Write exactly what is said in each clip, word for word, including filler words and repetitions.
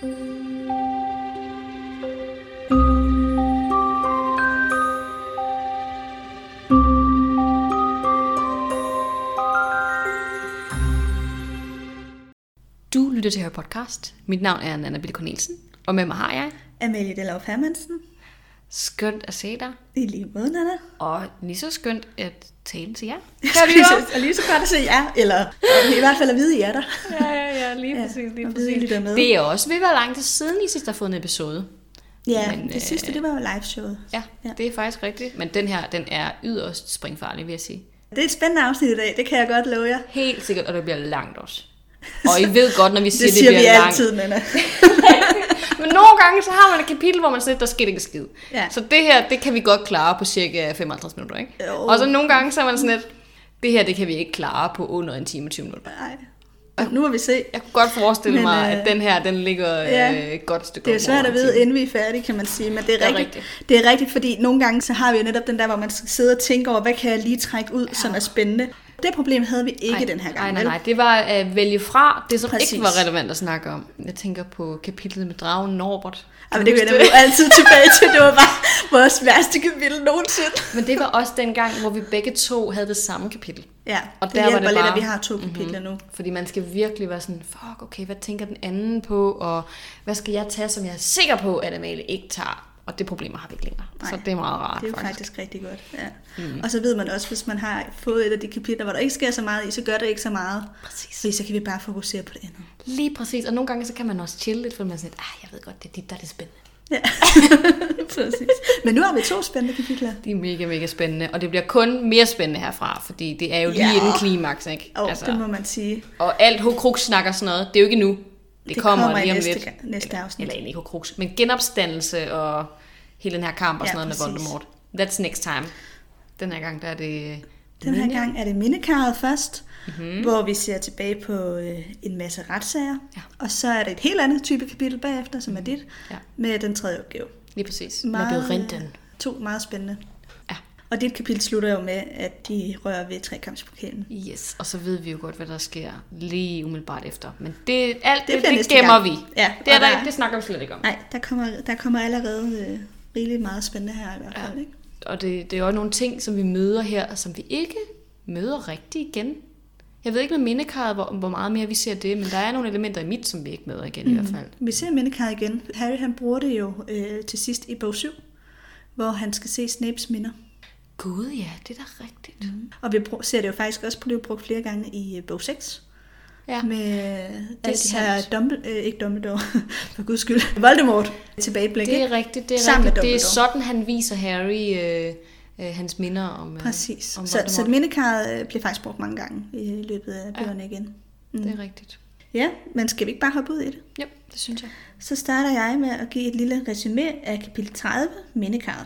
Du lytter til Harry Podcast. Mit navn er Nanna Bille Cornelsen, og med mig har jeg Amalie Delauf Hermansen. Skønt at se dig. I lige måde, Nanna. Og lige så skønt at tale til jer. Og lige så godt at se jer, eller i hvert fald at vide, I er der. Ja, ja, ja, lige præcis. Lige ja, præcis. Vide, med. Det er også ved at være lang tid siden, I sidst har fået en episode. Ja, Men, det øh, sidste, det var jo live-showet. Ja, ja, det er faktisk rigtigt. Men den her, den er yderst springfarlig, vil jeg sige. Det er et spændende afsnit i dag, det kan jeg godt love jer. Helt sikkert, og det bliver langt også. Og I ved godt, når vi siger, det, det, det bliver langt. Det siger vi altid, Nanna. Men nogle gange, så har man et kapitel, hvor man siger, der sker ikke skid. Ja. Så det her, det kan vi godt klare på cirka femoghalvtreds minutter, ikke? Jo. Og så nogle gange, så er man sådan lidt, det her, det kan vi ikke klare på under en time og tyve minutter. Nej. Og nu må vi se. Jeg kunne godt forestille men, mig, øh, at den her, den ligger ja, et godt stykke. Det er svært at vide, inden vi er færdige, kan man sige. Men det er, det er rigtigt. rigtigt. Det er rigtigt, fordi nogle gange, så har vi jo netop den der, hvor man skal sidde og tænke over, hvad kan jeg lige trække ud, ja. som er spændende. Det problem havde vi ikke ej, den her gang. Nej, nej, nej. Det var at vælge fra det, som Præcis. ikke var relevant at snakke om. Jeg tænker på kapitlet med dragen Norbert. Ja, men det vender vi jo altid tilbage til. Det var bare vores værste kapitel nogensinde. Men det var også den gang, hvor vi begge to havde det samme kapitel. Ja, og det der hjælper var det lidt, bare, at vi har to kapitler mm-hmm, nu. Fordi man skal virkelig være sådan, fuck, okay, hvad tænker den anden på? Og hvad skal jeg tage, som jeg er sikker på, at Amalie ikke tager? Og det problemer har vi ikke længere. Nej, så det er meget rart, det er jo faktisk, faktisk rigtig godt. Ja. Mm. Og så ved man også, hvis man har fået et af de kapitler, hvor der ikke sker så meget i, så gør det ikke så meget. Præcis. Fordi så kan vi bare fokusere på det andet. Lige præcis. Og nogle gange, så kan man også chille lidt, for man er sådan lidt, ah, jeg ved godt, det er dit, der er det spændende. Ja, præcis. Men nu har vi to spændende kapitler. De er mega, mega spændende. Og det bliver kun mere spændende herfra, fordi det er jo lige ja. inden klimaks, ikke? Oh, altså, det må man sige. Og alt Horcrux snakker sådan noget, det er jo ikke nu. Det, det kommer, kommer lige om næste, lidt. næste afsnit. Eller, eller ikke Horcrux, men genopstandelse og hele den her kamp og sådan ja, noget med Voldemort. That's next time. Den her gang, der er det... Den her gang er det mindekarret først, mm-hmm. hvor vi ser tilbage på øh, en masse retssager. Ja. Og så er det et helt andet type kapitel bagefter, som er dit, ja. med den tredje opgave. Lige præcis. Meget, Labyrinten. To meget spændende. Ja. Og dit kapitel slutter jo med, at de rører ved trekampspokalen. Yes, og så ved vi jo godt, hvad der sker lige umiddelbart efter. Men det, alt det, det, det, det gemmer gang. vi. Ja, det, er der, der, det snakker vi slet ikke om. Nej, der kommer, der kommer allerede øh, rigeligt meget spændende her i hvert fald. Ja. Ikke? Og det, det er jo nogle ting, som vi møder her, som vi ikke møder rigtigt igen. Jeg ved ikke med mindekarret, hvor, hvor meget mere vi ser det, men der er nogle elementer i mit, som vi ikke møder igen mm. i hvert fald. Vi ser mindekarret igen. Harry han bruger det jo øh, til sidst i bog syv, hvor han skal se Snapes minder. Gud ja, det er da rigtigt. Mm. Og vi brug, ser det jo faktisk også blive brugt flere gange i øh, bog seks. Ja. Med alle de her Dumbledore, øh, ikke Dumbledore, for guds skyld, Voldemort tilbageblik. Det er rigtigt, det er rigtigt. Det er sådan, han viser Harry øh, øh, hans minder om, øh, Præcis. om så, så mindekarret øh, bliver faktisk brugt mange gange i løbet af bøgerne ja. igen. Mm. Det er rigtigt. Ja, men skal vi ikke bare hoppe ud i det? Jo, det synes jeg. Så starter jeg med at give et lille resumé af kapitel tredive, mindekarret.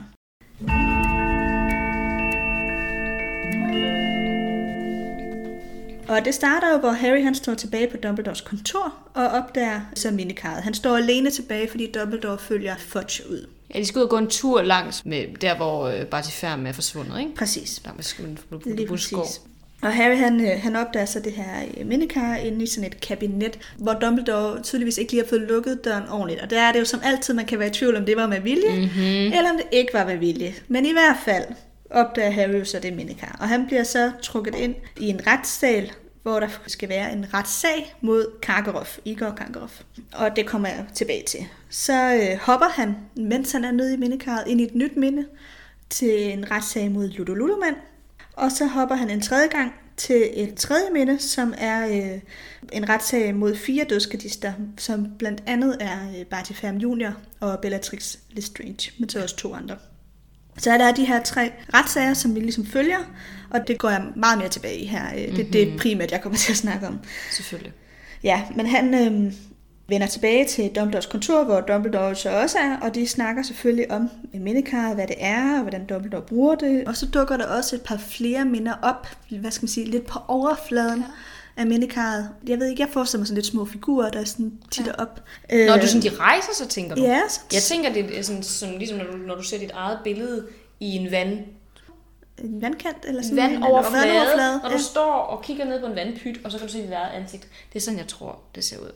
Og det starter jo, hvor Harry han står tilbage på Dumbledores kontor og opdager så mindekarret. Han står alene tilbage, fordi Dumbledore følger Fudge ud. Ja, de skal ud og gå en tur langs med der, hvor Barty Ferm er forsvundet, ikke? Præcis. Der med Lige præcis. Og Harry han, han opdager så det her mindekar inde i sådan et kabinet, hvor Dumbledore tydeligvis ikke lige har fået lukket døren ordentligt. Og der er det jo som altid, man kan være i tvivl, om det var med vilje, mm-hmm. eller om det ikke var med vilje. Men i hvert fald opdager Harry så det mindekar. Og han bliver så trukket ind i en retssal, hvor der skal være en retssag mod Karkaroff, Igor Karkaroff. Og det kommer jeg tilbage til. Så øh, hopper han, mens han er nede i mindekarret, ind i et nyt minde til en retssag mod Ludo Ludoman. Og så hopper han en tredje gang til et tredje minde, som er øh, en retssag mod fire dødskadister, som blandt andet er øh, Barty Ferm junior og Bellatrix Lestrange, men så også to andre. Så er der de her tre retssager, som vi ligesom følger, og det går jeg meget mere tilbage i her. Det, mm-hmm. det er primært, jeg kommer til at snakke om. Selvfølgelig. Ja, men han øh, vender tilbage til Dumbledores kontor, hvor Dumbledore så også er, og de snakker selvfølgelig om mindekarret, hvad det er, og hvordan Dumbledore bruger det. Og så dukker der også et par flere minder op, hvad skal man sige, lidt på overfladen. Ja. Af mindekarret. Jeg ved ikke, jeg forestiller mig sådan lidt små figurer, der sådan titter ja. op. Når du sådan, de rejser, så tænker du? Ja. Jeg tænker, det er sådan, sådan ligesom når du, når du ser dit eget billede i en vand. En vandkant? Eller sådan vandoverflade. En vandoverflade. Når du ja. står og kigger ned på en vandpyt, og så kan du se dit eget ansigt. Det er sådan, jeg tror, det ser ud.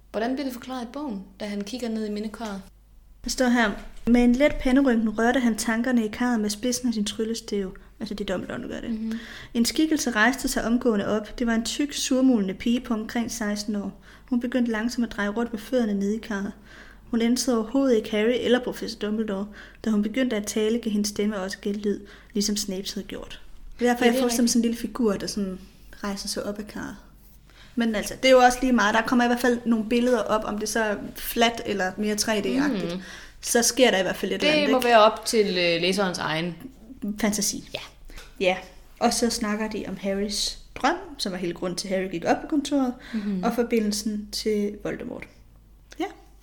Hvordan bliver det forklaret i bogen, da han kigger ned i mindekarret? Der står her, med en let penderynken rørte han tankerne i karret med spidsen af sin tryllestav. Altså det er Dumbledore, der gør det. Mm-hmm. En skikkelse rejste sig omgående op. Det var en tyk, surmulende pige på omkring seksten år. Hun begyndte langsomt at dreje rundt med fødderne nede i karret. Hun ændrede overhovedet ikke Harry eller professor Dumbledore. Da hun begyndte at tale, gav hendes stemme også gældlyd, ligesom Snape havde gjort. Det er derfor, ja, jeg får sådan en lille figur, der sådan rejser sig op af karret. Men altså, det er jo også lige meget. Der kommer i hvert fald nogle billeder op, om det så er flat eller mere tre D-agtigt. Mm. Så sker der i hvert fald et det eller andet. Det må ikke? Være op til læserens egen fantasi. Ja. Ja, og så snakker de om Harrys drøm, som var hele grunden til, at Harry gik op på kontoret, mm-hmm. og forbindelsen til Voldemort. Ja.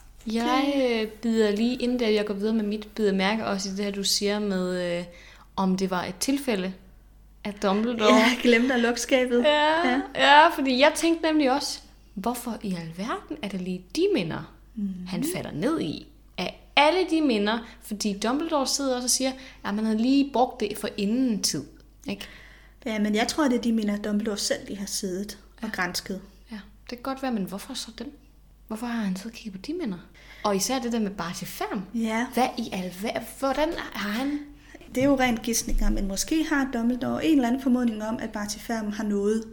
Jeg bider lige, inden da jeg går videre med mit, bider mærke også i det her, du siger med, øh, om det var et tilfælde, at Dumbledore... Ja, jeg glemte at lukke skabet. Ja, ja. ja, fordi jeg tænkte nemlig også, hvorfor i alverden er det lige de minder, mm-hmm. han falder ned i? Af alle de minder, fordi Dumbledore sidder også og siger, at man havde lige brugt det for inden tid. Ikke? Ja, men jeg tror, det er de minder, Dumbledore selv lige har siddet og ja. gransket. Ja, det kan godt være, men hvorfor så dem? Hvorfor har han så kigget på de minder? Og især det der med Barty Ferm. Ja. Hvad i alverden? Hvordan har han... Det er jo rent gidsninger, men måske har Dumbledore en eller anden formodning om, at Barty Ferm har noget,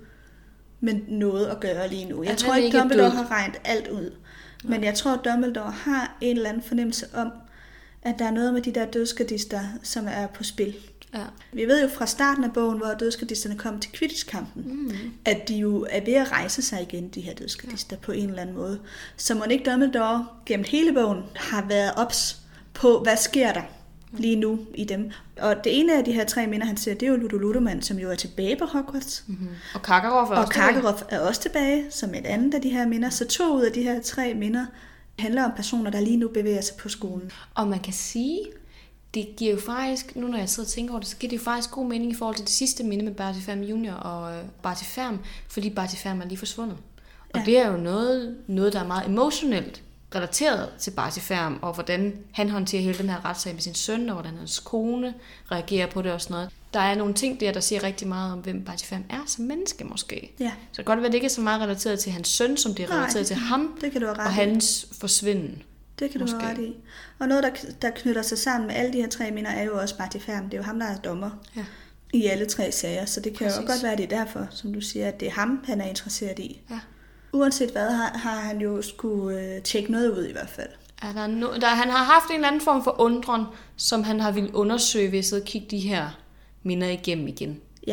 men noget at gøre lige nu. Jeg at tror ikke, Dumbledore har regnet alt ud. Ja. Men jeg tror, at Dumbledore har en eller anden fornemmelse om, at der er noget med de der dødsgardister, som er på spil. Ja. Vi ved jo fra starten af bogen, hvor dødsgardisterne kom til Quidditch-kampen, mm. at de jo er ved at rejse sig igen, de her dødsgardister, ja. på en eller anden måde. Så må ikke Dumbledore gennem hele bogen har været ops på, hvad sker der lige nu i dem. Og det ene af de her tre minder, han ser, det er jo Ludo Ludoman, som jo er tilbage på Hogwarts. Mm-hmm. Og Karkaroff er, og Karkaroff er også tilbage, som et andet af de her minder. Så to ud af de her tre minder handler om personer, der lige nu bevæger sig på skolen. Og man kan sige, det giver jo faktisk, nu når jeg sidder og tænker over det, så giver det jo faktisk god mening i forhold til det sidste minde med Barty Ferm junior og øh, Barty Ferm, fordi Barty Ferm er lige forsvundet. Og ja. det er jo noget, noget, der er meget emotionelt relateret til Barty Ferm, og hvordan han håndterer hele den her retssag med sin søn, og hvordan hans kone reagerer på det og sådan noget. Der er nogle ting der, der siger rigtig meget om, hvem Barty Ferm er som menneske måske. Ja. Så det kan godt være, at det ikke er så meget relateret til hans søn, som det er relateret Nej, til ham, det kan du have ret og hans forsvinden. Det kan du have ret i. Og noget, der, der knytter sig sammen med alle de her tre minder, er jo også Barty Ferm. Det er jo ham, der er dommer ja. i alle tre sager, så det kan Præcis. jo godt være, det er derfor, som du siger, at det er ham, han er interesseret i. Ja. Uanset hvad, har, har han jo skulle øh, tjekke noget ud i hvert fald. Ja, der er no, der, han har haft en eller anden form for undren, som han har ville undersøge ved at sidde og kigge de her minder igennem igen. Ja,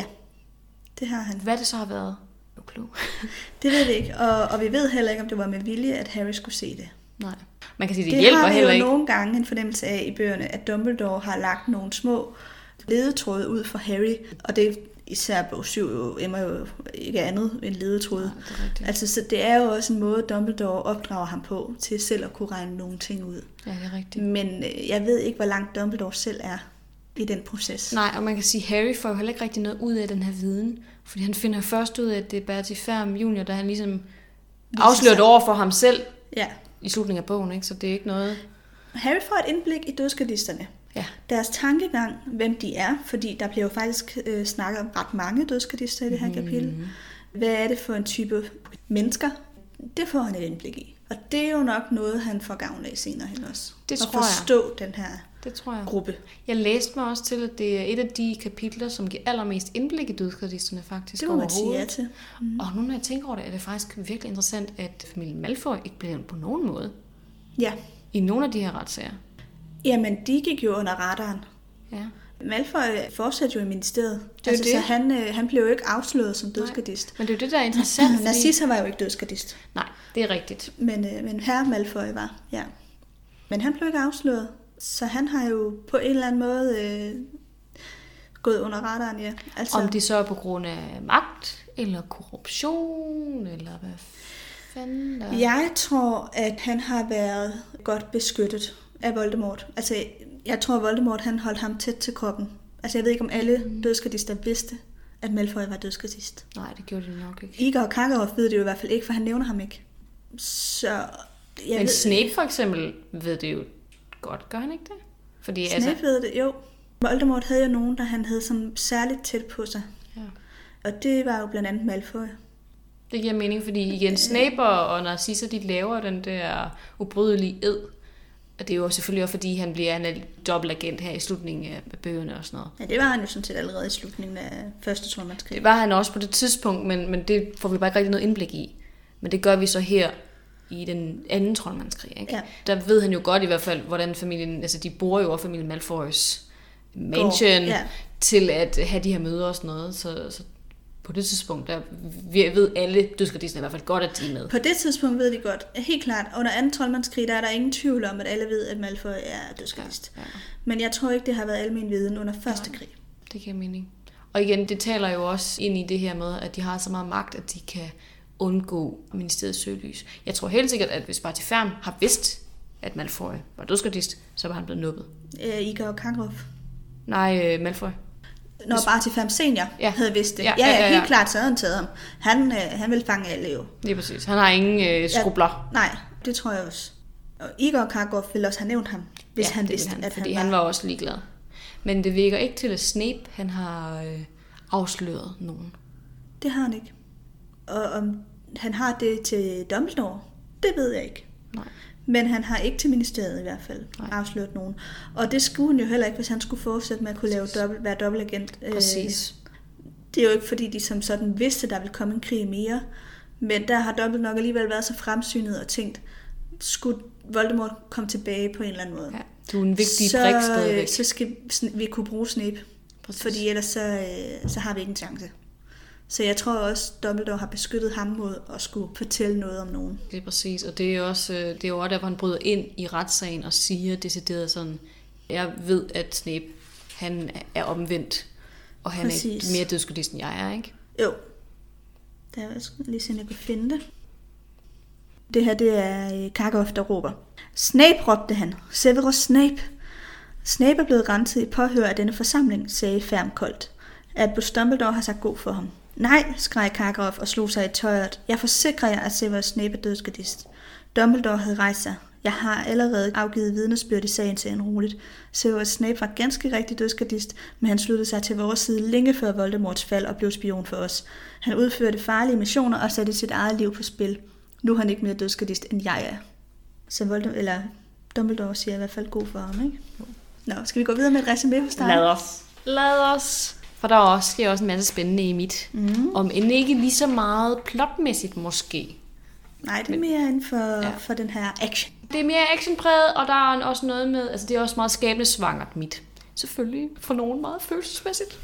det har han. Hvad det så har været? Det ved vi ikke, og, og vi ved heller ikke, om det var med vilje, at Harry skulle se det. Nej, man kan sige, det, det hjælper heller ikke. Det har vi jo nogle gange en fornemmelse af i bøgerne, at Dumbledore har lagt nogle små ledetråde ud for Harry, og det især bog syv jo emmer jo ikke andet end ledetråde. Ja, altså, så det er jo også en måde, Dumbledore opdrager ham på, til selv at kunne regne nogle ting ud. Ja, det er rigtigt. Men øh, jeg ved ikke, hvor langt Dumbledore selv er i den proces. Nej, og man kan sige, Harry får jo heller ikke rigtig noget ud af den her viden, fordi han finder først ud af, at det er Barty Ferm junior, der han ligesom afslører det over for ham selv ja. i slutningen af bogen, ikke? Så det er ikke noget... Harry får et indblik i dødsgardisterne. Ja. Deres tankegang, hvem de er, fordi der bliver jo faktisk øh, snakket om ret mange dødsgardister i det her kapitel. Mm. Hvad er det for en type mennesker? Det får han et indblik i. Og det er jo nok noget, han får gavn af senere hen også. Det tror jeg. At forstå den her det tror jeg. gruppe. Jeg læste mig også til, at det er et af de kapitler, som giver allermest indblik i dødsgardisterne faktisk. Det må man sige ja til. Mm. Og nu når jeg tænker over det, er det faktisk virkelig interessant, at familien Malfoy ikke blev på nogen måde. Ja. I nogle af de her retssager. Jamen, de gik jo under radaren. Ja. Malfoy fortsatte jo i ministeriet. Det altså, det. Så han, øh, han blev jo ikke afsløret som dødsgardist. Men det er jo det, der er interessant. Fordi... Narcissa var jo ikke dødsgardist. Nej, det er rigtigt. Men, øh, men herre Malfoy var, ja. Men han blev ikke afsløret. Så han har jo på en eller anden måde øh, gået under radaren, ja. Altså... Om det så er på grund af magt, eller korruption, eller hvad fanden der... Jeg tror, at han har været godt beskyttet af Voldemort. Altså, jeg tror, at Voldemort han holdt ham tæt til kroppen. Altså, jeg ved ikke, om alle mm. dødsgardister vidste, at Malfoy var dødsgardist. Nej, det gjorde de nok ikke. Igor og Karkaroff ved det jo i hvert fald ikke, for han nævner ham ikke. Så... Jeg Men ved... Snape for eksempel ved det jo godt, gør han ikke det? Fordi, Snape altså... ved det, jo. Voldemort havde jo nogen, der han havde som særligt tæt på sig. Ja. Og det var jo blandt andet Malfoy. Det giver mening, fordi igen, Snape og Narcissa, de laver den der ubrydelige ed. Og det er jo selvfølgelig også, fordi han bliver en dobbeltagent her i slutningen af bøgerne og sådan noget. Ja, det var han jo sådan set allerede i slutningen af første troldmandskrig. Det var han også på det tidspunkt, men, men det får vi bare ikke rigtig noget indblik i. Men det gør vi så her i den anden troldmandskrig. Ikke? Ja. Der ved han jo godt i hvert fald, hvordan familien, altså de bor jo over familien Malfoys mansion, ja. Til at have de her møder og sådan noget. Så, så på det tidspunkt, der ved alle dødsgardisterne i hvert fald godt, at de er med. På det tidspunkt ved de godt, helt klart, under anden troldmandskrig, der er der ingen tvivl om, at alle ved, at Malfoy er dødsgardist. Ja, ja. Men jeg tror ikke, det har været almen viden under første krig. Det giver mening. Og igen, det taler jo også ind i det her med, at de har så meget magt, at de kan undgå ministeriets søgelys. Jeg tror helt sikkert, at hvis Barty Færm har vidst, at Malfoy var dødsgardist, så var han blevet nubbet. Øh, Igor Karkaroff. Nej, øh, Malfoy. Når Barty Færm senior ja. havde vidst det. Ja, ja, ja, ja, ja. Helt klart, så havde han taget ham. Han, øh, han vil fange alle jo. Det er præcis. Han har ingen øh, skrubler. Ja, nej, det tror jeg også. Og Igor Karkaroff ville også have nævnt ham, hvis ja, han vidste, han, at fordi han var... han var også ligeglad. Men det virker ikke til, at Snape han har øh, afsløret nogen. Det har han ikke. Og om han har det til Dumbledore, det ved jeg ikke. Nej. Men han har ikke til ministeriet i hvert fald Nej. afsløret nogen. Og det skulle han jo heller ikke, hvis han skulle fortsætte med at kunne lave dobbelt, være dobbeltagent. Præcis. Det er jo ikke fordi, de som sådan vidste, der ville komme en krig mere. Men der har Dumbledore nok alligevel været så fremsynet og tænkt, skulle Voldemort komme tilbage på en eller anden måde. Ja, du er en vigtig så, brik stadigvæk. Så skal vi kunne bruge Snape. Præcis. Fordi ellers så, så har vi ikke en chance. Så jeg tror også, Dumbledore har beskyttet ham mod at skulle fortælle noget om nogen. Det er præcis, og det er også, det er jo også der, hvor han bryder ind i retssagen og siger decideret sådan, jeg ved, at Snape, han er omvendt, og han præcis. er mere dødsgardist, end jeg er, ikke? Jo. Der er også lige sådan, jeg kunne finde det. Det her, det er Karkaroff, der råber. Snape, råbte han. Severus Snape. Snape er blevet renset i påhør af denne forsamling, sagde Færm koldt. Albus Dumbledore har sagt god for ham. Nej, skreg Karkaroff og slog sig i tøjet. Jeg forsikrer jer, at Severus Snape er dødsgardist. Dumbledore havde rejst sig. Jeg har allerede afgivet vidnesbyrd i sagen, sagde han roligt. Severus Snape var ganske rigtig dødsgardist, men han sluttede sig til vores side længe før Voldemorts fald og blev spion for os. Han udførte farlige missioner og satte sit eget liv på spil. Nu er han ikke mere dødsgardist, end jeg er. Så Voldemort, eller Dumbledore siger i hvert fald god for ham, ikke? Nå, skal vi gå videre med et resumé hos dig? Lad os. Lad os. For der er også, det er også en masse spændende i mit. Mm. Om end ikke lige så meget plotmæssigt måske. Nej, det er mere inden for, ja. for den her action. Det er mere actionpræget, og der er også noget med, altså det er også meget skæbnesvangert mit. Selvfølgelig for nogen meget følelsesmæssigt.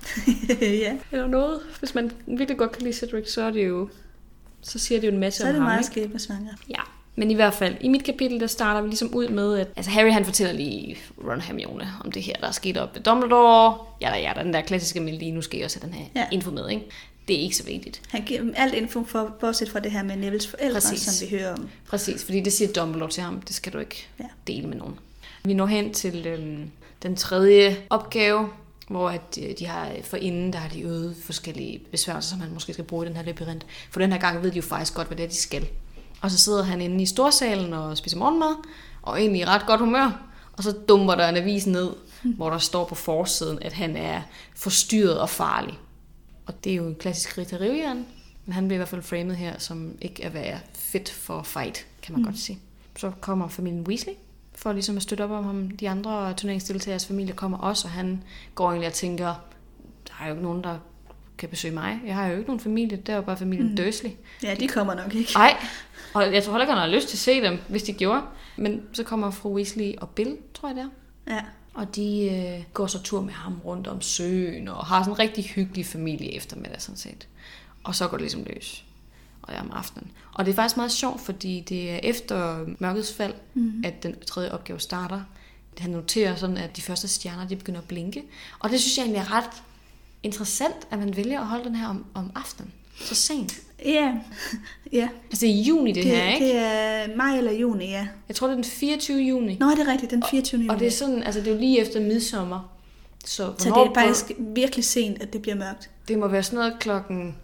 Ja. Eller noget. Hvis man virkelig godt kan lide Cedric, så er det jo, så siger det jo en masse om ham. Så er det meget skæbnesvangert. Ja. Men i hvert fald, i mit kapitel, der starter vi ligesom ud med, at altså Harry han fortæller lige Ron og Hermione om det her, der er sket op ved Dumbledore. Ja, der, ja, der den der klassiske med lige, nu skal jeg også have den her ja. info med, ikke? Det er ikke så vigtigt. Han giver dem alt info, for, bortset fra det her med Nevilles forældre, Præcis. som vi hører om. Præcis, fordi det siger Dumbledore til ham, det skal du ikke ja. dele med nogen. Vi når hen til øhm, den tredje opgave, hvor at, de har forinden, der har de øvet forskellige besværgelser, som man måske skal bruge i den her labyrint. For den her gang ved de jo faktisk godt, hvad det er, de skal. Og så sidder han inde i storsalen og spiser morgenmad, og egentlig i ret godt humør. Og så dumper der en avis ned, mm. hvor der står på forsiden, at han er forstyrret og farlig. Og det er jo en klassisk Rita Rivian, men han bliver i hvert fald framet her, som ikke er være fit for fight, kan man mm. godt sige. Så kommer familien Weasley, for ligesom at støtte op om ham. De andre turneringsdeltagers familie kommer også, og han går egentlig og tænker, der er jo ikke nogen, der kan besøge mig. Jeg har jo ikke nogen familie, der er jo bare familien mm. Dursley. Ja, de kommer nok ikke. Nej, og jeg tror heller ikke, han har lyst til at se dem, hvis de gjorde. Men så kommer fru Weasley og Bill, tror jeg det er. Ja. Og de øh, går så tur med ham rundt om søen, og har sådan en rigtig hyggelig familie eftermiddag, sådan set. Og så går det ligesom løs. Og det er om aftenen. Og det er faktisk meget sjovt, fordi det er efter mørkets fald, mm. at den tredje opgave starter. Han noterer sådan, at de første stjerner, de begynder at blinke. Og det synes jeg egentlig er ret interessant, at man vælger at holde den her om, om aftenen. Så sent. Ja. ja. Altså det er juni det, det her, ikke? Det er maj eller juni, ja. Jeg tror, det er den fireogtyvende juni. Nå, det er rigtigt, den fireogtyvende juni. Og det er sådan, altså det er jo lige efter midsommer. Så, så det er faktisk virkelig sent, at det bliver mørkt. Det må være sådan noget klokken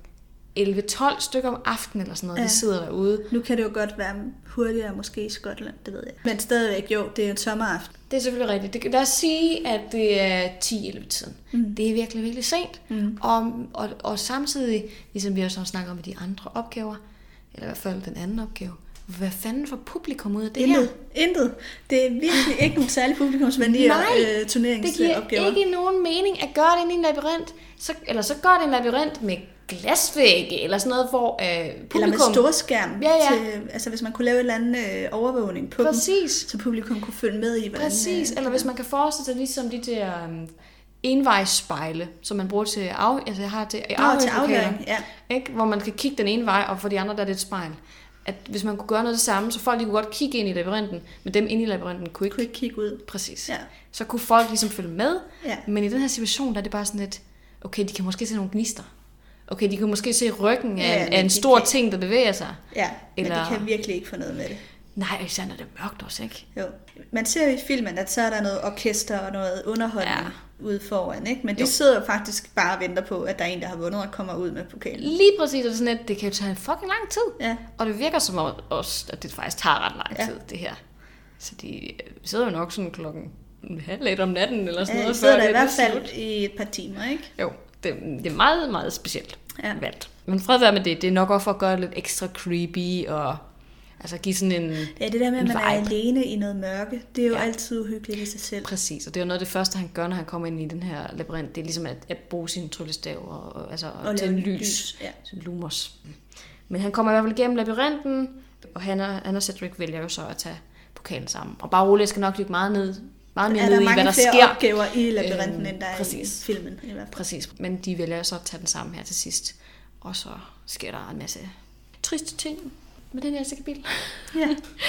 elleve tolv stykker om aftenen eller sådan noget, ja. De sidder derude. Nu kan det jo godt være hurtigere måske i Skotland, det ved jeg. Men stadigvæk, jo, det er jo en sommeraften. Det er selvfølgelig rigtigt. Det, lad os sige, at det er ti elleve tiden. Mm. Det er virkelig, virkelig sent. Mm. Og, og, og samtidig, ligesom vi også snakker om med de andre opgaver, eller i hvert fald den anden opgave, hvad fanden får publikum ud af det Intet. her? Intet. Det er virkelig ikke nogen særlig publikumsvenlige øh, turneringsopgaver. Det giver ikke nogen mening at gøre det inde i en labyrint. Så, eller så gør det en labyrint med glasvægge, eller sådan noget, hvor øh, publikum... Eller med storskærm. Ja, ja. Til, altså hvis man kunne lave et eller andet øh, overvågning på Præcis. dem, så publikum kunne følge med i, hvordan... Præcis, øh, eller hvis man kan forestille sig ligesom de der um, envejsspejle, som man bruger til, af, altså, har til, Nå, til afhøring, ja. Ikke? Hvor man kan kigge den ene vej, og for de andre der er det et spejl. At hvis man kunne gøre noget det samme, så folk de kunne godt kigge ind i labyrinten, men dem inde i labyrinten kunne ikke, kunne ikke kigge ud. Præcis. Ja. Så kunne folk ligesom følge med, ja. Men i den her situation, der er det bare sådan lidt, okay, de kan måske se nogle gnister. Okay, de kan måske se ryggen af, ja, af en stor kan... ting, der bevæger sig. Ja, eller... men de kan virkelig ikke få noget med det. Nej, især når det er mørkt også, ikke? Jo. Man ser jo i filmen, at så er der noget orkester og noget underholdning ja. Ude foran, ikke? Men de jo. Sidder jo faktisk bare og venter på, at der er en, der har vundet og kommer ud med pokalen. Lige præcis, og sådan, at det kan jo tage en fucking lang tid. Ja. Og det virker som om også, at det faktisk tager ret lang tid, ja. Det her. Så de sidder jo nok sådan klokken halv lidt om natten, eller sådan ja, noget. Ja, sidder der i hvert fald i et par timer, ikke? Jo, det, det er meget, meget specielt ja. Valgt. Men fred være med det, det er nok også for at gøre det lidt ekstra creepy, og altså give sådan en ja, det der med, at man vibe. Er alene i noget mørke, det er jo ja. Altid uhyggeligt i sig selv. Præcis, og det er jo noget af det første, han gør, når han kommer ind i den her labyrint. Det er ligesom at, at bruge sin tryllestav og, og, altså, og til en lys, lys. Ja. Lumos. Men han kommer i hvert fald igennem labyrinten, og han og, han og Cedric vælger jo så at tage pokalen sammen. Og bare roligt, jeg skal nok dykke meget ned, meget mere ned i, hvad der sker. Er der mange flere opgaver i labyrinten, øhm, end der præcis. Er i filmen? I hvert fald. Præcis, men de vælger så at tage den sammen her til sidst. Og så sker der en masse triste ting med den her sikkerbil. Ja.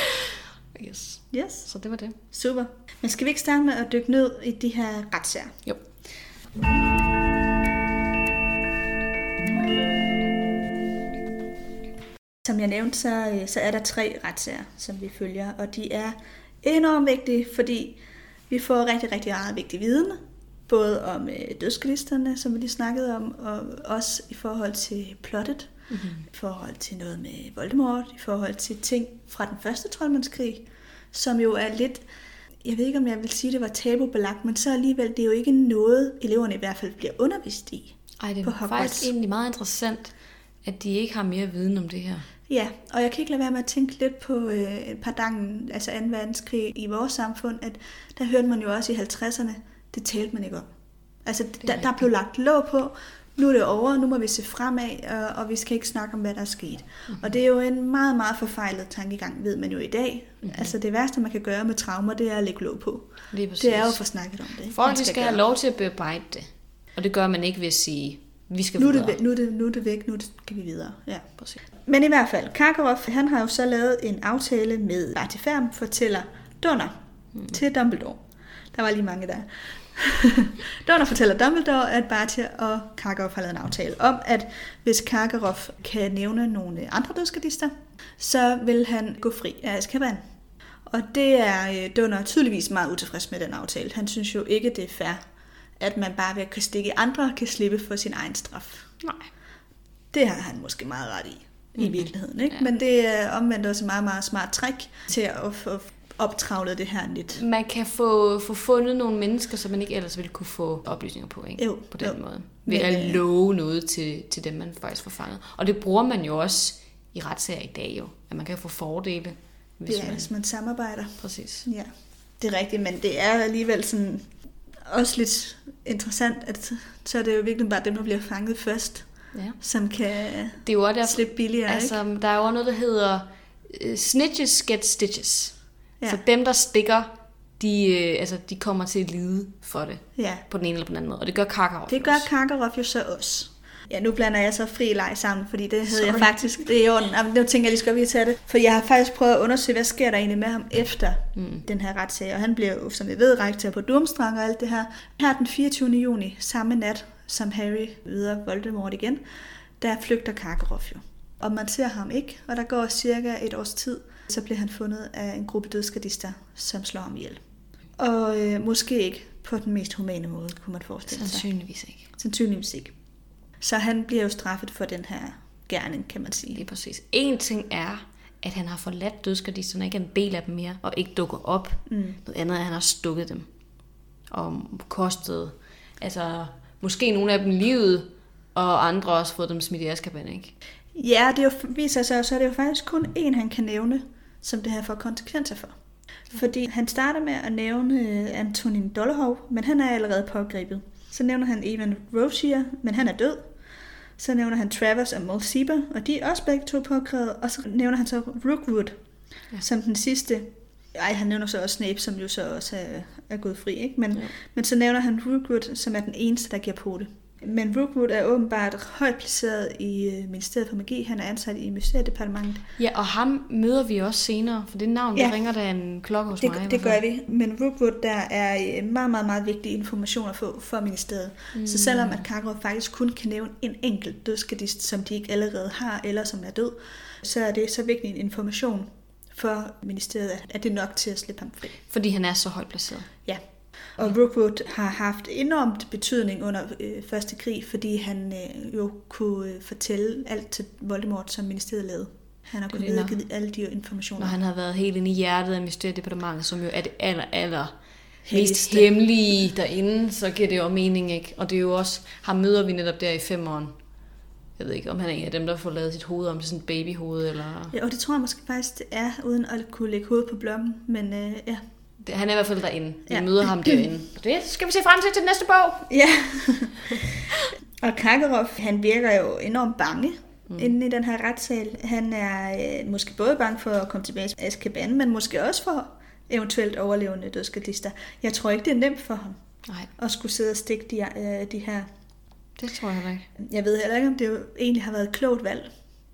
yes. Yes. Så det var det. Super. Men skal vi ikke starte med at dykke ned i de her retssager? Jo. Som jeg nævnte, så, så er der tre retssager, som vi følger, og de er enormt vigtige, fordi vi får rigtig, rigtig meget vigtig viden, både om øh, dødsgelisterne, som vi lige snakkede om, og også i forhold til plottet, mm-hmm. i forhold til noget med Voldemort, i forhold til ting fra den første troldmandskrig, som jo er lidt, jeg ved ikke om jeg vil sige, det var tabubelagt, men så alligevel, det er jo ikke noget, eleverne i hvert fald bliver undervist i. Ej, det er faktisk egentlig meget interessant, at de ikke har mere viden om det her. Ja, og jeg kan ikke lade være med at tænke lidt på øh, et par dagen, altså anden verdenskrig i vores samfund, at der hørte man jo også i halvtredserne, det talte man ikke om. Altså, der, der blev lagt låg på, nu er det over, nu må vi se fremad, og, og vi skal ikke snakke om, hvad der er sket. Mm-hmm. Og det er jo en meget, meget forfejlet tankegang, ved man jo i dag. Mm-hmm. Altså, det værste, man kan gøre med traumer, det er at lægge låg på. Det er jo for snakket om det. Folk skal, skal have lov til at bearbejde det, og det gør man ikke ved at sige, vi skal nu er, videre. det, nu, er det, nu er det væk, nu skal vi videre. Ja, præcis. Men i hvert fald, Karkaroff, han har jo så lavet en aftale med Barty Færm, fortæller Donner mm. til Dumbledore. Der var lige mange der. Donner fortæller Dumbledore, at Barty og Karkaroff har lavet en aftale om, at hvis Karkaroff kan nævne nogle andre dødsgalister, så vil han gå fri af Azkaban. Og det er Donner tydeligvis meget utilfreds med den aftale. Han synes jo ikke, det er fair, at man bare ved at kunne stikke andre kan slippe for sin egen straf. Nej. Det har han måske meget ret i, mm-hmm. i virkeligheden. Ikke? Ja. Men det er omvendt også et meget, meget smart trick til at få optravlet det her lidt. Man kan få, få fundet nogle mennesker, som man ikke ellers ville kunne få oplysninger på, ikke? Jo, på den jo. måde. Ved Men, at love noget til, til dem, man faktisk får fanget. Og det bruger man jo også i retssager i dag jo, at man kan få fordele. Hvis ja, man... hvis man samarbejder. Præcis. Ja, det er rigtigt, men det er alligevel sådan også lidt interessant, at så er det jo virkelig bare dem, der bliver fanget først, ja. Som kan det er jo der, slippe billigere. Altså, ikke? Der er jo noget, der hedder uh, snitches get stitches. Ja. Så dem, der stikker, de, øh, altså, de kommer til at lide for det. Ja. På den ene eller på den anden måde. Og det gør Karkaroff Det gør Karkaroff jo så også. Ja, nu blander jeg så fri leg sammen, fordi det havde jeg faktisk, det er i orden. Jamen, nu tænker jeg lige, skal vi tage det. For jeg har faktisk prøvet at undersøge, hvad sker der egentlig med ham efter mm. den her retssag. Og han bliver jo, som vi ved, rektor på Durmstrang og alt det her. Her den fireogtyvende juni, samme nat, som Harry videre Voldemort igen, der flygter Karkaroff jo. Og man ser ham ikke, og der går cirka et års tid, så bliver han fundet af en gruppe dødsgardister, som slår ham ihjel. Og øh, måske ikke på den mest humane måde, kunne man forestille sig. Sandsynligvis ikke. Sandsynligvis ikke. Så han bliver jo straffet for den her gerning, kan man sige. Det er præcis. En ting er, at han har forladt dødsgardisterne, ikke er en del af dem mere, og ikke dukker op. Mm. Noget andet er, at han har stukket dem. Og kostet, altså, måske nogle af dem livet, og andre også fået dem smidt i Azkaban, ikke? Ja, det er jo, viser sig, så er det jo faktisk kun en, han kan nævne, som det her får konsekvenser for. Fordi han starter med at nævne Antonin Dolohov, men han er allerede pågrebet. Så nævner han Evan Rozier, men han er død. Så nævner han Travers og Moll Sieber, og de er også begge to pågrebet. Og så nævner han så Rookwood, ja. Som den sidste. Ej, han nævner så også Snape, som jo så også er, er gået fri, ikke? Men, ja. men så nævner han Rookwood, som er den eneste, der giver på det. Men Rookwood er åbenbart højt placeret i Ministeriet for Magi. Han er ansat i Mysteriedepartementet. Ja, og ham møder vi også senere, for det navn, ja. Der ringer der en klokke hos det, mig. Det gør vi. Men Rookwood, der er meget, meget, meget vigtige informationer at få for ministeriet. Mm. Så selvom at Karkaroff faktisk kun kan nævne en enkelt dødsgardist, som de ikke allerede har, eller som er død, så er det så vigtig en information for ministeriet, at det er nok til at slippe ham fri. Fordi han er så højt placeret. Ja. Og Rookwood har haft enormt betydning under øh, første krig, fordi han øh, jo kunne øh, fortælle alt til Voldemort, som ministeriet lavede. Han har kunnet videregive alle de informationer. Når han har været helt inde i hjertet af Mysteriedepartementet, som jo er det aller, aller mest hemmelige derinde, så giver det jo mening, ikke? Og det er jo også, ham møder vi netop der i femeren. Jeg ved ikke, om han er en af dem, der får lavet sit hoved om til sådan et babyhoved, eller... Ja, og det tror jeg måske faktisk, det er, uden at kunne lægge hovedet på blommen, men øh, ja... Han er i hvert fald derinde. Vi ja. møder ham derinde. Det skal vi se frem til til den næste bog. Ja. Og Karkaroff, han virker jo enormt bange mm. inde i den her retssal. Han er øh, måske både bange for at komme tilbage til Azkaban, men måske også for eventuelt overlevende dødsgardister. Jeg tror ikke, det er nemt for ham Nej. at skulle sidde og stikke de, øh, de her. Det tror jeg ikke. Jeg ved heller ikke, om det jo egentlig har været et klogt valg.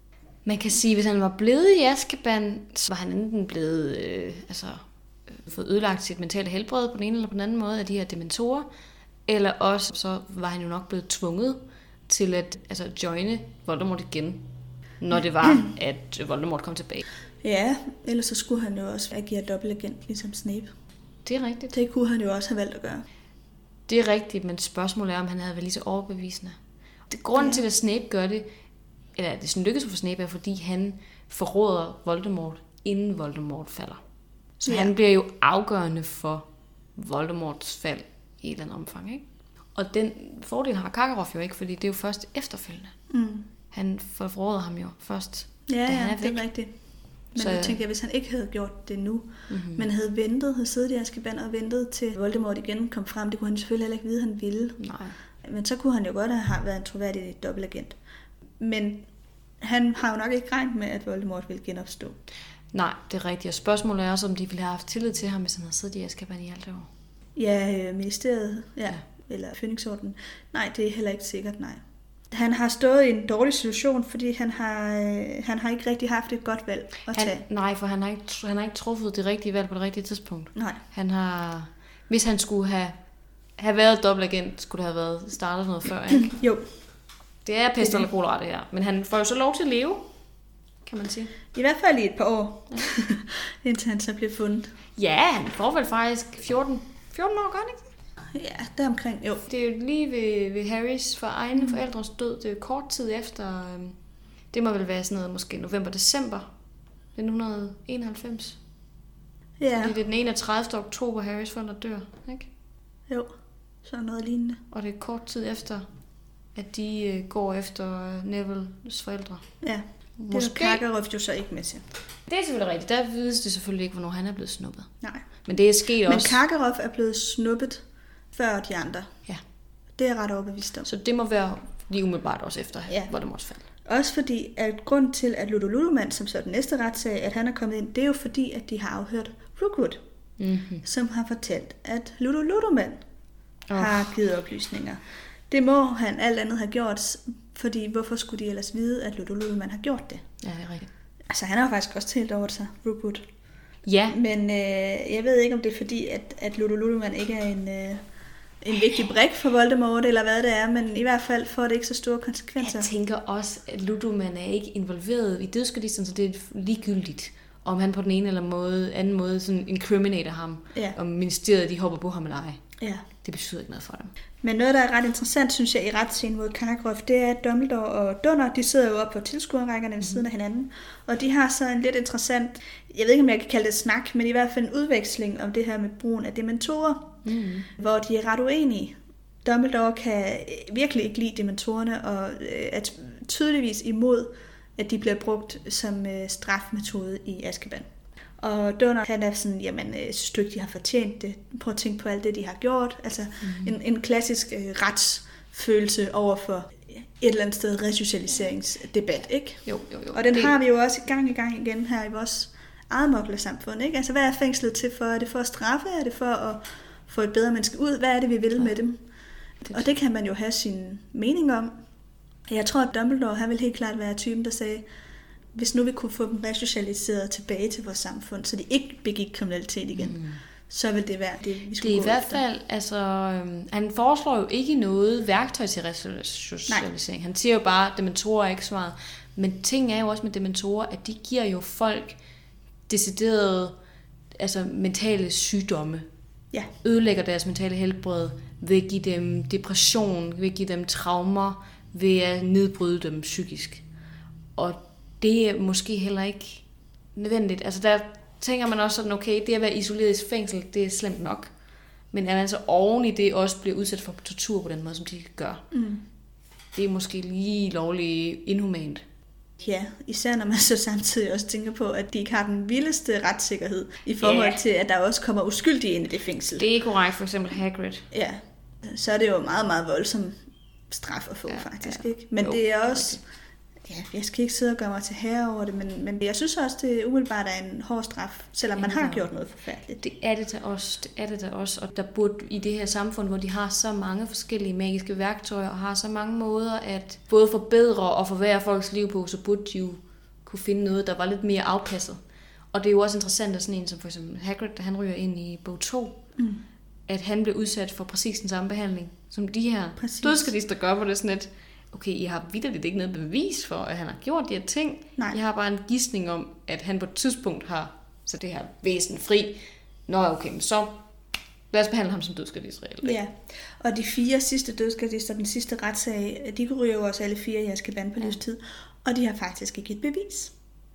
Man kan sige, at hvis han var blevet i Azkaban, så var han enten blevet... Øh, altså fået ødelagt sit mentale helbred på den ene eller på den anden måde af de her dementorer, eller også så var han jo nok blevet tvunget til at altså, joine Voldemort igen, når det var, at Voldemort kom tilbage. Ja, ellers så skulle han jo også agere dobbeltagent, ligesom Snape. Det er rigtigt. Det kunne han jo også have valgt at gøre. Det er rigtigt, men spørgsmålet er, om han havde været lige så overbevisende. Det grunden ja. til, at Snape gør det, eller det sådan lykkes for Snape, er, fordi han forråder Voldemort, inden Voldemort falder. Så ja. han bliver jo afgørende for Voldemorts fald i et eller andet omfang, ikke? Og den fordel har Karkaroff jo ikke, fordi det er jo først efterfølgende. Mm. Han forråder ham jo først, ja, da han ja, er væk. det er rigtigt. Men så jeg tænker, hvis han ikke havde gjort det nu, mm-hmm. men havde ventet, havde siddet i Azkaban og ventet til Voldemort igen kom frem, det kunne han selvfølgelig heller ikke vide, han ville. Nej. Men så kunne han jo godt have været en troværdig dobbeltagent. Men han har jo nok ikke regnet med, at Voldemort ville genopstå. Nej, det er rigtigt. Og spørgsmålet er også, om de ville have haft tillid til ham, hvis han havde siddet i Azkaban i alt år. Ja, ministeriet, ja, ja. Eller Phoenixordenen. Nej, det er heller ikke sikkert, nej. Han har stået i en dårlig situation, fordi han har, øh, han har ikke rigtig haft et godt valg at han, tage. Nej, for han har, ikke, han har ikke truffet det rigtige valg på det rigtige tidspunkt. Nej. Han har, hvis han skulle have, have været dobbeltagent, skulle det have været startet noget før, ikke? Jo. Det er pest eller kolera, det her. Men han får jo så lov til at leve, kan man sige. I hvert fald i et par år, ja. Indtil han så bliver fundet. Ja, han får vel faktisk fjorten, fjorten år, gør han ikke? Ja, deromkring, jo. Det er jo lige ved, ved Harrys for egne mm. forældres død. Det er jo kort tid efter. Øhm, det må vel være sådan noget, måske november-december nitten enoghalvfems. Ja. Fordi det er den enogtredivte oktober, Harrys forældre dør, ikke? Jo, sådan noget lignende. Og det er kort tid efter, at de øh, går efter øh, Nevilles forældre. Ja, det måske. Er Karkaroff jo så ikke med til. Det er selvfølgelig rigtigt. Der vides det selvfølgelig ikke, hvornår han er blevet snuppet. Nej. Men det er sket Men også. Men Karkaroff er blevet snuppet før de andre. Ja. Det er jeg ret overbevist om. Så det må være lige umiddelbart også efter ja. Voldemorts fald. Også fordi, at grund til, at Ludo Ludoman, som så den næste retssag, at han er kommet ind, det er jo fordi, at de har afhørt Rookwood, mm-hmm. som har fortalt, at Ludo Ludoman oh. har givet oplysninger. Det må han alt andet have gjort, fordi hvorfor skulle de ellers vide, at Ludo Ludoman har gjort det? Ja, det er rigtigt. Altså, han har faktisk også talt over sig, Rookwood. Ja. Men øh, jeg ved ikke, om det er fordi, at, at Ludo Ludoman ikke er en... Øh, en vigtig brik for Voldemort, eller hvad det er, men i hvert fald får det ikke så store konsekvenser. Jeg tænker også, at Ludoman er ikke involveret i dødsgardisten, så det er ligegyldigt, om han på den ene eller måde, anden måde sådan incriminater ham, ja. Om ministeriet de hopper på ham eller ej. Ja. Det betyder ikke noget for dem. Men noget, der er ret interessant, synes jeg, i retsscenen mod Karkaroff, det er, at Dumbledore og Dunner, de sidder jo oppe på tilskuerrækkerne ved siden af hinanden, og de har så en lidt interessant, jeg ved ikke, om jeg kan kalde det snak, men i hvert fald en udveksling om det her med brugen af dementorer, mm. hvor de er ret uenige. Dumbledore kan virkelig ikke lide dementorerne, og er tydeligvis imod, at de bliver brugt som strafmetode i Azkaban. Og Dunner, han er sådan, jamen, synes du ikke, de har fortjent det? Prøv at tænke på alt det, de har gjort. Altså mm. en, en klassisk øh, retsfølelse over for et eller andet sted resocialiseringsdebat, ikke? Jo, jo, jo. Og den det... har vi jo også gang i gang igen her i vores eget moklersamfund, ikke? Altså, hvad er fængslet til for? Er det for at straffe? Er det for at få et bedre menneske ud? Hvad er det, vi vil ja. med dem? Det... Og det kan man jo have sin mening om. Jeg tror, at Dumbledore, han vil helt klart være typen, der sagde, hvis nu vi kunne få dem resocialiseret tilbage til vores samfund, så de ikke begik kriminalitet igen, mm. så vil det være det, vi skulle gå efter. Det er i hvert fald, altså, øhm, han foreslår jo ikke noget værktøj til resocialisering. Han siger jo bare, at dementorer er ikke svaret. Men ting er jo også med dementorer, at de giver jo folk deciderede altså, mentale sygdomme. Ja. Ødelægger deres mentale helbred, ved at give dem depression, ved at give dem traumer, ved at nedbryde dem psykisk. Og det er måske heller ikke nødvendigt. Altså der tænker man også sådan, okay, det at være isoleret i fængsel, det er slemt nok. Men at man så oven i det også bliver udsat for tortur på den måde, som de gør, mm. det er måske lige lovligt inhumant. Ja, især når man så samtidig også tænker på, at de ikke har den vildeste retssikkerhed i forhold yeah. til, at der også kommer uskyldige ind i det fængsel. Det er korrekt, for eksempel Hagrid. Ja, så er det jo meget, meget voldsom straf at få, ja, faktisk. Ja. Ikke? Men jo, det er også... Ja, jeg skal ikke sidde og gøre mig til herre over det, men, men jeg synes også, det umiddelbart er en hård straf, selvom man har gjort noget forfærdeligt. Det er det til os, det er det til os, og der burde i det her samfund, hvor de har så mange forskellige magiske værktøjer, og har så mange måder at både forbedre og forværre folks liv på, så burde de jo kunne finde noget, der var lidt mere afpasset. Og det er jo også interessant, at sådan en som for eksempel Hagrid, da han ryger ind i bog to, mm. at han blev udsat for præcis den samme behandling, som de her dødskadister gør, hvor det er sådan et, okay, I har vitterligt ikke noget bevis for, at han har gjort de her ting. Nej. Jeg har bare en gidsning om, at han på et tidspunkt har sat det her væsen fri. Nå, okay, men så lad os behandle ham som dødsskadist reelt. Ja, og de fire sidste dødsskadister, den sidste retssag, de ryger jo også alle fire i Azkaban på ja. livstid, og de har faktisk ikke et bevis.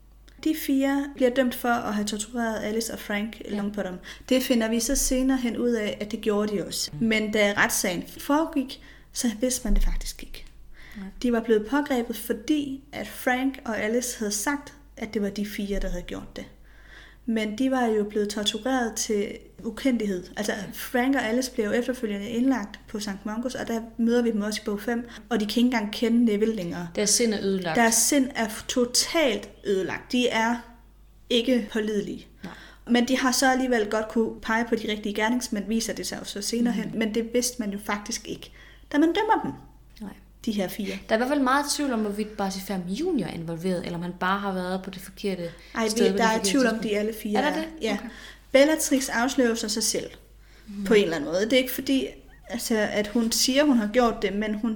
De fire bliver dømt for at have tortureret Alice og Frank ja. Longbottom. Det finder vi så senere hen ud af, at det gjorde de også. Mm. Men da retssagen foregik, så vidste man det faktisk ikke. De var blevet pågrebet, fordi at Frank og Alice havde sagt, at det var de fire, der havde gjort det. Men de var jo blevet tortureret til ukendelighed. Altså Frank og Alice blev jo efterfølgende indlagt på Sankt Mungus, og der møder vi dem også i bog fem, og de kan ikke engang kende Neville længere. Deres sind er ødelagt. Deres sind er totalt ødelagt. De er ikke pålidelige. Nej. Men de har så alligevel godt kunne pege på de rigtige gerningsmænd, viser det sig jo så senere hen, mm. men det vidste man jo faktisk ikke, da man dømmer dem. Nej. De her fire. Der er i hvert fald meget tvivl om, hvorvidt Barty Fam Junior er involveret, eller om han bare har været på det forkerte Ej, sted. Ej, der er tvivl om, de alle fire. Er der det? Ja. Okay. Bellatrix afslører sig sig selv, mm. på en eller anden måde. Det er ikke fordi, altså, at hun siger, hun har gjort det, men hun,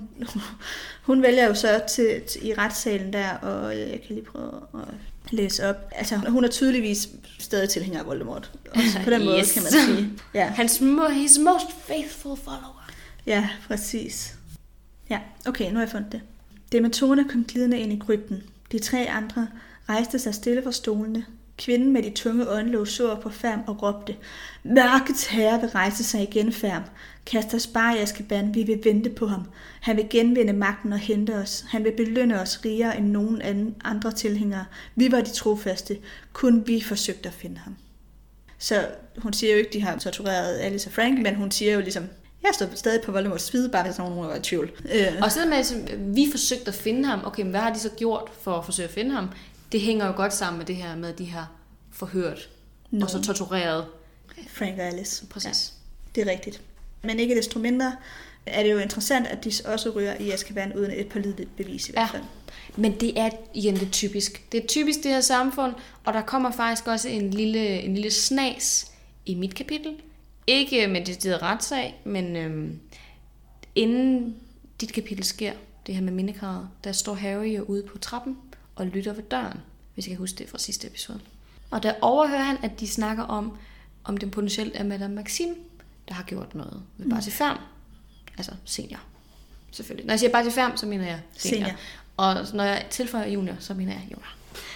hun vælger jo så til, til, i retssalen der, og jeg kan lige prøve at læse op. Altså, hun er tydeligvis stadig tilhænger af Voldemort. Også på den måde, yes. kan man sige. Ja. Hans his most faithful follower. Ja, præcis. Ja, okay, nu har jeg fundet det. Dementorerne kom glidende ind i krypten. De tre andre rejste sig stille fra stolene. Kvinden med de tunge øjenlåg så på Færm og råbte, mørkets herre vil rejse sig igen, Færm. Kast os bare i Azkaban, vi vil vente på ham. Han vil genvinde magten og hente os. Han vil belønne os rigere end nogen anden andre tilhængere. Vi var de trofaste. Kun vi forsøgte at finde ham. Så hun siger jo ikke, de har tortureret Alice og Frank, men hun siger jo ligesom, jeg står stadig på Voldemorts side, bare hvis nogen var i tvivl. Øh. Og så med, at vi forsøgte at finde ham, okay, men hvad har de så gjort for at forsøge at finde ham? Det hænger jo godt sammen med det her med, at de har forhørt no. og så tortureret Frank og Alice. Præcis. Ja, det er rigtigt. Men ikke desto mindre er det jo interessant, at de også ryger i Azkaban uden et pålideligt bevis i hvert fald. Ja. Men det er igen det typisk. Det er typisk det her samfund, og der kommer faktisk også en lille, en lille snas i mit kapitel. Ikke med det der retssag, men øhm, inden dit kapitel sker, det her med mindekravet, der står Harry jo ude på trappen og lytter ved døren, hvis jeg kan huske det fra sidste episode. Og der overhører han, at de snakker om, om det potentielt er Madame Maxime, der har gjort noget ved Barty Fam. Altså senior. Selvfølgelig. Når jeg siger Barty Ferm, så mener jeg senior. senior. Og når jeg tilføjer junior, så mener jeg junior.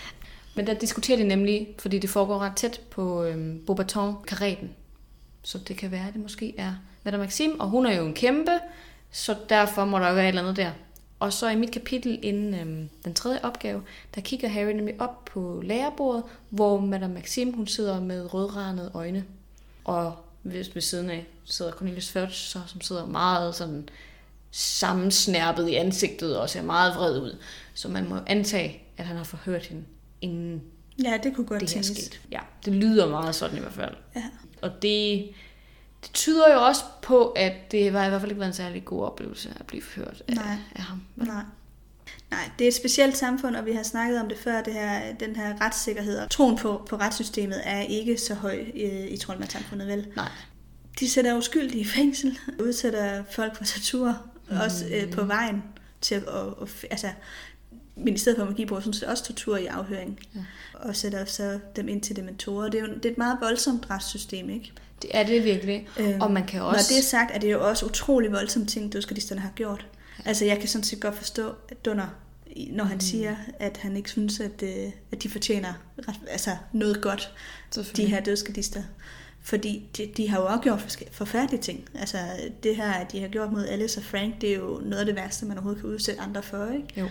Men der diskuterer de nemlig, fordi det foregår ret tæt på øhm, Beauxbaton-kareten. Så det kan være, at det måske er Madame Maxime, og hun er jo en kæmpe, så derfor må der jo være et eller andet der. Og så i mit kapitel inden øhm, den tredje opgave, der kigger Harry nemlig op på lærerbordet, hvor Madame Maxime, hun sidder med rødranede øjne. Og ved, ved siden af sidder Cornelius Fudge, så, som sidder meget sådan sammensnærpet i ansigtet og ser meget vred ud. Så man må antage, at han har forhørt hende inden ja, det kunne godt det her tænkes. skete. Ja, det lyder meget sådan i hvert fald. Ja. Og det, det tyder jo også på, at det var i hvert fald ikke været en særlig god oplevelse at blive forhørt af, Nej. af ham. Nej. Nej, det er et specielt samfund, og vi har snakket om det før, det her, den her retssikkerhed. Og troen på, på retssystemet er ikke så høj i, i troldmandssamfundet, vel? Nej. De sætter uskyldige i fængsel, udsætter folk for tortur, mm. også øh, på vejen til at... Og, og, altså, Ministeriet for Magi bruger sådan set også tortur i afhøring, ja. Og sætter så dem ind til dementorer. Det er jo det er et meget voldsomt retssystem, ikke? Det er det virkelig, øhm, og man kan også... Når det er sagt, er det jo også utrolig voldsomme ting, dødsgardisterne har gjort. Ja. Altså, jeg kan sådan set godt forstå, at Dunder, når han mm. siger, at han ikke synes, at, at de fortjener altså noget godt, de her dødsgardister. Fordi de, de har jo også gjort forfærdelige ting. Altså, det her, de har gjort mod Alice og Frank, det er jo noget af det værste, man overhovedet kan udsætte andre for, ikke? Jo.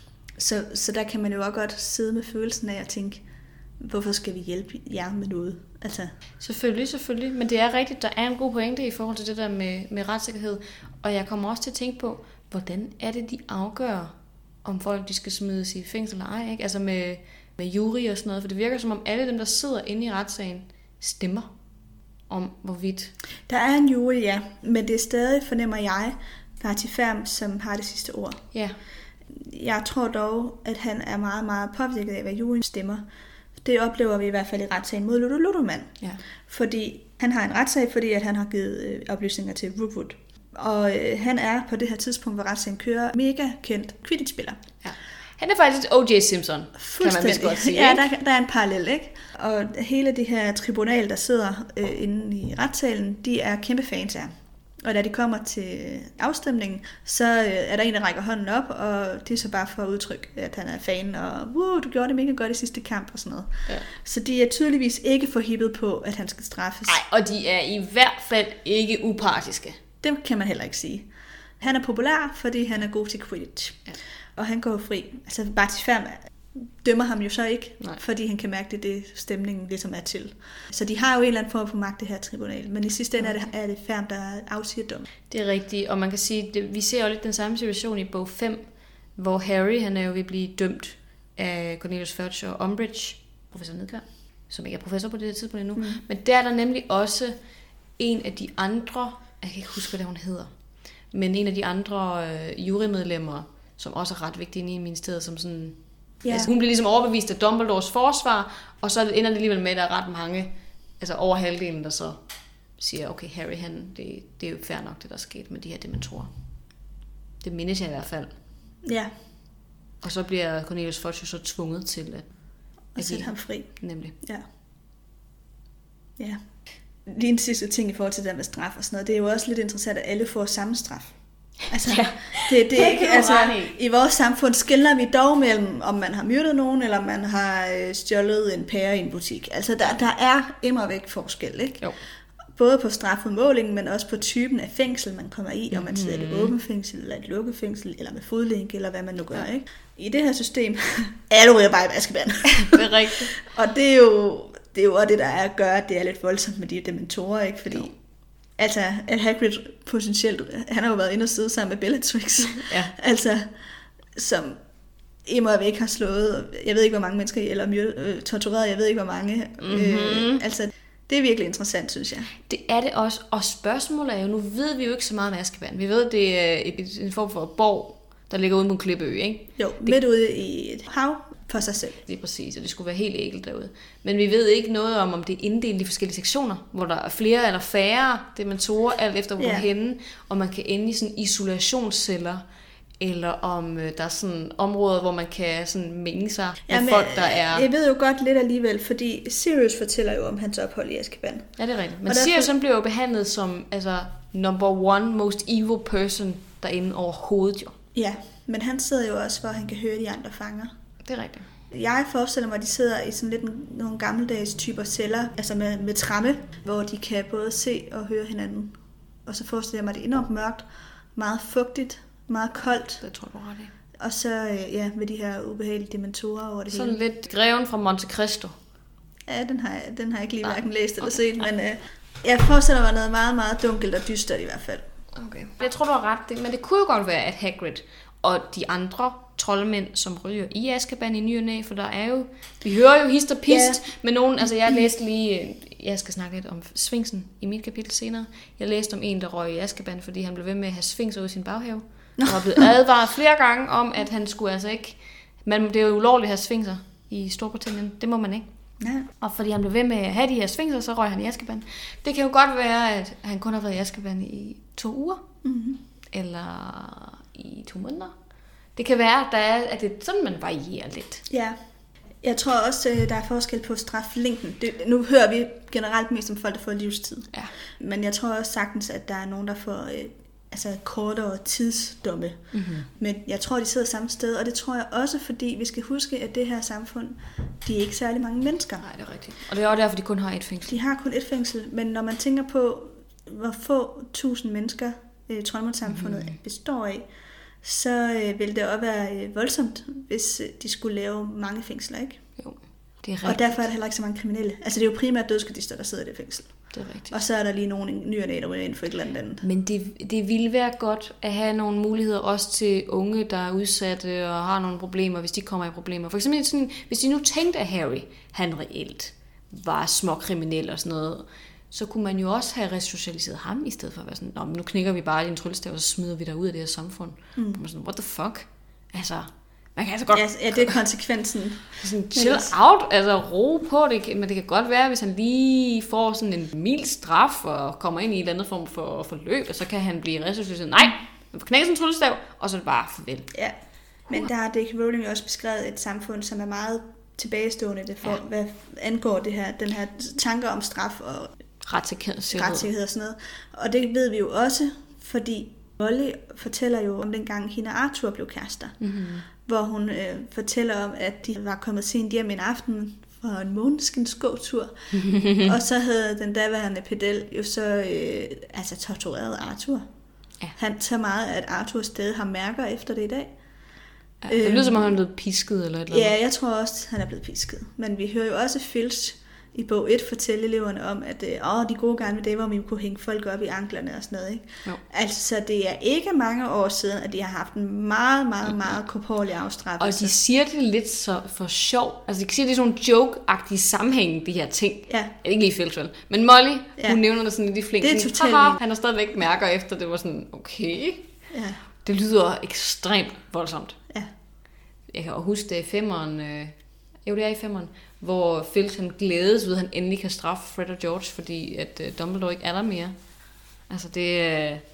Så, så der kan man jo også godt sidde med følelsen af at tænke, hvorfor skal vi hjælpe jer med noget? Altså. Selvfølgelig, selvfølgelig. Men det er rigtigt, der er en god pointe i forhold til det der med, med retssikkerhed. Og jeg kommer også til at tænke på, hvordan er det, de afgør, om folk de skal smides i fængsel eller ej, ikke? Altså med, med jury og sådan noget. For det virker som om alle dem, der sidder inde i retssagen, stemmer om hvorvidt. Der er en jury, ja. Men det er stadig, fornemmer jeg, Barty Ferm, som har det sidste ord. Ja. Jeg tror dog, at han er meget, meget påvirket af, hvad juryen stemmer. Det oplever vi i hvert fald i retssagen mod Ludo Ludoman. Ja. Fordi han har en retssag, fordi at han har givet øh, oplysninger til Rookwood. Og øh, han er på det her tidspunkt, hvor retssagen kører, mega kendt Quidditch-spiller. Ja. Han er faktisk O J Simpson, kan man vist godt sige. Ja, der, der er en parallel, ikke? Og hele det her tribunal, der sidder øh, inde i retssalen, de er kæmpe fans af ham. Og da de kommer til afstemningen, så er der en, der rækker hånden op, og det er så bare for at udtrykke, at han er fan, og wow, du gjorde det mega godt i sidste kamp og sådan noget. Ja. Så de er tydeligvis ikke forhippet på, at han skal straffes. Nej, og de er i hvert fald ikke upartiske. Det kan man heller ikke sige. Han er populær, fordi han er god til Quidditch. Ja. Og han går fri. Altså Barty Ferm dømmer ham jo så ikke, Nej. Fordi han kan mærke, det det stemningen ligesom er til. Så de har jo en eller anden form for magt, det her tribunal. Men i sidste ende okay. er, det, er det Ferm, der afsiger dom. Det er rigtigt, og man kan sige, det, vi ser jo lidt den samme situation i bog fem, hvor Harry, han er jo ved at blive dømt af Cornelius Fudge og Umbridge, professor Nedkvær, som ikke er professor på det her tidspunkt endnu. Mm. Men der er der nemlig også en af de andre, jeg kan ikke huske, hvad hun hedder, men en af de andre øh, jurymedlemmer, som også er ret vigtige inde i ministeriet, som sådan... Ja. Altså, hun bliver ligesom overbevist af Dumbledores forsvar, og så ender det alligevel med, at der er ret mange, altså over halvdelen, der så siger, okay, Harry, han, det, det er jo fair nok, det der er sket med de her dementorer. Det mindes jeg i hvert fald. Ja. Og så bliver Cornelius Fudge så tvunget til at... At sætte ham fri. Nemlig. Ja. Ja. Lige en sidste ting i forhold til det der med straf og sådan noget, det er jo også lidt interessant, at alle får samme straf. Altså, ja, det, det er ikke, altså, i vores samfund skiller vi dog mellem, om man har myrdet nogen, eller om man har øh, stjålet en pære i en butik. Altså, der, der er immer væk forskel, ikke? Jo. Både på strafudmålingen, men også på typen af fængsel, man kommer i, om man sidder i et åbent fængsel, eller et lukket fængsel, eller med fodlænke, eller hvad man nu gør, ikke? I det her system, alle ryger bare i Azkaban. Det er rigtigt. Og det er jo det er jo også det, der er at gøre, at det er lidt voldsomt med de dementorer, ikke? Fordi... Jo. Altså, at Hagrid potentielt, han har jo været inde og sidde sammen med Bellatrix, ja. Altså, som immer væk har slået, jeg ved ikke, hvor mange mennesker, eller øh, tortureret, jeg ved ikke, hvor mange. Mm-hmm. Øh, altså, det er virkelig interessant, synes jeg. Det er det også, og spørgsmålet er jo, nu ved vi jo ikke så meget om Azkaban. Vi ved, det er en form for borg, der ligger ude på en klippeø, ikke? Jo, det, midt ude i et hav for sig selv. Det er præcis, og det skulle være helt ægelt derude. Men vi ved ikke noget om, om det er inddelt i forskellige sektioner, hvor der er flere eller færre dementorer, alt efter hvor yeah. du er henne, og man kan ende i sådan isolationsceller, eller om øh, der er sådan områder, hvor man kan sådan mænge sig med Jamen, folk, der er... Jeg ved jo godt lidt alligevel, fordi Sirius fortæller jo om hans ophold i Azkaban. Ja, det er rigtigt. Men derfor... Sirius han bliver jo behandlet som altså, number one most evil person derinde overhovedet jo. Ja, men han sidder jo også, hvor han kan høre de andre fanger. Det er rigtigt. Jeg forestiller mig, at de sidder i sådan lidt nogle gammeldags typer celler, altså med, med tramme, hvor de kan både se og høre hinanden. Og så forestiller jeg mig, at det er enormt mørkt, meget fugtigt, meget koldt. Det tror jeg, du ret i. Og så ja, med de her ubehagelige dementorer over det sådan hele. Sådan lidt Greven fra Monte Cristo. Ja, den har jeg, den har jeg ikke lige hverken læst eller okay. set, men uh, jeg forestiller mig noget meget, meget dunkelt og dystert i hvert fald. Okay. Jeg tror, du har ret, men det kunne jo godt være, at Hagrid og de andre troldmænd, som ryger i Azkaban i ny og næ, for der er jo, vi hører jo hist og pist yeah. med nogen, altså jeg læste lige, jeg skal snakke lidt om Sfinksen i mit kapitel senere, jeg læste om en, der røg i Azkaban, fordi han blev ved med at have Sfinks ud i sin baghave, og var blevet advaret flere gange om, at han skulle altså ikke, man, det er jo ulovligt at have Sfinkser i Storbritannien, det må man ikke. Ja. Og fordi han blev ved med at have de her Sfinkser, så røg han i Azkaban. Det kan jo godt være, at han kun har været i Azkaban i to uger, mm-hmm. eller i to måneder. Det kan være, at, der er, at det er sådan, man varierer lidt. Ja, jeg tror også, der er forskel på straflængden. Det, nu hører vi generelt mest om folk, der får livstid. Ja. Men jeg tror også sagtens, at der er nogen, der får øh, altså kortere tidsdomme. Mm-hmm. Men jeg tror, de sidder samme sted, og det tror jeg også, fordi vi skal huske, at det her samfund, de er ikke særlig mange mennesker. Nej, det er rigtigt. Og det er også derfor, de kun har et fængsel. De har kun et fængsel, men når man tænker på, hvor få tusind mennesker øh, Troldmund-samfundet mm-hmm. består af, så øh, ville det også være øh, voldsomt, hvis øh, de skulle lave mange fængsler, ikke? Jo, det er rigtigt. Og derfor er der heller ikke så mange kriminelle. Altså det er jo primært dødskadister, der sidder i det fængsel. Det er rigtigt. Og så er der lige nogle ny og næ, der ryger ind for et eller andet. Men det, det ville være godt at have nogle muligheder også til unge, der er udsatte og har nogle problemer, hvis de kommer i problemer. For eksempel sådan, hvis de nu tænkte, at Harry, han reelt var småkriminel og sådan noget, så kunne man jo også have resocialiseret ham, i stedet for at være sådan, nå, men nu knækker vi bare din tryllestav, og så smider vi dig ud af det her samfund. Mm. Man sådan, what the fuck? Altså, man kan altså godt... Ja, ja det er konsekvensen. Sådan, chill out, altså ro på det, men det kan godt være, hvis han lige får sådan en mild straf, og kommer ind i en eller anden form for forløb, og så kan han blive resocialiseret. Nej, man får knækket sin tryllestav, og så er det bare farvel. Ja, men der har J K Rowling også beskrevet et samfund, som er meget tilbagestående, det for, ja. Hvad angår det her, den her tanker om straf og retssikkerhed. retssikkerhed og sådan noget. Og det ved vi jo også, fordi Molly fortæller jo om dengang hende og Arthur blev kærester, mm-hmm. hvor hun øh, fortæller om, at de var kommet sent hjem en aften fra en måneskens gåtur, og så havde den daværende pedel jo så øh, altså tortureret Arthur. Ja. Han tager meget, at Arthur stadig har mærker efter det i dag. Ja, det lyder som om han er blevet pisket eller et eller andet. Ja, jeg tror også, han er blevet pisket. Men vi hører jo også Filch i bog et fortælle eleverne om, at åh, de gode gamle dage, hvor vi kunne hænge folk op i anklerne og sådan noget. Ikke? Altså, så det er ikke mange år siden, at de har haft en meget, meget, meget korporlig afstraffelse. Og de siger det lidt så for sjov. Altså, de siger, det er sådan nogle joke-agtige sammenhæng, de her ting. Ja. Ikke lige Filch, vel. Men Molly, ja. Hun nævner det sådan lidt i flink. Det er totalt. Han har stadigvæk mærker efter, det var sådan, okay. Ja. Det lyder ekstremt voldsomt. Ja. Jeg kan jo huske det i femmeren, øh, jo det er i femmeren, hvor Filch han glædes ved, at han endelig kan straffe Fred og George, fordi at uh, Dumbledore ikke er der mere. Altså det er... Uh,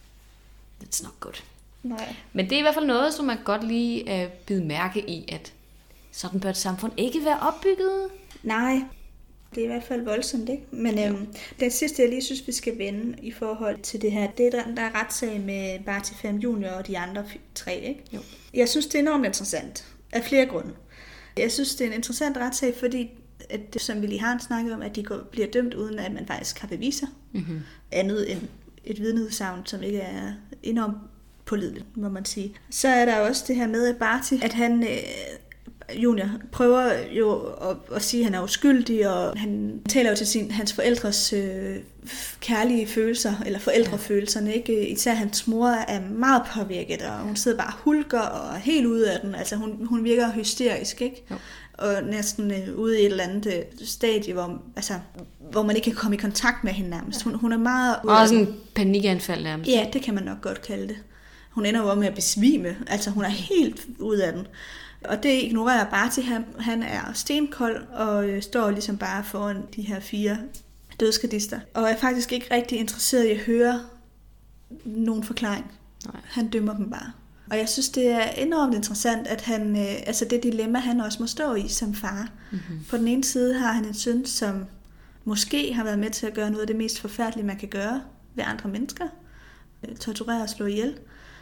it's not good. Nej. Men det er i hvert fald noget, som man godt lige uh, bide mærke i, at sådan bør et samfund ikke være opbygget. Nej, det er i hvert fald voldsomt, ikke? Men øhm, det sidste, jeg lige synes, vi skal vende i forhold til det her, det er, der, der er retssag med Barty Pham junior og de andre tre, ikke? Jo. Jeg synes, det er enormt interessant, af flere grunde. Jeg synes, det er en interessant retssag, fordi, at det, som vi lige har snakket om, at de går, bliver dømt, uden at man faktisk har beviser. Mm-hmm. Andet end et vidneudsagn, som ikke er enormt pålideligt, må man sige. Så er der også det her med, at Barty, at han... Øh, Junior prøver jo at, at sige, at han er uskyldig, og han taler jo til sin, hans forældres øh, kærlige følelser, eller forældrefølelserne, ikke? Især hans mor er meget påvirket, og hun sidder bare og hulker og er helt ude af den. Altså hun, hun virker hysterisk, ikke? Jo. Og næsten øh, ude i et eller andet øh, stadie, hvor, altså, hvor man ikke kan komme i kontakt med hende nærmest. Hun, hun er meget... Og sådan en panikanfald nærmest. Ja, det kan man nok godt kalde det. Hun ender jo med at besvime. Altså hun er helt ude af den. Og det ignorerer Barty. Han, han er stenkold og øh, står ligesom bare foran de her fire dødskadister. Og er faktisk ikke rigtig interesseret i at høre nogen forklaring. Nej. Han dømmer dem bare. Og jeg synes, det er enormt interessant, at han, øh, altså det dilemma, han også må stå i som far. Mm-hmm. På den ene side har han en søn, som måske har været med til at gøre noget af det mest forfærdelige, man kan gøre ved andre mennesker. Torturere og slå ihjel.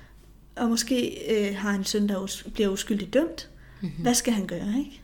Og måske øh, har han en søn, der us- bliver uskyldigt dømt. Mm-hmm. Hvad skal han gøre, ikke?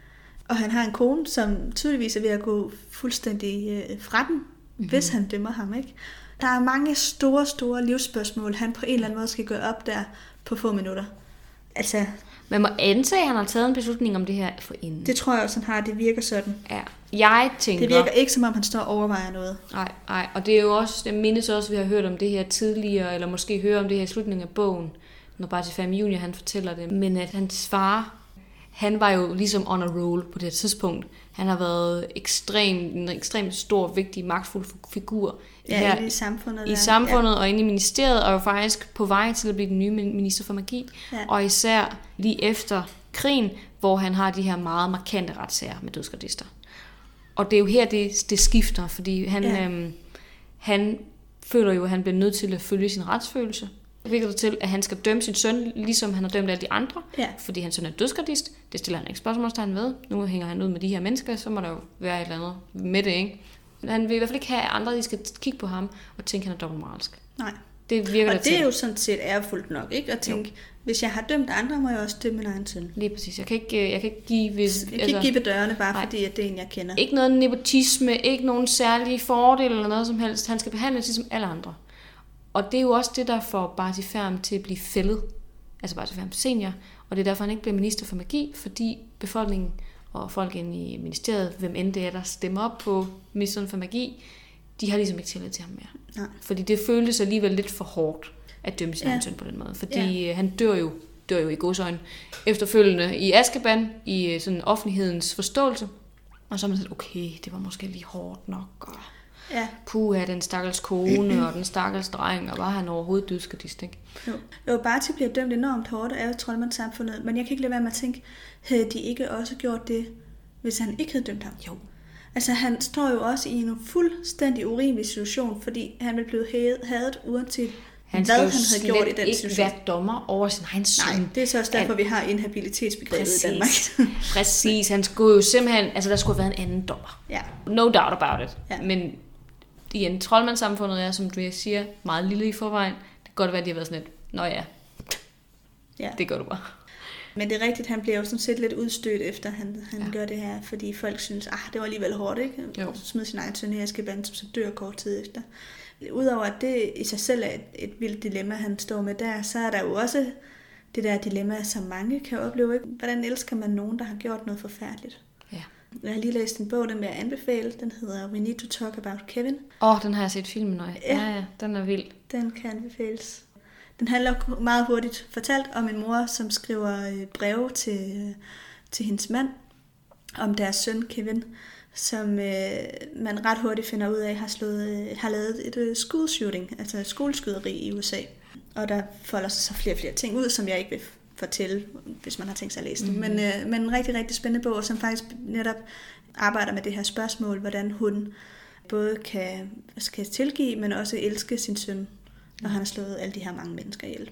Og han har en kone, som tydeligvis er ved at gå fuldstændig øh, fra den, mm-hmm. hvis han dømmer ham, ikke? Der er mange store, store livsspørgsmål, han på en eller anden måde skal gøre op der på få minutter. Altså, man må antage, at han har taget en beslutning om det her for inden. Det tror jeg også, han har. Det virker sådan. Ja. Jeg tænker... Det virker ikke, som om han står og overvejer noget. Nej, nej. Og det er jo også... Det mindes også, at vi har hørt om det her tidligere, eller måske høre om det her i slutningen af bogen, når Bartifaem junior han fortæller det. Men at hans far, han var jo ligesom on a roll på det tidspunkt. Han har været ekstrem, en ekstremt stor, vigtig, magtfuld figur ja, her i samfundet. I der. samfundet ja. og inde i ministeriet, og er faktisk på vej til at blive den nye minister for magi. Ja. Og især lige efter krigen, hvor han har de her meget markante retssager med dødsgardister. Og det er jo her, det, det skifter, fordi han, ja. øhm, han føler jo, at han bliver nødt til at følge sin retsfølelse. Det virker til, at han skal dømme sin søn, ligesom han har dømt alle de andre, ja. fordi hans søn er dødsgardist. Det stiller han ikke spørgsmålstegn ved. Nu hænger han ud med de her mennesker, så må der jo være et eller andet med det, ikke? Men han vil i hvert fald ikke have, at andre de skal kigge på ham og tænke, at han er dobbeltmoralsk. Nej. Det virker og det til. er jo sådan set ærefuldt nok, ikke? At tænke, jo. Hvis jeg har dømt andre, må jeg også dømme min egen søn. Lige præcis. Jeg kan ikke, jeg kan ikke give... Hvis, jeg kan altså, ikke give ved dørene, bare nej. Fordi at det er en, jeg kender. Ikke noget nepotisme, ikke nogen særlige fordele eller noget som helst. Han skal behandles ligesom alle andre. Og det er jo også det, der får Bartifaem til at blive fældet. Altså Bartifaem senior. Og det er derfor, han ikke bliver minister for magi, fordi befolkningen og folk inde i ministeriet, hvem end det er, der stemmer op på ministeren for magi, de har ligesom ikke tillid til ham mere. Nej. Fordi det føltes alligevel lidt for hårdt at dømme sin ja. egen søn på den måde. Fordi ja. han dør jo, dør jo i godsøjne efterfølgende i Azkaban, i sådan offentlighedens forståelse. Og så er man sådan, okay, det var måske lige hårdt nok. Og ja. puha, den stakkels kone og den stakkels dreng, og var han overhovedet dødsgardist, ikke? Jo, jo Barty bliver dømt enormt hårdt af troldmandssamfundet, men jeg kan ikke lade være med at tænke, havde de ikke også gjort det, hvis han ikke havde dømt ham? Jo. Altså han står jo også i en fuldstændig urimelig situation, fordi han vil blive hadet uanset han hvad han havde gjort i den ikke situation. være dommer over sin egen søn. Nej, det er så også derfor, han... vi har inhabilitetsbegrebet i Danmark. Præcis, han skulle jo simpelthen, altså der skulle have været en anden dommer. Ja. No doubt about it. Ja. Men igen, troldmandssamfundet er, som du siger, meget lille i forvejen. Det kan godt være, at de har været sådan lidt, nå ja, ja. det gør du bare. Men det er rigtigt, han bliver jo sådan set lidt udstødt efter, han, han ja. gør det her, fordi folk synes, ah, det var alligevel hårdt, ikke? Jo. Så smider sin egen søn i Azkaban, som så dør kort tid efter. Udover at det i sig selv er et, et vildt dilemma, han står med der, så er der jo også det der dilemma, som mange kan opleve, ikke? Hvordan elsker man nogen, der har gjort noget forfærdeligt? Ja. Jeg har lige læst en bog, den vil jeg anbefale. Den hedder We Need to Talk About Kevin. Åh, oh, den har jeg set filmen nøje. Ja. ja, ja, den er vild. Den kan anbefales. Den handler meget hurtigt fortalt om en mor, som skriver breve til, til hendes mand om deres søn Kevin, som øh, man ret hurtigt finder ud af har, slået, har lavet et uh, school shooting, altså et skoleskyderi i U S A. Og der folder sig så flere og flere ting ud, som jeg ikke vil fortælle, hvis man har tænkt sig at læse den. Mm-hmm. Men, øh, men en rigtig, rigtig spændende bog, som faktisk netop arbejder med det her spørgsmål, hvordan hun både kan, kan tilgive, men også elske sin søn, når han har slået alle de her mange mennesker ihjel.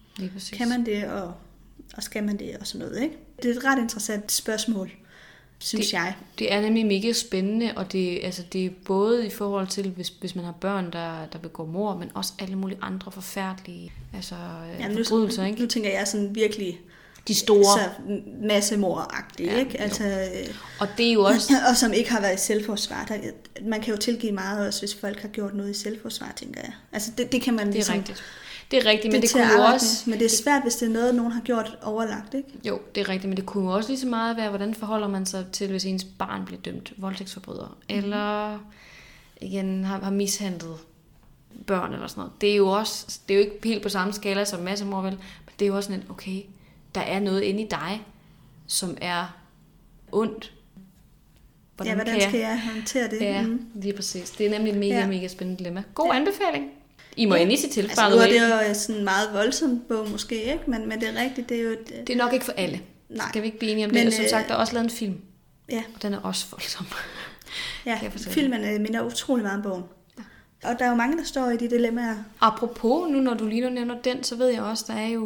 Kan man det, og, og skal man det, og sådan noget, ikke? Det er et ret interessant spørgsmål, synes det, jeg. Det er nemlig mega spændende, og det, altså, det er både i forhold til, hvis, hvis man har børn, der, der begår mord, men også alle mulige andre forfærdelige altså, ja, forbrydelser, nu, ikke? Nu tænker jeg sådan virkelig de store så massemord-agtige, ja, ikke? Altså, og det er jo også og som ikke har været i selvforsvar. Der, man kan jo tilgive meget også, hvis folk har gjort noget i selvforsvar, tænker jeg. Altså det, det kan man det ligesom... Er rigtigt. Det er rigtigt, men det, det kunne jo også... Med. Men det er svært, hvis det er noget, nogen har gjort overlagt, ikke? Jo, det er rigtigt, men det kunne jo også lige så meget være, hvordan forholder man sig til, hvis ens barn bliver dømt voldtægtsforbryder, mm. eller igen har, har mishandlet børn eller sådan noget. Det er jo også, det er jo ikke helt på samme skala som massemord, vel, men det er jo også sådan, okay, der er noget inde i dig, som er ondt. Hvordan ja, hvordan skal jeg håndtere det? Ja, mm. lige præcis. Det er nemlig et mega, ja. mega spændende dilemma. God ja. anbefaling. I må ja. endelig sige til. Altså, nu er det jo sådan en meget voldsom bog måske, ikke? Men, men det er rigtigt, det er jo... Et, det er nok ikke for alle. Nej. Skal vi ikke blive enige om men, det? Og som sagt, der er også lavet en film. Ja. Og den er også voldsom. Ja, filmen minder utrolig meget om bogen. Ja. Og der er jo mange, der står i de dilemmaer. Apropos, nu når du lige nu nævner den, så ved jeg også, der er jo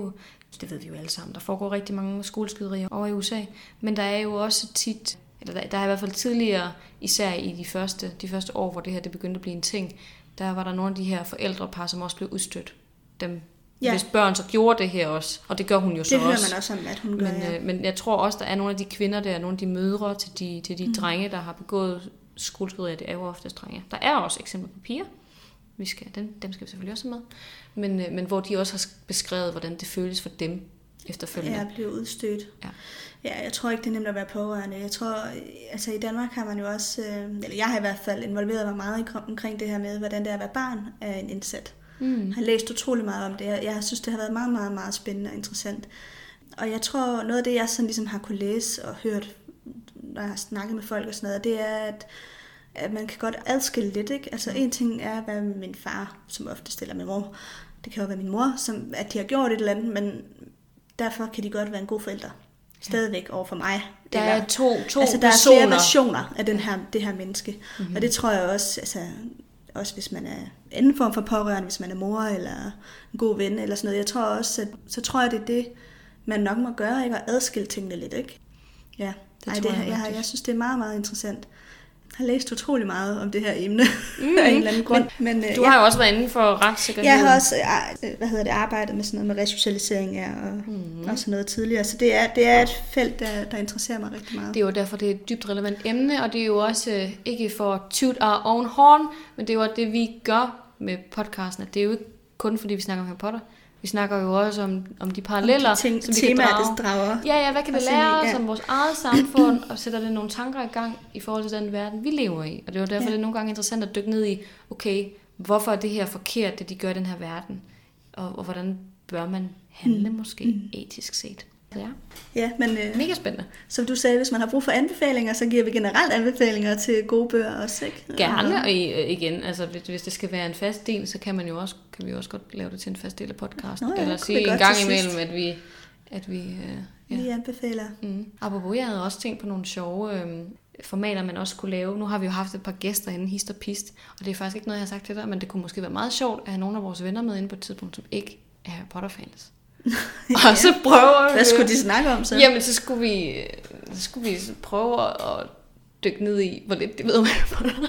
Det ved vi jo alle sammen. Der foregår rigtig mange skoleskyderier over i U S A. Men der er jo også tit, eller der, der er i hvert fald tidligere, især i de første, de første år, hvor det her det begyndte at blive en ting, der var der nogle af de her forældrepar, som også blev udstødt. Dem, ja. Hvis børn så gjorde det her også, og det gør hun jo så det også. Det hører man også om, at hun gør, men, ja. øh, men jeg tror også, der er nogle af de kvinder der, nogle af de mødre til de, til de mm. drenge, der har begået skoleskyderier. Det er jo oftest drenge. Der er også eksempler på piger. Vi skal, dem, dem skal vi selvfølgelig også have med. Men, øh, men hvor de også har beskrevet, hvordan det føles for dem efterfølgende. Ja, bliver udstødt. Ja. Ja, jeg tror ikke, det er nemt at være pårørende. Jeg tror, altså i Danmark har man jo også, øh, eller jeg har i hvert fald involveret mig meget omkring det her med, hvordan det er at være barn af en indsat. Mm. Jeg har læst utrolig meget om det. Jeg synes, det har været meget, meget, meget spændende og interessant. Og jeg tror, noget af det, jeg sådan ligesom har kunne læse og hørt, når jeg har snakket med folk og sådan noget, det er, at, at man kan godt adskille lidt, ikke? Altså en ting er, hvad min far, som ofte stiller min mor, det kan jo være min mor, som, at de har gjort et eller andet, men derfor kan de godt være en god forælder. Stadigvæk over for mig. Der er to, to altså, der personer. er flere versioner af den her, det her menneske. Mm-hmm. Og det tror jeg også, altså, også hvis man er anden form for pårørende, hvis man er mor eller en god ven eller sådan noget. Jeg tror også, at, så tror jeg, det er det, man nok må gøre, ikke? At adskille tingene lidt, ikke? Ja, det, Ej, det jeg, jeg, jeg synes, det er meget, meget interessant. Jeg har læst utrolig meget om det her emne mm-hmm. af en eller anden grund. Men, men, du har ja, jo også været inden for retssikkerhed. Jeg har også hvad hedder det, arbejdet med sådan noget med resocialisering ja, og, mm-hmm. og sådan noget tidligere. Så det er, det er et felt, der, der interesserer mig rigtig meget. Det er jo derfor, det er et dybt relevant emne, og det er jo også ikke for at toot our own horn, men det er jo det, vi gør med podcasten. Det er jo ikke kun fordi, vi snakker om Harry Potter. Vi snakker jo også om, om de paralleller, om de ting, som vi temaer, kan drage. drager. Ja, ja, hvad kan vi lære os ja. om vores eget samfund, og sætter det nogle tanker i gang i forhold til den verden, vi lever i. Og det er jo derfor, ja. det er nogle gange interessant at dykke ned i, okay, hvorfor er det her forkert, det de gør i den her verden? Og, og hvordan bør man handle mm. måske mm. etisk set? Ja, ja men øh, mega spændende. Som du sagde, hvis man har brug for anbefalinger, så giver vi generelt anbefalinger til gode bøger også, ikke? Gerne, og igen, altså hvis det skal være en fast del, så kan man jo også, kan vi også godt lave det til en fast del af podcasten. Nå, ja, eller sige en gang imellem, at vi, at vi, øh, ja. vi anbefaler. Mm. Apropos, jeg havde også tænkt på nogle sjove øh, formater, man også kunne lave. Nu har vi jo haft et par gæster inden hist og pist, og det er faktisk ikke noget, jeg har sagt til dig, men det kunne måske være meget sjovt at have nogle af vores venner med inde på et tidspunkt, som ikke er Harry Potter-fans. ja. Og så prøver Hvad skulle de snakke om så? Jamen, så skulle vi, så skulle vi prøve at dykke ned i, hvor lidt de ved om Harry Potter.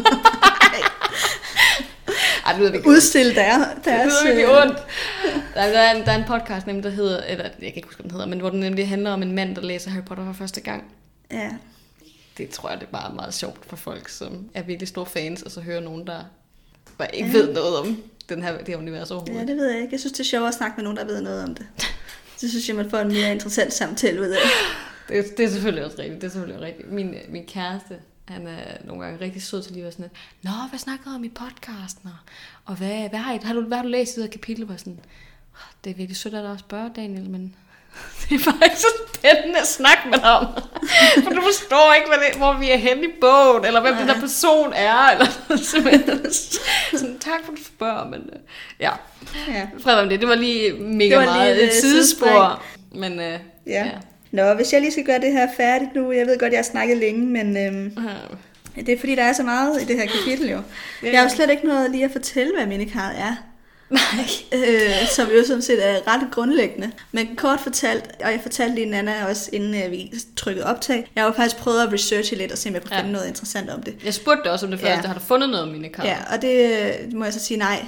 Ej, det ved vi Udstille der, deres... Det ved vi ondt. Der er, en, der er en podcast, nemlig, der hedder, eller jeg kan ikke huske, hvad den hedder, men hvor den nemlig handler om en mand, der læser Harry Potter for første gang. Ja. Det tror jeg, det er bare meget sjovt for folk, som er virkelig store fans, og så hører nogen, der bare ikke ja. ved noget om den her, det her univers overhovedet. Ja, det ved jeg ikke. Jeg synes, det er sjovt at snakke med nogen, der ved noget om det. Så synes jeg, man får en mere interessant samtale ud af det. Det, det er selvfølgelig også rigtigt. Det er selvfølgelig rigtigt. Min, min kæreste, han er nogle gange rigtig sød til lige at være sådan lidt, nå, hvad snakker du om i podcasten? Og hvad, hvad, har, I, har, du, hvad har du læst i det her kapitel? Og sådan, det er virkelig sødt at dig spørge, Daniel, men det er bare ikke så spændende at snakke med dig om. For du forstår ikke, hvad det, hvor vi er henne i bogen, eller hvem Nej. den der person er. Eller sådan, sådan, tak for, at du spørger, men ja. ja. Fred om det, det var lige mega var meget lige et sidespor. Men uh, ja. ja. Nå, hvis jeg lige skal gøre det her færdigt nu, jeg ved godt, jeg har snakket længe, men øhm, uh. det er fordi, der er så meget i det her kapitel jo. Jeg har jo slet ikke noget lige at fortælle, hvad mindekarret er. Nej. øh, som jo sådan set er ret grundlæggende. Men kort fortalt, og jeg fortalte lige Nana også, inden øh, vi trykkede optag, jeg har jo faktisk prøvet at researche lidt og se, om jeg kunne finde ja. noget interessant om det. Jeg spurgte dig også om det første, ja. har du fundet noget om mindekarret? Ja, og det må jeg så sige nej.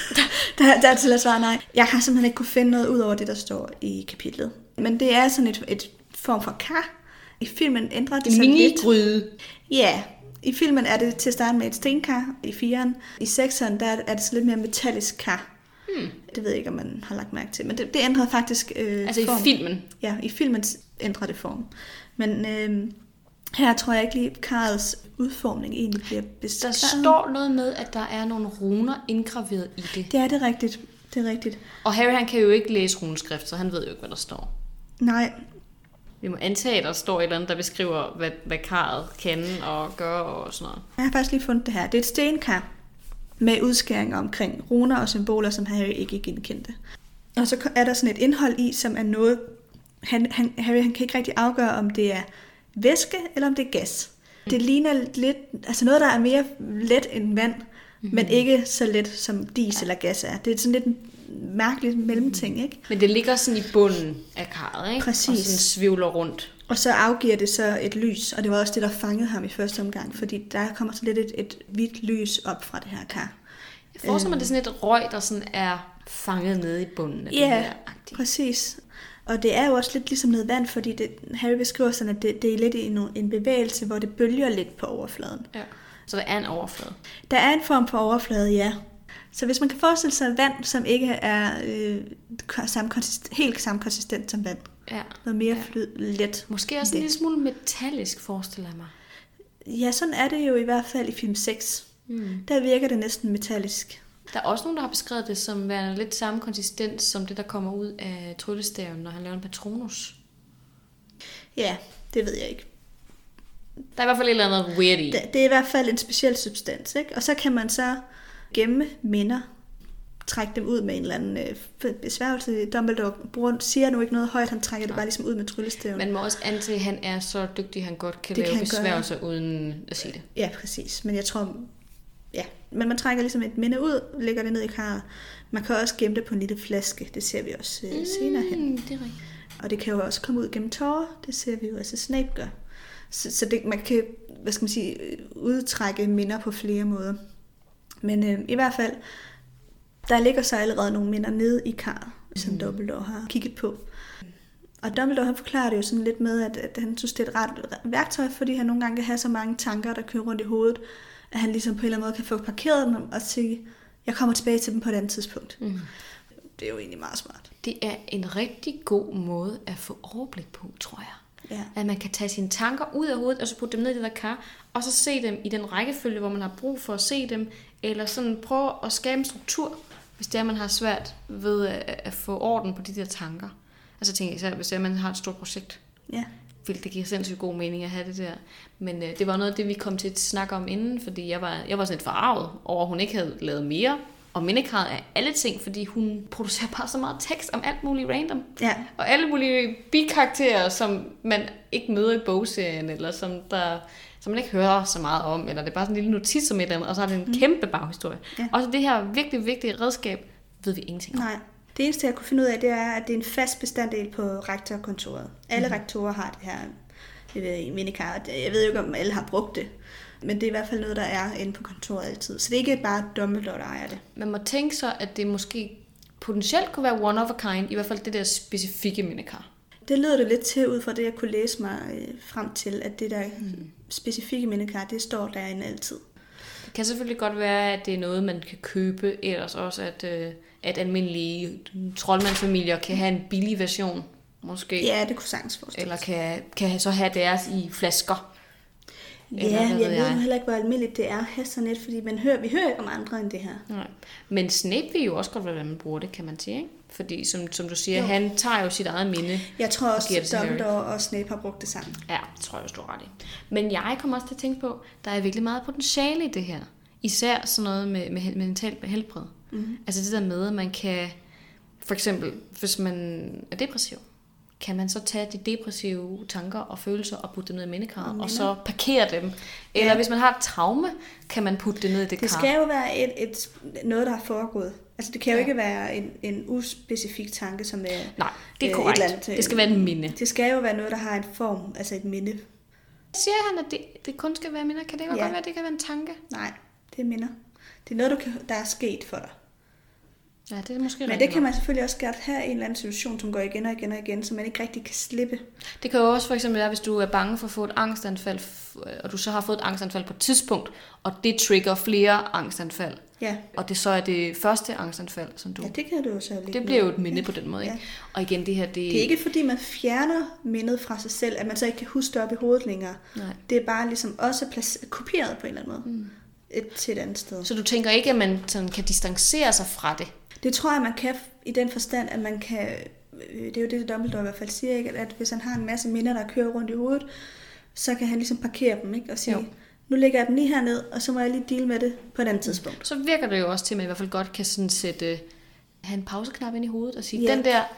der, der er til at svare nej. Jeg har simpelthen ikke kunne finde noget ud over det, der står i kapitlet. Men det er sådan et, et form for kar. I filmen ændrer det sig lidt. En minigryde. Ja, i filmen er det til at starte med et stenkar i fireren. I sekseren, der er det så lidt mere metallisk kar. Hmm. Det ved jeg ikke, om man har lagt mærke til. Men det, det ændrer faktisk øh, Altså form. i filmen? Ja, i filmen ændrer det form. Men øh, her tror jeg ikke lige, at karrets udformning egentlig bliver beskrevet. Der står noget med, at der er nogle runer indgraveret i det. Det er det rigtigt. Det er rigtigt. Og Harry, han kan jo ikke læse runeskrift, så han ved jo ikke, hvad der står. Nej. Vi må antage, at der står et eller andet, der beskriver, hvad, hvad karret kan og gør og sådan noget. Jeg har faktisk lige fundet det her. Det er et stenkar med udskæringer omkring runer og symboler, som Harry ikke genkendte. Og så er der sådan et indhold i, som er noget... Han, han, Harry han kan ikke rigtig afgøre, om det er væske eller om det er gas. Det ligner lidt... Altså noget, der er mere let end vand, mm-hmm. men ikke så let som dis ja. eller gas er. Det er sådan lidt mærkeligt mellemting, ikke? Men det ligger sådan i bunden af karret, ikke? Præcis. Og sådan svivler rundt. Og så afgiver det så et lys, og det var også det, der fangede ham i første omgang, fordi der kommer så lidt et, et hvidt lys op fra det her kar. Jeg forestiller mig, det er sådan et røg, der sådan er fanget nede i bunden af ja, det her. Ja, præcis. Og det er jo også lidt ligesom noget vand, fordi det, Harry beskriver sådan, at det, det er lidt i en, en bevægelse, hvor det bølger lidt på overfladen. Ja. Så der er en overflade? Der er en form for overflade, ja. Så hvis man kan forestille sig vand, som ikke er øh, samme konsist- helt samme konsistent som vand. Ja. Noget mere ja. flyd, let. Måske også en lille smule metallisk, forestiller jeg mig. Ja, sådan er det jo i hvert fald i film seks. Mm. Der virker det næsten metallisk. Der er også nogen, der har beskrevet det som værende lidt samme konsistens som det, der kommer ud af tryllestaven, når han laver en Patronus. Ja, det ved jeg ikke. Der er i hvert fald et eller andet weird i. Det, det er i hvert fald en speciel substans, ikke? Og så kan man så gemme minder, trække dem ud med en eller anden øh, besværgelse. Dumbledore bruger, siger nu ikke noget højt, han trækker det bare ligesom ud med tryllestaven. Man må også antage, at han er så dygtig, han godt kan det lave kan besværgelser uden at sige det. Ja, præcis. Men jeg tror, ja, men man trækker ligesom et minde ud, lægger det ned i karret. Man kan også gemme det på en lille flaske, det ser vi også øh, senere hen. Mm, det er rigtigt. Og det kan jo også komme ud gennem tårer, det ser vi jo også Snape gør. Så, så det, man kan, hvad skal man sige, udtrække minder på flere måder. Men øh, i hvert fald, der ligger så allerede nogle minder nede i karret, som mm. Dumbledore har kigget på. Og Dumbledore han forklarer det jo sådan lidt med, at, at han synes, det er et ret værktøj, fordi han nogle gange kan have så mange tanker, der kører rundt i hovedet, at han ligesom på en eller anden måde kan få parkeret dem og sige, jeg kommer tilbage til dem på et andet tidspunkt. Mm. Det er jo egentlig meget smart. Det er en rigtig god måde at få overblik på, tror jeg. Ja. At man kan tage sine tanker ud af hovedet, og så putte dem ned i det der kar, og så se dem i den rækkefølge, hvor man har brug for at se dem, eller sådan prøve at skabe en struktur, hvis det er, man har svært ved at, at få orden på de der tanker. Altså tænker jeg især, hvis det er, man har et stort projekt. Ja. Hvilket det giver sindssygt god mening at have det der. Men øh, det var noget af det, vi kom til at snakke om inden, fordi jeg var, jeg var sådan lidt forarvet over, at hun ikke havde lavet mere. Og mindekarret er alle ting, fordi hun producerer bare så meget tekst om alt muligt random. Ja. Og alle mulige bikarakterer, som man ikke møder i bogserien, eller som, der, som man ikke hører så meget om, eller det er bare sådan en lille notits om et eller andet, og så er det en mm. kæmpe baghistorie. Ja. Og så det her virkelig vigtige redskab, ved vi ingenting om. Nej. Det eneste, jeg kunne finde ud af, det er, at det er en fast bestanddel på rektorkontoret. Alle mm. rektorer har det her jeg ved, i mindekar. Jeg ved jo ikke, om alle har brugt det. Men det er i hvert fald noget, der er inde på kontoret altid. Så det er ikke bare Dumbledore, der ejer det. Man må tænke så, at det måske potentielt kunne være one of a kind, i hvert fald det der specifikke mindekar. Det lyder det lidt til, ud fra det, jeg kunne læse mig frem til, at det der mm. specifikke mindekar, det står derinde altid. Det kan selvfølgelig godt være, at det er noget, man kan købe, ellers også, at, at almindelige troldmandsfamilier kan have en billig version, måske. Ja, det kunne sagtens forstås. Eller kan, kan så have deres i flasker. Ja, eller, jeg ved jeg. heller ikke, hvor almindeligt det er at have sådan et, fordi man hører, vi hører ikke om andre end det her. Nej. Men Snape vil jo også godt, hvordan man bruger det, kan man sige, ikke? Fordi, som, som du siger, jo. Han tager jo sit eget minde. Jeg tror også, at Dumbledore og Snape har brugt det sammen. Ja, det tror jeg også, du har ret i. Men jeg kommer også til at tænke på, der er virkelig meget potentiale i det her. Især sådan noget med, med mentalt helbred. Mm-hmm. Altså det der med, at man kan, for eksempel, hvis man er depressiv, kan man så tage de depressive tanker og følelser og putte dem ned i mindekarret, og, og så parkere dem. Eller ja. Hvis man har et traume, kan man putte det ned i det, det kar. Det skal jo være et, et, noget, der har foregået. Altså det kan jo ja. ikke være en, en uspecifik tanke, som er Nej, det er korrekt. Andet, det skal være et minde. Det skal jo være noget, der har en form, altså et minde. Siger han, at det, det kun skal være minder? Kan det jo ja. godt være, at det kan være en tanke? Nej, det er minder. Det er noget, du kan, der er sket for dig. Ja, det er måske Men det kan man selvfølgelig også godt have i en eller anden situation, som går igen og igen og igen, så man ikke rigtig kan slippe. Det kan jo også for eksempel være, hvis du er bange for at få et angstanfald, og du så har fået et angstanfald på et tidspunkt, og det trigger flere angstanfald. Ja. Og det så er det første angstanfald, som du... Ja, det kan du jo så lidt. Det bliver jo et minde ja. på den måde, ikke? Ja. Og igen, det her, det... Det er ikke fordi, man fjerner mindet fra sig selv, at man så ikke kan huske det op i hovedet længere. Nej. Det er bare ligesom også plac- kopieret på en eller anden måde. Mm. Et, til et andet sted. Så du tænker ikke, at man sådan kan distancere sig fra det? Det tror jeg, man kan i den forstand, at man kan, det er jo det, Dumbledore i hvert fald siger, ikke? At hvis han har en masse minder, der kører rundt i hovedet, så kan han ligesom parkere dem, ikke? Og sige, jo. Nu lægger jeg dem lige herned, og så må jeg lige deal med det på et andet tidspunkt. Så virker det jo også til, at man i hvert fald godt kan sådan sætte, have en pauseknap ind i hovedet og sige, ja. den der,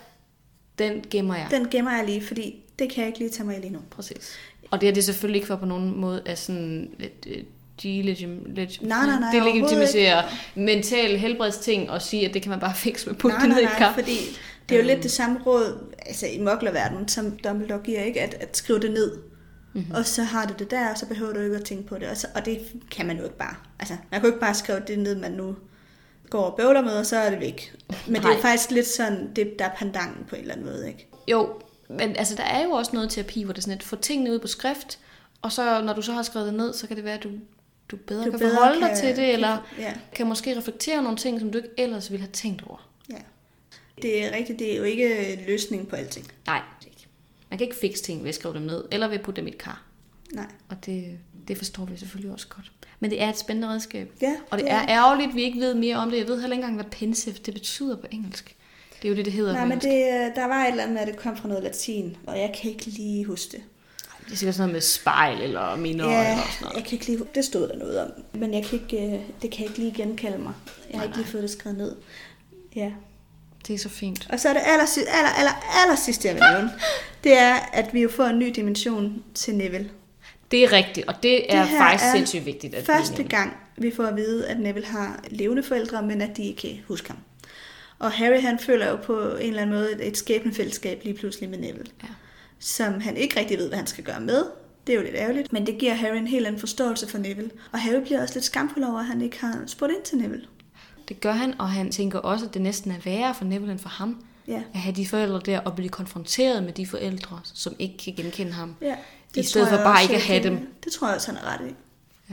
den gemmer jeg. Den gemmer jeg lige, fordi det kan jeg ikke lige tage mig lige nu. Præcis. Og det er det selvfølgelig ikke for på nogen måde at sådan et, et delegitimere mental helbredsting og sige, at det kan man bare fikse med putte nej, ned i nej, et kar. fordi det er jo um. lidt det samme råd, altså i muglerverdenen, som Dumbledore giver, ikke? At, at skrive det ned. Mm-hmm. Og så har du det der, og så behøver du ikke at tænke på det. Og, så, og det kan man jo ikke bare. Altså, man kan jo ikke bare skrive det ned, man nu går og bøvler med, og så er det væk. Men nej. Det er jo faktisk lidt sådan, det, der er pandangen på en eller anden måde, ikke? Jo, men altså, der er jo også noget terapi, hvor det er sådan, at få tingene ud på skrift, og så når du så har skrevet det ned, så kan det være, at du, du bedre du kan bedre forholde kan, dig til det, eller ja. Kan måske reflektere nogle ting, som du ikke ellers ville have tænkt over. Ja, det er rigtigt. Det er jo ikke løsningen på alting. Nej, ikke. Man kan ikke fikse ting ved at skrive dem ned, eller ved at putte dem i et kar. Nej. Og det, det forstår vi selvfølgelig også godt. Men det er et spændende redskab. Ja, og det, det er, er ærgerligt, at vi ikke ved mere om det. Jeg ved heller ikke engang, hvad pensive det betyder på engelsk. Det er jo det, det hedder. Nej, men det, der var et eller andet, at det kom fra noget latin, og jeg kan ikke lige huske det. Det er sikkert sådan noget med spejl eller minder ja, eller sådan noget. Jeg kan ikke lige, det stod der noget om, men jeg kan ikke, det kan jeg ikke lige genkalde mig. Jeg har nej, ikke lige fået det skrevet ned. Ja. Det er så fint. Og så er det aller, aller, aller, aller sidste, jeg vil nævne, det er, at vi jo får en ny dimension til Neville. Det er rigtigt, og det er det faktisk er sindssygt vigtigt. At første gang, vi får at vide, at Neville har levende forældre, men at de ikke kan huske ham. Og Harry, han føler jo på en eller anden måde et skæbnefællesskab lige pludselig med Neville. Ja. Som han ikke rigtig ved, hvad han skal gøre med. Det er jo lidt ærgerligt, men det giver Harry en helt anden forståelse for Neville. Og Harry bliver også lidt skamfuld over, at han ikke har spurgt ind til Neville. Det gør han, og han tænker også, at det næsten er værre for Neville end for ham. Ja. At have de forældre der og blive konfronteret med de forældre, som ikke kan genkende ham. Ja, i stedet for bare ikke at have dem. Det tror jeg også, han er ret i. Ja.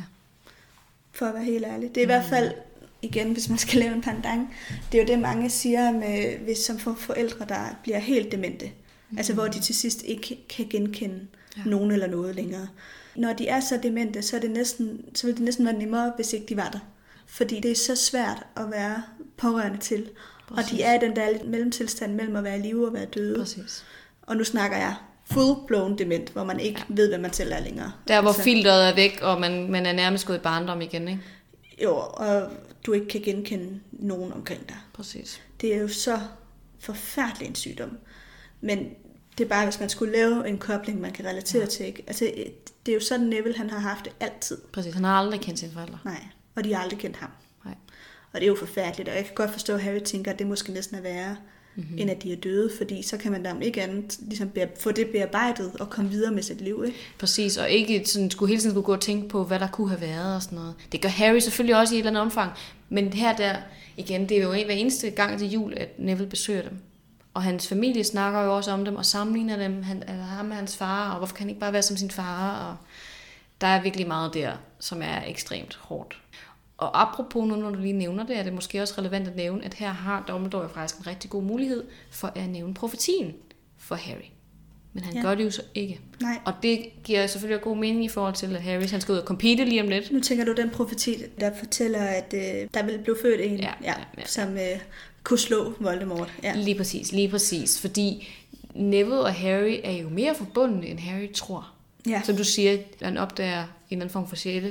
For at være helt ærlig. Det er i mm. hvert fald, igen, hvis man skal lave en pandang, det er jo det, mange siger, med, hvis som for forældre, der bliver helt demente. Mm. Altså, hvor de til sidst ikke kan genkende ja. nogen eller noget længere. Når de er så demente, så, er det næsten, så vil det næsten være nemmere, hvis ikke de var der. Fordi det er så svært at være pårørende til. Præcis. Og de er i den der mellemtilstand mellem at være i live og være døde. Præcis. Og nu snakker jeg full-blown dement, hvor man ikke ja. ved, hvad man selv er længere. Der, hvor altså, filteret er væk, og man, man er nærmest gået i barndom igen, ikke? Jo, og du ikke kan genkende nogen omkring dig. Præcis. Det er jo så forfærdelig en sygdom. Men det er bare, hvis man skulle lave en kobling, man kan relatere ja. til. Ikke? Altså, det er jo sådan, Neville han har haft det altid. Præcis, han har aldrig kendt sine forældre. Nej, og de har aldrig kendt ham. Nej. Og det er jo forfærdeligt, og jeg kan godt forstå, at Harry tænker, at det måske næsten er værre, mm-hmm. end at de er døde, fordi så kan man da om ikke andet ligesom få det bearbejdet og komme videre med sit liv. Ikke? Præcis, og ikke sådan, skulle hele tiden skulle gå og tænke på, hvad der kunne have været og sådan noget. Det gør Harry selvfølgelig også i et eller andet omfang, men her der, igen, det er jo hver eneste gang til jul, at Neville besøger dem. Og hans familie snakker jo også om dem og sammenligner dem, han, eller ham med hans far, og hvorfor kan han ikke bare være som sin far, og der er virkelig meget der, som er ekstremt hårdt. Og apropos nu, når du lige nævner det, er det måske også relevant at nævne, at her har Dumbledore faktisk en rigtig god mulighed for at nævne profetien for Harry. Men han ja. gør det jo så ikke. Nej. Og det giver selvfølgelig god mening i forhold til, at Harry han skal ud og compete lige om lidt. Nu tænker du den profeti, der fortæller, at øh, der vil blive født en, ja, ja, ja, ja. som øh, kunne slå Voldemort. Ja. Lige præcis, lige præcis. Fordi Neville og Harry er jo mere forbundne, end Harry tror. Ja. Som du siger, han opdager en eller anden form for sjæle.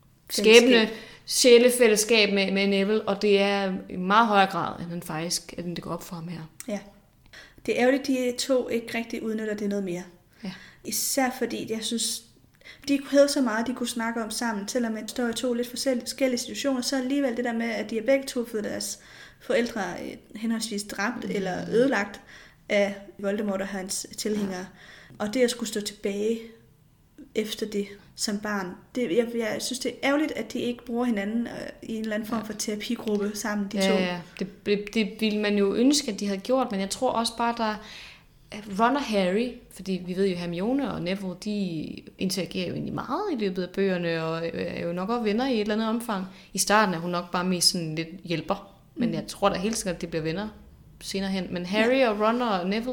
Skæbne, sjælefællesskab med, med Neville, og det er i meget højere grad, end den faktisk, at det går op for ham her. Ja. Det er ærgerligt, at de to ikke rigtig udnytter det noget mere. Ja. Især fordi, jeg synes, de havde så meget, de kunne snakke om sammen, selvom man står i to lidt forskellige situationer, så alligevel det der med, at de har begge to fået deres forældre henholdsvis dræbt mm. eller ødelagt af Voldemort og hans tilhængere. Ja. Og det at skulle stå tilbage efter det som barn. Det, jeg, jeg synes, det er ærgerligt, at de ikke bruger hinanden øh, i en eller anden form for terapigruppe sammen, de ja, to. Ja, det, det, det ville man jo ønske, at de havde gjort, men jeg tror også bare, der Ron og Harry, fordi vi ved jo, Hermione og Neville, de interagerer jo egentlig meget i løbet af bøgerne, og er jo nok også venner i et eller andet omfang. I starten er hun nok bare mest sådan lidt hjælper, men mm. jeg tror da helt sikkert, at det bliver venner senere hen. Men Harry ja. og Ron og Neville,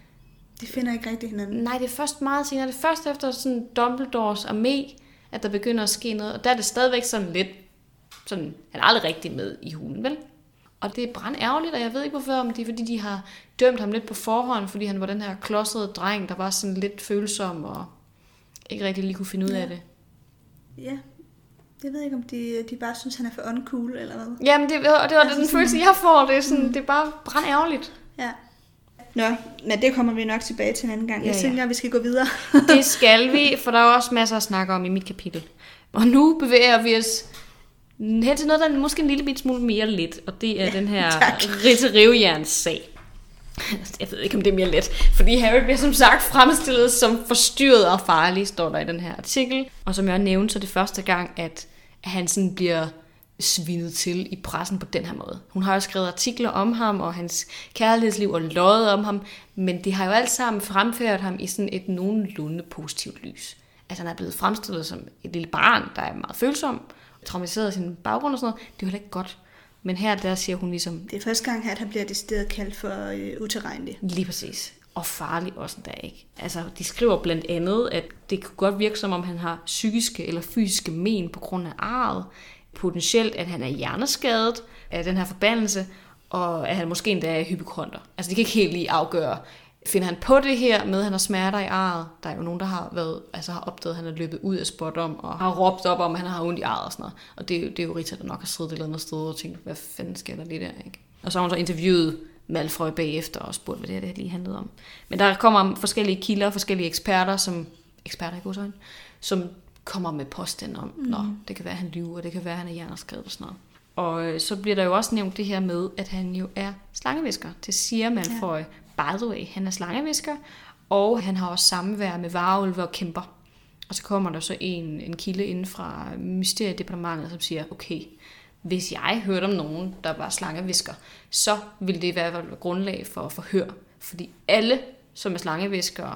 de finder ikke rigtig hinanden. Nej, det er først meget senere. Det er først efter sådan Dumbledores armé, at der begynder at ske noget. Og der er det stadigvæk sådan lidt, sådan, han er aldrig rigtig med i hulen, vel? Og det er brandærgerligt, og jeg ved ikke hvorfor, om det er, fordi de har dømt ham lidt på forhånd, fordi han var den her klodsede dreng, der var sådan lidt følsom og ikke rigtig lige kunne finde ud ja. af det. Ja, jeg ved ikke, om de, de bare synes, han er for uncool eller hvad. Jamen, det, og det var altså den sådan... følelse, jeg får. Det er, sådan, mm. det er bare brandærgerligt. Ja. Nå, men det kommer vi nok tilbage til en anden gang. Jeg ja, ja. tænker, at vi skal gå videre. Det skal vi, for der er også masser at snakke om i mit kapitel. Og nu bevæger vi os hen til noget, der er måske en lille bit smule mere let, og det er ja, den her Rita Rivjerns sag. Jeg ved ikke, om det er mere let, fordi Harry bliver som sagt fremstillet som forstyrret og farlig, står der i den her artikel. Og som jeg nævnte, så er det første gang, at han sådan bliver svinet til i pressen på den her måde. Hun har jo skrevet artikler om ham og hans kærlighedsliv og løjet om ham, men det har jo alt sammen fremført ham i sådan et nogenlunde positivt lys. Altså han er blevet fremstillet som et lille barn, der er meget følsom, traumatiseret af sin baggrund og sådan noget. Det er jo heller ikke godt. Men her, der siger hun ligesom... Det er første gang, at han bliver decideret kaldt for øh, utilregnelig. Lige præcis. Og farlig også endda, ikke? Altså, de skriver blandt andet, at det kan godt virke som om, han har psykiske eller fysiske men på grund af arret. Potentielt, at han er hjerneskadet af den her forbandelse, og at han måske endda er hypokonder. Altså, de kan ikke helt lige afgøre, finder han på det her med, at han har smerter i arret. Der er jo nogen, der har, været, altså har opdaget, at han er løbet ud af spot om, og har råbt op om, at han har ondt i arret og sådan noget. Og det er, jo, det er jo Rita, der nok har siddet et eller andet sted og tænkt, hvad fanden sker der lige der, ikke? Og så har hun så interviewet Malfoy bagefter og spurgt, hvad det her det lige handlede om. Men der kommer forskellige kilder, forskellige eksperter, som eksperter i godsøjne, som kommer med påstand om, mm. Nå, det kan være, at han lyver, det kan være, at han er hjerneskadet og sådan noget. Og så bliver der jo også nævnt det her med, at han jo er slangevisker. Det siger Malfoy. Ja. By the way, han er slangevisker, og han har også samvær med varulve og kæmper. Og så kommer der så en, en kilde inden fra mysteriedepartementet, som siger, okay, hvis jeg hørte om nogen, der var slangevisker, så ville det være grundlag for at forhøre. Fordi alle, som er slangeviskere,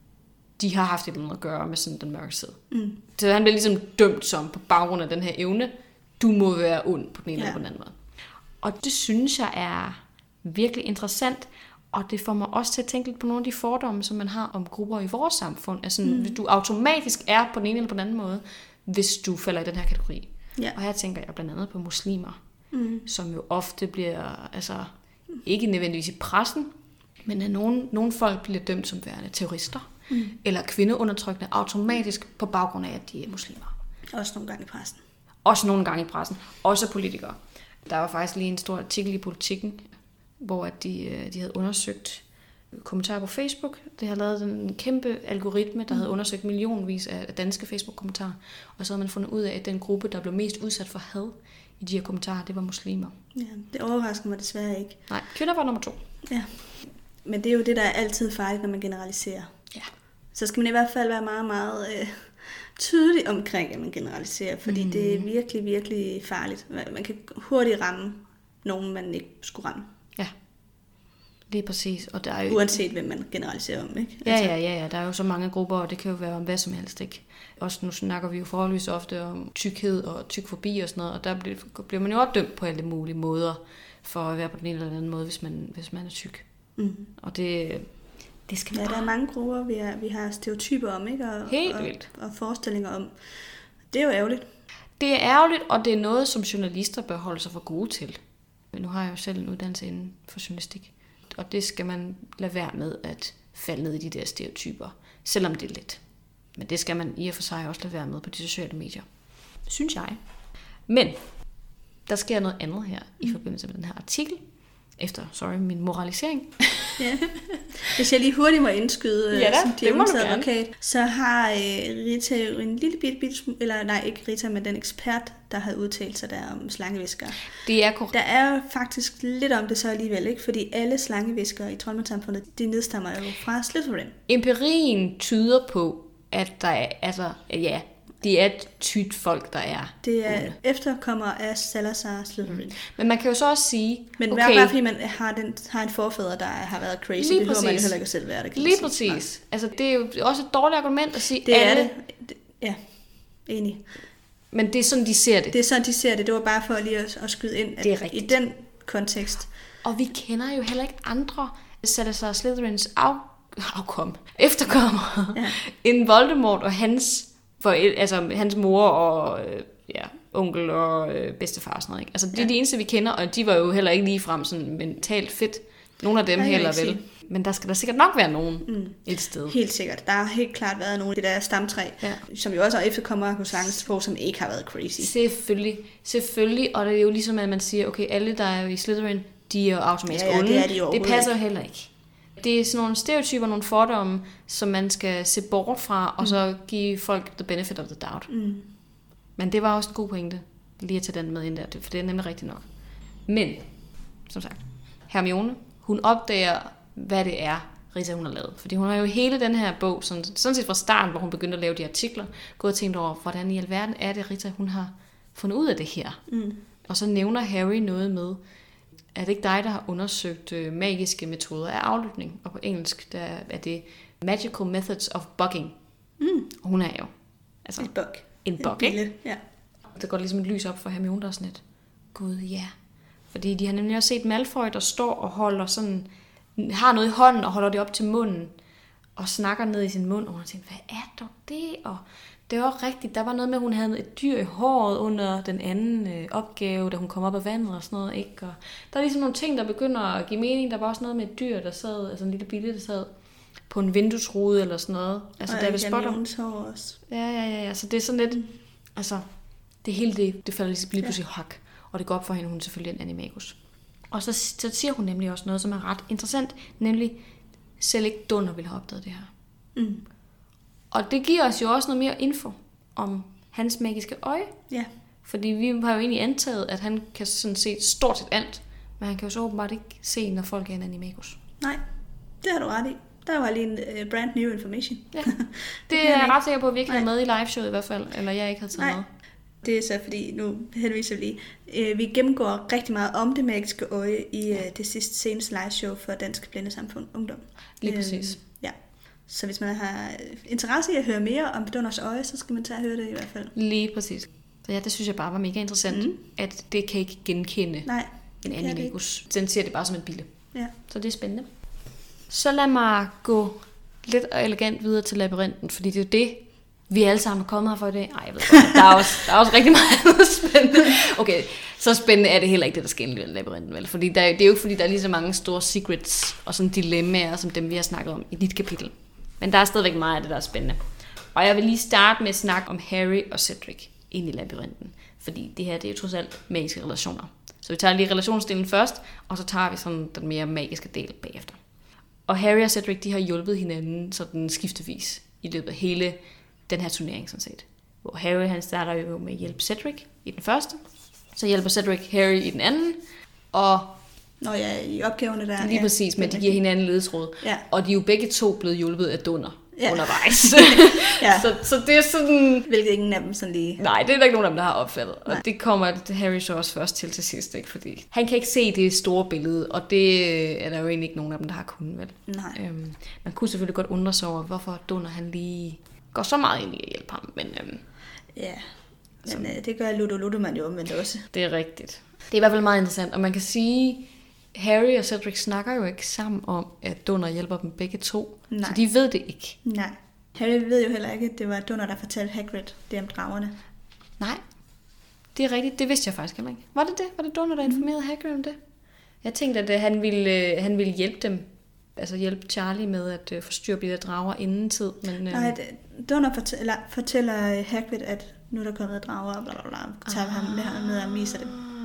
de har haft et eller andet at gøre med sådan den mørke side. Mm. Så han bliver ligesom dømt som på baggrund af den her evne, du må være ond på den ene ja. eller på den anden måde. Og det synes jeg er virkelig interessant, og det får mig også til at tænke lidt på nogle af de fordomme, som man har om grupper i vores samfund. Altså, mm. hvis du automatisk er på den ene eller på den anden måde, hvis du falder i den her kategori. Ja. Og her tænker jeg blandt andet på muslimer, mm. som jo ofte bliver, altså ikke nødvendigvis i pressen, men at nogle, nogle folk bliver dømt som værende terrorister, mm. eller kvindeundertrykkende automatisk på baggrund af, at de er muslimer. Også nogle gange i pressen. Også nogle gange i pressen. Også politikere. Der var faktisk lige en stor artikel i Politikken, hvor de, de havde undersøgt kommentarer på Facebook. Det har lavet en kæmpe algoritme, der havde undersøgt millionvis af danske Facebook-kommentarer. Og så havde man fundet ud af, at den gruppe, der blev mest udsat for had i de her kommentarer, det var muslimer. Ja, det overrasker mig desværre ikke. Nej, kvinder var nummer to. Ja, men det er jo det, der er altid farligt, når man generaliserer. Ja. Så skal man i hvert fald være meget, meget øh, tydelig omkring, at man generaliserer, fordi mm. det er virkelig, virkelig farligt. Man kan hurtigt ramme nogen, man ikke skulle ramme. Ja, lige præcis. Og der er jo... Uanset hvem man generaliserer om, ikke? Ja, ja, ja, ja. Der er jo så mange grupper, og det kan jo være om hvad som helst, ikke? Også nu snakker vi jo forholdsvis ofte om tykkhed og tykfobi og sådan noget, og der bliver man jo også dømt på alle mulige måder for at være på den ene eller anden måde, hvis man, hvis man er tyk. Mm. Og det, det skal ja, bare... der er mange grupper, vi har, vi har stereotyper om, ikke? Og, Helt og, vildt. Og forestillinger om. Det er jo ærgerligt. Det er ærgerligt, og det er noget, som journalister bør holde sig for gode til. Nu har jeg jo selv en uddannelse inden for journalistik, og det skal man lade være med at falde ned i de der stereotyper, selvom det er let. Men det skal man i og for sig også lade være med på de sociale medier, synes jeg. Men der sker noget andet her i forbindelse med den her artikel, efter, sorry, min moralisering. Ja. Hvis jeg lige hurtigt må indskyde ja, da, som djævelsadvokat, så har øh, Rita en lille bit, bit, eller nej, ikke Rita, men den ekspert, der havde udtalt sig der om slangeviskere. Det er korrekt. Der er faktisk lidt om det så alligevel, ikke? Fordi alle slangeviskere i Troldmandssamfundet, de nedstammer jo fra Slytherin. Empirien tyder på, at der er, altså, ja, det er et tyt folk, der er. Det er efterkommere af Salazar Slytherin. Mm. Men man kan jo så også sige... Men okay, bare fordi man har, den, har en forfader, der har været crazy, det behøver man jo heller ikke selv være. Det Lige præcis. Altså, det er jo også et dårligt argument at sige... Det alle... er det. Ja, enig. Men det er sådan, de ser det. Det er sådan, de ser det. Det var bare for lige at, at skyde ind, at det er rigtigt. I den kontekst. Og vi kender jo heller ikke andre Salazar Slytherins af, afkom, efterkommere, ja. end Voldemort og hans... For, altså hans mor og øh, ja, onkel og øh, bedstefar og sådan noget. Ikke? Altså det er ja. de eneste, vi kender, og de var jo heller ikke ligefrem sådan mentalt fedt. Nogle af dem heller vel. Men der skal der sikkert nok være nogen mm. et sted. Helt sikkert. Der har helt klart været nogle af det der stamtræ, ja. som jo også er efterkommere hos Langensprog, som ikke har været crazy. Selvfølgelig. Selvfølgelig. Og det er jo ligesom, at man siger, okay, alle, der er i Slytherin, de er jo automatisk ja, ja, onde. Det, er de det passer jo heller ikke. Det er sådan nogle stereotyper, nogle fordomme, som man skal se bort fra, og mm. så give folk the benefit of the doubt. Mm. Men det var også en god pointe, lige at tage den med ind der, for det er nemlig rigtigt nok. Men, som sagt, Hermione, hun opdager, hvad det er, Rita hun har lavet. Fordi hun har jo hele den her bog, sådan, sådan set fra starten, hvor hun begyndte at lave de artikler, gået og tænkt over, hvordan i alverden er det, Rita hun har fundet ud af det her. Mm. Og så nævner Harry noget med, er det ikke dig, der har undersøgt øh, magiske metoder af aflytning? Og på engelsk, der er det Magical Methods of Bugging. Mm. Og hun er jo altså, et bug. En bug, ikke? Ja. Der går ligesom et lys op for Hermione, der er sådan et, gud, ja. Fordi de har nemlig også set Malfoy, der står og holder sådan, har noget i hånden og holder det op til munden, og snakker ned i sin mund, og hun tænker, hvad er dog det? Og det var rigtigt, der var noget med, at hun havde et dyr i håret under den anden øh, opgave, da hun kom op af vandet og sådan noget, ikke? Og der er ligesom nogle ting, der begynder at give mening. Der var også noget med et dyr, der sad, altså en lille bille, der sad på en vinduesrude eller sådan noget. Altså, og der vil spotte også. Ja, ja, ja, ja. Så det er sådan lidt, altså, det hele det, det falder lige pludselig ja. hak. Og det går op for hende, hun er selvfølgelig en animagus. Og så, så siger hun nemlig også noget, som er ret interessant, nemlig, selv ikke Dunder ville have opdaget det her. Mm. Og det giver os jo også noget mere info om hans magiske øje. Ja. Fordi vi har jo egentlig antaget, at han kan sådan se stort set alt, men han kan jo så åbenbart ikke se, når folk er en animagus. Nej, det har du ret i. Der var lige en uh, brand new information. Ja. Det er jeg ret sikker på, at vi ikke havde med i liveshowet i hvert fald, eller jeg ikke havde taget Nej. med. Det er så fordi, nu henviser vi lige, vi gennemgår rigtig meget om det magiske øje i uh, det sidste seneste liveshow for Dansk Blindesamfund Ungdom. Lige præcis. Uh, ja. Så hvis man har interesse i at høre mere om Dunders øje, så skal man tage og høre det i hvert fald. Lige præcis. Så ja, det synes jeg bare var mega interessant, mm. at det kan ikke genkende Nej, en animagus. Den ser det bare som en bille. Ja. Så det er spændende. Så lad mig gå lidt og elegant videre til labyrinten, fordi det er det, vi alle sammen er kommet her for i dag. Ej, jeg ved godt, der er også, der er også rigtig meget spændende. Okay, så spændende er det heller ikke det, der sker i labyrinten, vel? Fordi der, det er jo ikke, fordi der er lige så mange store secrets og sådan dilemmaer, som dem, vi har snakket om i dit kapitel. Men der er stadigvæk meget af det, der er spændende. Og jeg vil lige starte med at snakke om Harry og Cedric ind i labyrinten. Fordi det her, det er jo trods alt magiske relationer. Så vi tager lige relationsdelen først, og så tager vi sådan den mere magiske del bagefter. Og Harry og Cedric, de har hjulpet hinanden sådan skiftevis i løbet af hele den her turnering, sådan set. Hvor Harry, han starter jo med at hjælpe Cedric i den første. Så hjælper Cedric Harry i den anden. Og Nå ja, i opgaverne der. Lige præcis, men de giver hinanden ledetråd. Ja. Og de er jo begge to blevet hjulpet af Dunder ja. undervejs. ja. så, så det er sådan... Hvilket ingen af dem sådan lige... Nej, det er der ikke nogen af dem, der har opfattet. Nej. Og det kommer Harry så også først til til sidst, ikke? Fordi han kan ikke se det store billede, og det er der jo egentlig ikke nogen af dem, der har kunnet, vel? Nej. Øhm, man kunne selvfølgelig godt undre sig over, hvorfor Dunder han lige går så meget ind i at hjælpe ham, men... Øhm, ja, men øh, det gør Ludo Ludoman jo omvendt også. Det er rigtigt. Det er i hvert fald meget interessant, og man kan sige... Harry og Cedric snakker jo ikke sammen om, at Dunder hjælper dem begge to. Nej. Så de ved det ikke. Nej. Harry ved jo heller ikke, at det var Dunder, der fortalte Hagrid det om dragerne. Nej. Det er rigtigt. Det vidste jeg faktisk heller ikke. Var det det? Var det Dunder, der informerede Hagrid om det? Jeg tænkte, at han ville, han ville hjælpe dem. Altså hjælpe Charlie med at forstyrre de der drager inden tid. Men, Nej, Dunder fortæller, fortæller Hagrid, at nu er der kommet drager, og bla bla bla. Tager ah. ham med ham ned og miser dem.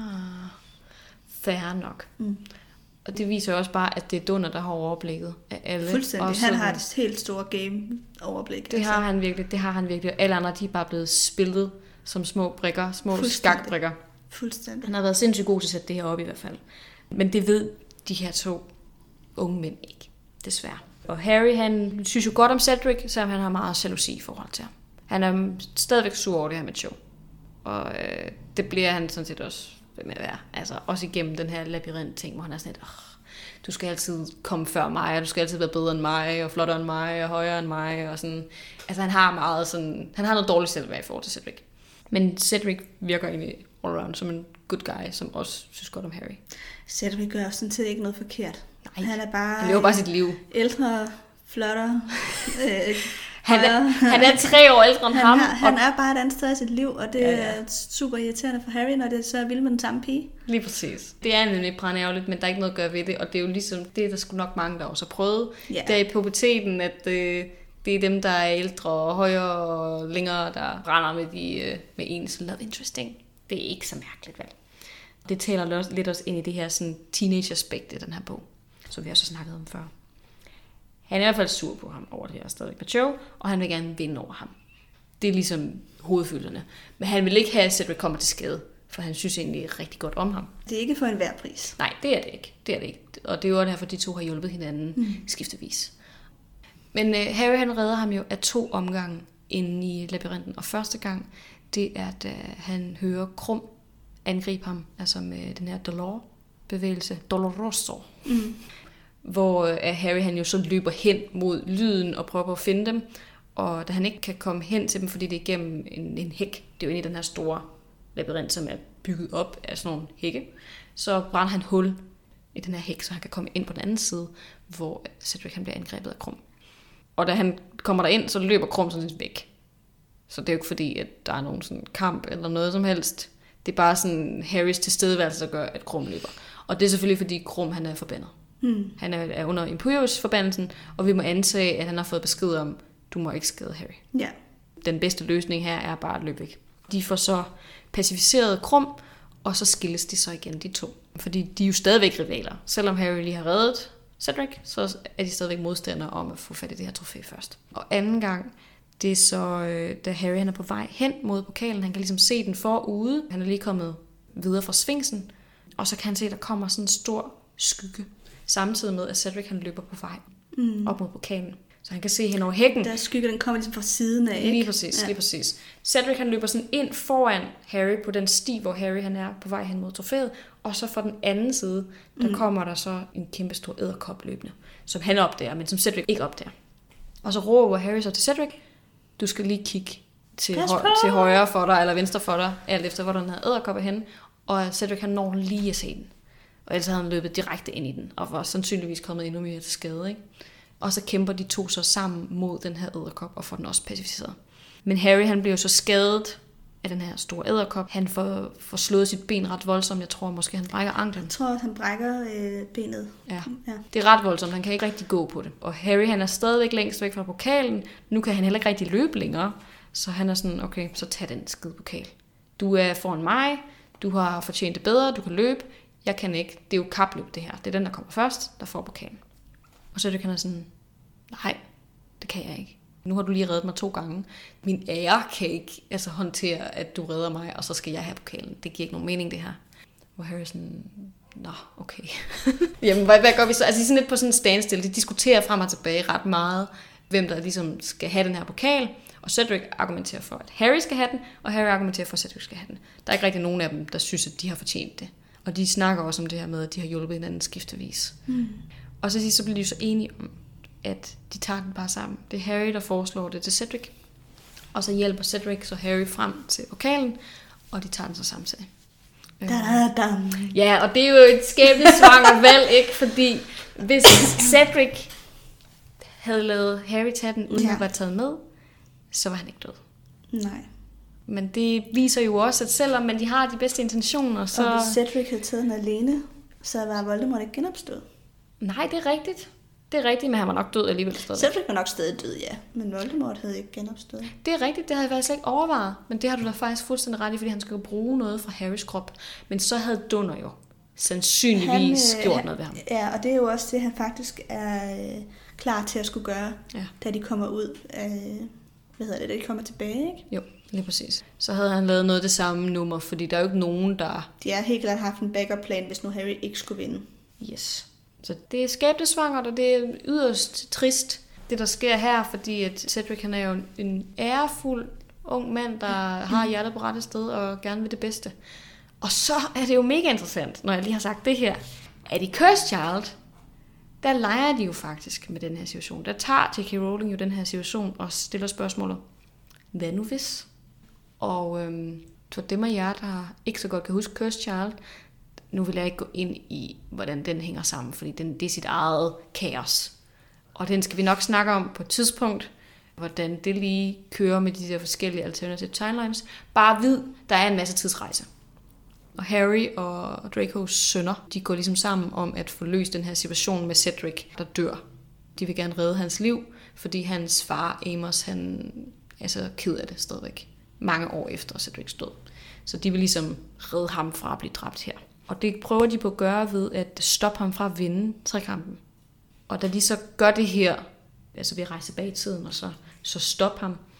Fair nok. Mm. Og det viser jo også bare, at det er Dunder, der har overblikket af alle. Fuldstændig. Også, han har et helt stort game-overblik. Det altså. har han virkelig. Det har han virkelig. Og alle andre, de er bare blevet spillet som små brikker, små skakbrikker. Fuldstændig. Han har været sindssygt god til at sætte det her op i hvert fald. Men det ved de her to unge mænd ikke, desværre. Og Harry, han synes jo godt om Cedric, selvom han har meget jalousi i forhold til ham. Han er stadigvæk sur over det her med Cho. Og øh, det bliver han sådan set også med at være. Altså også igennem den her labyrint-ting, hvor han er sådan lidt, oh, du skal altid komme før mig, og du skal altid være bedre end mig, og flottere end mig, og højere end mig, og sådan. Altså han har meget sådan, han har noget dårligt selvværd i forhold til Cedric. Men Cedric virker egentlig all around som en good guy, som også synes godt om Harry. Cedric gør sådan set ikke noget forkert. Nej, han er bare, han lever bare sit liv. Ældre, flottere, øh, Han er, han er tre år ældre end han ham. Har, han er bare et andet sted i sit liv, og det ja, ja. er super irriterende for Harry, når det så er vildt med den samme pige. Lige præcis. Det er nemlig brandærgerligt, men der er ikke noget at gøre ved det, og det er jo ligesom det, der skulle nok mange, der også har prøvet. Ja. Der i puberteten, at øh, det er dem, der er ældre og højere og længere, der brænder med, de, øh, med ens love interesting. Det er ikke så mærkeligt, vel? Det taler lidt også ind i det her sådan, teenage-aspekt i den her bog, som vi også har snakket om før. Han er i hvert fald sur på ham over det her stadig på Cho, og han vil gerne vinde over ham. Det er ligesom hovedfølerne. Men han vil ikke have, at Cedric kommer til skade, for han synes egentlig rigtig godt om ham. Det er ikke for enhver pris. Nej, det er det ikke. Det er det ikke. Og det er jo derfor, de to har hjulpet hinanden mm. skiftevis. Men uh, Harry han redder ham jo af to omgange inde i labyrinten. Og første gang, det er, da han hører Krum angribe ham, altså med den her Dolor-bevægelse. Doloroso. Mm. Hvor uh, Harry han jo så løber hen mod lyden og prøver at finde dem. Og da han ikke kan komme hen til dem, fordi det er igennem en, en hæk, det er jo inde i den her store labyrint, som er bygget op af sådan nogle hække, så brænder han hul i den her hæk, så han kan komme ind på den anden side, hvor Cedric han bliver angrebet af Krum. Og da han kommer derind, så løber Krum sådan lidt væk. Så det er jo ikke fordi, at der er nogen sådan kamp eller noget som helst. Det er bare sådan Harrys tilstedeværelse, der gør, at Krum løber. Og det er selvfølgelig fordi Krum han er forbandet. Hmm. Han er, er under Imperius-forbandelsen, og vi må antage, at han har fået besked om, du må ikke skade Harry. Ja. Den bedste løsning her er bare at løbe væk. De får så pacificeret Krum, og så skilles de så igen, de to. Fordi de er jo stadigvæk rivaler. Selvom Harry lige har reddet Cedric, så er de stadigvæk modstandere om at få fat i det her trofæ først. Og anden gang, det er så, da Harry han er på vej hen mod pokalen. Han kan ligesom se den forude. Han er lige kommet videre fra Sfinksen. Og så kan han se, at der kommer sådan en stor skygge. Samtidig med, at Cedric han løber på vej mm. op mod pokalen. Så han kan se hen over hækken. Der skygge, den kommer ligesom fra siden af, ikke? Lige præcis, ja. lige præcis. Cedric han løber sådan ind foran Harry på den sti, hvor Harry han er på vej hen mod trofæet. Og så fra den anden side, der mm. kommer der så en kæmpe stor edderkop løbende, som han opdager, men som Cedric ikke opdager. Og så råber Harry så til Cedric, du skal lige kigge til, hø- til højre for dig, eller venstre for dig, alt efter hvor den her edderkop er henne. Og Cedric han når lige at se den. Og ellers havde han løbet direkte ind i den, og var sandsynligvis kommet endnu mere til skade, ikke? Og så kæmper de to så sammen mod den her edderkop og får den også pacificeret. Men Harry han bliver så skadet af den her store edderkop. Han får, får slået sit ben ret voldsomt. Jeg tror måske han brækker anklen. Jeg tror at han brækker øh, benet. Ja. ja, det er ret voldsomt. Han kan ikke rigtig gå på det. Og Harry han er stadigvæk længst væk fra pokalen. Nu kan han heller ikke rigtig løbe længere. Så han er sådan, okay, så tag den skide pokal. Du er foran mig. Du har fortjent det bedre. Du kan løbe. Jeg kan ikke. Det er jo kapløb det her. Det er den, der kommer først, der får pokalen. Og så kan han sådan, nej, det kan jeg ikke. Nu har du lige reddet mig to gange. Min ære kan ikke altså, håndtere, at du redder mig, og så skal jeg have pokalen. Det giver ikke nogen mening, det her. Hvor Harry sådan, nå, okay. Jamen, hvad, hvad gør vi så? Altså, de er sådan lidt på sådan en standstill. De diskuterer frem og tilbage ret meget, hvem der ligesom skal have den her pokal. Og Cedric argumenterer for, at Harry skal have den, og Harry argumenterer for, at Cedric skal have den. Der er ikke rigtig nogen af dem, der synes, at de har fortjent det. Og de snakker også om det her med, at de har hjulpet hinanden skiftevis. Mm. Og så, så bliver de så enige om, at de tager den bare sammen. Det er Harry, der foreslår det til Cedric. Og så hjælper Cedric så Harry frem til pokalen, og de tager den så samtidig. Da-da-da. Ja, og det er jo et skæbnesvangert valg, ikke? Fordi hvis Cedric havde lavet Harry tage den, uden ja. at være taget med, så var han ikke død. Nej. Men det viser jo også, at selvom man de har de bedste intentioner, så... Og hvis Cedric havde taget den alene, så var Voldemort ikke genopstået. Nej, det er rigtigt. Det er rigtigt, men han var nok død alligevel stadig. Cedric var nok stadig død, ja. Men Voldemort havde ikke genopstået. Det er rigtigt, det havde jeg faktisk ikke overvejet. Men det har du da faktisk fuldstændig ret i, fordi han skulle bruge noget fra Harrys krop. Men så havde Dunder jo sandsynligvis han, øh, gjort noget ved ham. Ja, og det er jo også det, han faktisk er øh, klar til at skulle gøre, ja. Da de kommer ud af... Hvad hedder det, da de kommer tilbage, ikke? Jo, lige præcis. Så havde han lavet noget af det samme nummer, fordi der er jo ikke nogen, der... De har helt klart haft en backup-plan, hvis nu Harry ikke skulle vinde. Yes. Så det er skæbnesvangert, og det er yderst trist, det der sker her, fordi at Cedric han er jo en ærefuld ung mand, der har hjertet på rette sted og gerne vil det bedste. Og så er det jo mega interessant, når jeg lige har sagt det her, at i Cursed Child, der leger de jo faktisk med den her situation. Der tager J K Rowling jo den her situation og stiller spørgsmålet, hvad nu hvis? Og øhm, for dem af jer, der ikke så godt kan huske Cursed Child, nu vil jeg ikke gå ind i, hvordan den hænger sammen, fordi den, det er sit eget kaos. Og den skal vi nok snakke om på et tidspunkt, hvordan det lige kører med de der forskellige alternative timelines. Bare vid, der er en masse tidsrejse. Og Harry og Dracos sønner, de går ligesom sammen om at få løst den her situation med Cedric, der dør. De vil gerne redde hans liv, fordi hans far, Amos, han er så ked af det stadigvæk. Mange år efter Cedrics død. Så de vil ligesom redde ham fra at blive dræbt her. Og det prøver de på at gøre ved at stoppe ham fra at vinde trekampen. Og da de så gør det her, altså ved at rejse bag i tiden og så, så stoppe ham,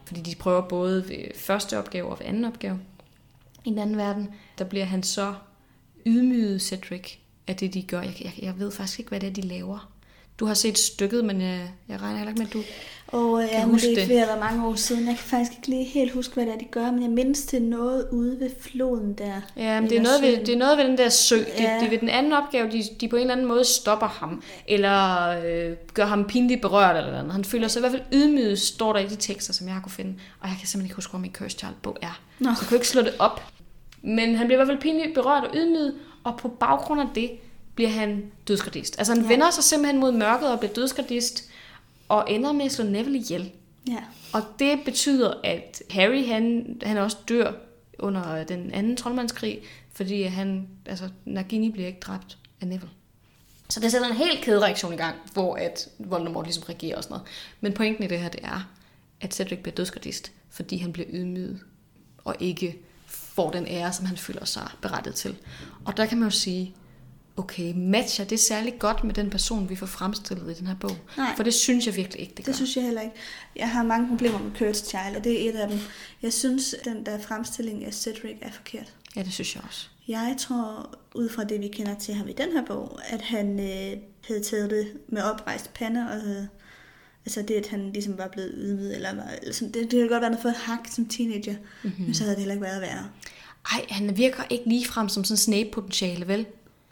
Fordi de prøver både ved første opgave og ved anden opgave. I den anden verden, der bliver han så ydmyget, Cedric, af det, de gør. Jeg, jeg, jeg ved faktisk ikke, hvad det er, de laver. Du har set stykket, men jeg, jeg regner heller ikke med, at du og, ja, kan men huske det. det. Det er været mange år siden. Jeg kan faktisk ikke lige helt huske, hvad det er, de gør, men jeg mindes til noget ude ved floden der. Ja, men det er, noget ved, det er noget ved den der sø. Det, Ja. det er ved den anden opgave, de, de på en eller anden måde stopper ham, eller øh, gør ham pinligt berørt eller noget. Han føler sig i hvert fald ydmyget, står der i de tekster, som jeg har kunne finde. Og jeg kan simpelthen ikke huske, hvor min Cursed Child-bog er. Nå. Så jeg kunne ikke slå det op. Men han bliver i hvert fald pinligt berørt og ydmyget, og på baggrund af det bliver han dødsgardist. Altså han ja. vender sig simpelthen mod mørket og bliver dødsgardist, og ender med at slå Neville ihjel. Ja. Og det betyder, at Harry han, han også dør under den anden troldmandskrig, fordi han, altså, Nagini bliver ikke dræbt af Neville. Så det sætter en helt kædereaktion i gang, hvor at Voldemort ligesom reagerer og sådan noget. Men pointen i det her, det er, at Cedric bliver dødsgardist, fordi han bliver ydmyget, og ikke får den ære, som han føler sig berettiget til. Og der kan man jo sige, okay, matcher det særlig godt med den person, vi får fremstillet i den her bog? Nej. For det synes jeg virkelig ikke, det gør. Det synes jeg heller ikke. Jeg har mange problemer med Cursed Child, og det er et af dem. Jeg synes, den der fremstilling af Cedric er forkert. Ja, det synes jeg også. Jeg tror, ud fra det, vi kender til ham i den her bog, at han øh, havde taget det med oprejst pande, og havde, altså det, at han ligesom var blevet ydmyget, eller, var, eller sådan, det, det ville godt være noget for et hak som teenager, mm-hmm. men så havde det heller ikke været værre. Ej, han virker ikke ligefrem som sådan Snape-potentiale, vel?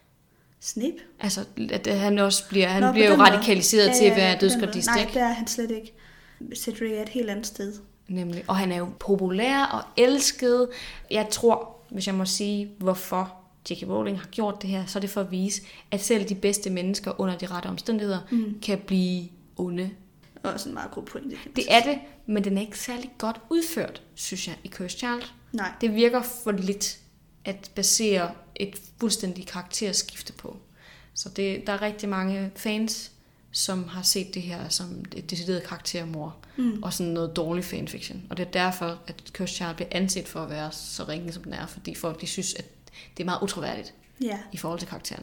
Snape? Altså, at han også bliver, han Nå, bliver jo måde. radikaliseret Ja, til at ja, være på den dødsgardist, måde. ikke? Nej, det er han slet ikke. Cedric er et helt andet sted. Nemlig. Og han er jo populær og elsket. Jeg tror, hvis jeg må sige, hvorfor J K Rowling har gjort det her, så er det for at vise, at selv de bedste mennesker under de rette omstændigheder mm. kan blive onde. Og sådan en meget god pointe. Det er det, men den er ikke særlig godt udført, synes jeg, i Cursed Child. Nej. Det virker for lidt at basere et fuldstændigt karakterskifte på. Så det, der er rigtig mange fans, som har set det her som et decideret karaktermord, mm. og sådan noget dårlig fanfiction. Og det er derfor, at Cursed Child bliver anset for at være så ringe, som den er, fordi folk de synes, at det er meget utroværdigt ja. i forhold til karaktererne.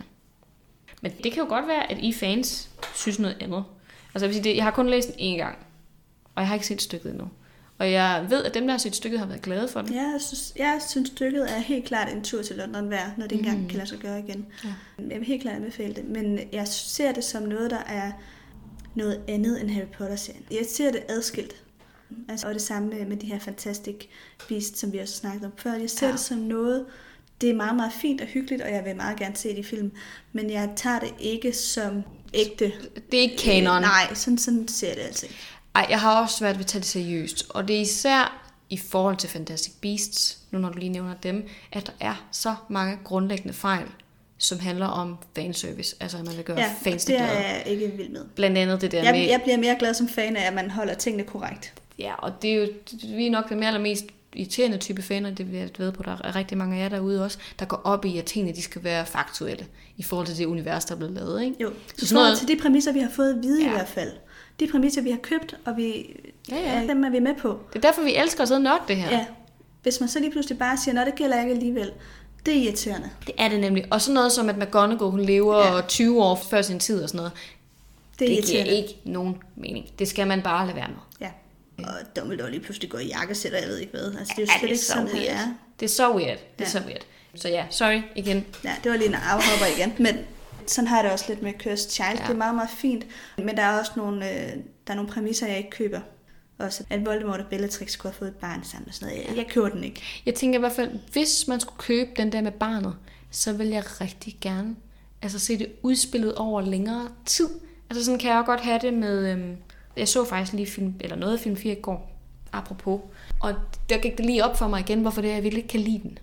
Men det kan jo godt være, at I fans synes noget andet. Altså jeg vil sige, det, jeg har kun læst den én gang, og jeg har ikke set stykket endnu. Og jeg ved, at dem, der har set stykket, har været glade for det. Ja, jeg synes, jeg synes stykket er helt klart en tur til London værd, når det engang mm. kan lade sig gøre igen. Ja. Jeg vil helt klart anbefale det, men jeg ser det som noget, der er noget andet end Harry Potter-serien. Jeg ser det adskilt. Altså, og det samme med, med de her Fantastic Beasts, som vi også snakkede om før. Jeg ser ja. det som noget, det er meget, meget fint og hyggeligt, og jeg vil meget gerne se det i film, men jeg tager det ikke som ægte. Det er ikke kanon. Øh, nej, sådan, sådan ser jeg det altså ikke. Ej, jeg har også svært ved at tage det seriøst. Og det er især i forhold til Fantastic Beasts, nu når du lige nævner dem, at der er så mange grundlæggende fejl, som handler om fanservice. Altså, at man vil gøre ja, fans det glade. er jeg ikke vild med. Blandt andet det der jeg, med... Jeg bliver mere glad som fan af, at man holder tingene korrekt. Ja, og det er jo vi er nok den mere eller mest irriterende type faner, det vil jeg ved på, der er rigtig mange af jer derude også, der går op i, at tingene de skal være faktuelle i forhold til det univers, der er blevet lavet, ikke? Jo, så i forhold noget... til de præmisser, vi har fået at vide ja. i hvert fald. De præmisser, vi har købt, og vi, ja, ja. Ja, dem er vi med på. Det er derfor, vi elsker at sidde nok det her. Ja, hvis man så lige pludselig bare siger, nej, det gælder ikke alligevel, det er irriterende. Det er det nemlig. Og sådan noget som, at McGonagall, hun lever ja. tyve år før sin tid og sådan noget. Det, det giver ikke nogen mening. Det skal man bare lade være med. Ja. Og Dumbledore lige pludselig går i jakkesæt, og jeg ved ikke hvad. Altså, det er jo ja, slet det er ikke sådan, weird. her er. Det er så weird. Det er ja. så weird. Så ja, sorry igen. Ja, det var lige en afhopper igen. Men sådan har jeg det også lidt med Cursed Child. Ja. Det er meget, meget fint. Men der er også nogle, øh, der er nogle præmisser, jeg ikke køber. Også at Voldemort og Bellatrix skulle have fået et barn sammen og sådan noget. Jeg, jeg køber den ikke. Jeg tænker i hvert fald, hvis man skulle købe den der med barnet, så vil jeg rigtig gerne altså se det udspillet over længere tid. Altså sådan kan jeg også godt have det med... Øhm, jeg så faktisk lige film, eller noget af film fire i går, apropos. Og der gik det lige op for mig igen, hvorfor det er, jeg virkelig ikke kan lide den.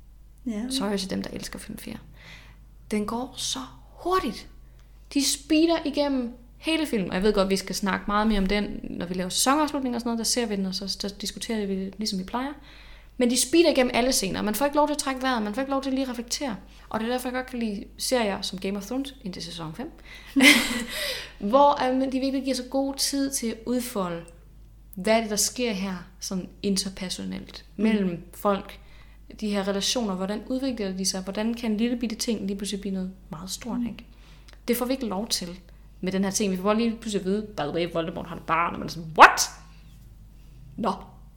Ja. Sorry til dem, der elsker film fire. Den går så hurtigt. De speeder igennem hele filmen. Og jeg ved godt, vi skal snakke meget mere om den, når vi laver sæsonafslutning og sådan noget. Der ser vi den, og så der diskuterer vi det, ligesom vi plejer. Men de speeder igennem alle scener. Man får ikke lov til at trække vejret. Man får ikke lov til at lige reflektere. Og det er derfor, jeg godt kan lide serier som Game of Thrones, indtil sæson fem. hvor um, de virkelig giver så god tid til at udfolde, hvad er det, der sker her sådan interpersonelt mm. mellem folk. De her relationer, hvordan udvikler de sig? Hvordan kan en lille bitte ting lige pludselig blive noget meget stort? Mm. Ikke? Det får vi ikke lov til med den her ting. Vi får lige pludselig at vide, by the way, Voldemort har et barn, og man er sådan, what? Nå,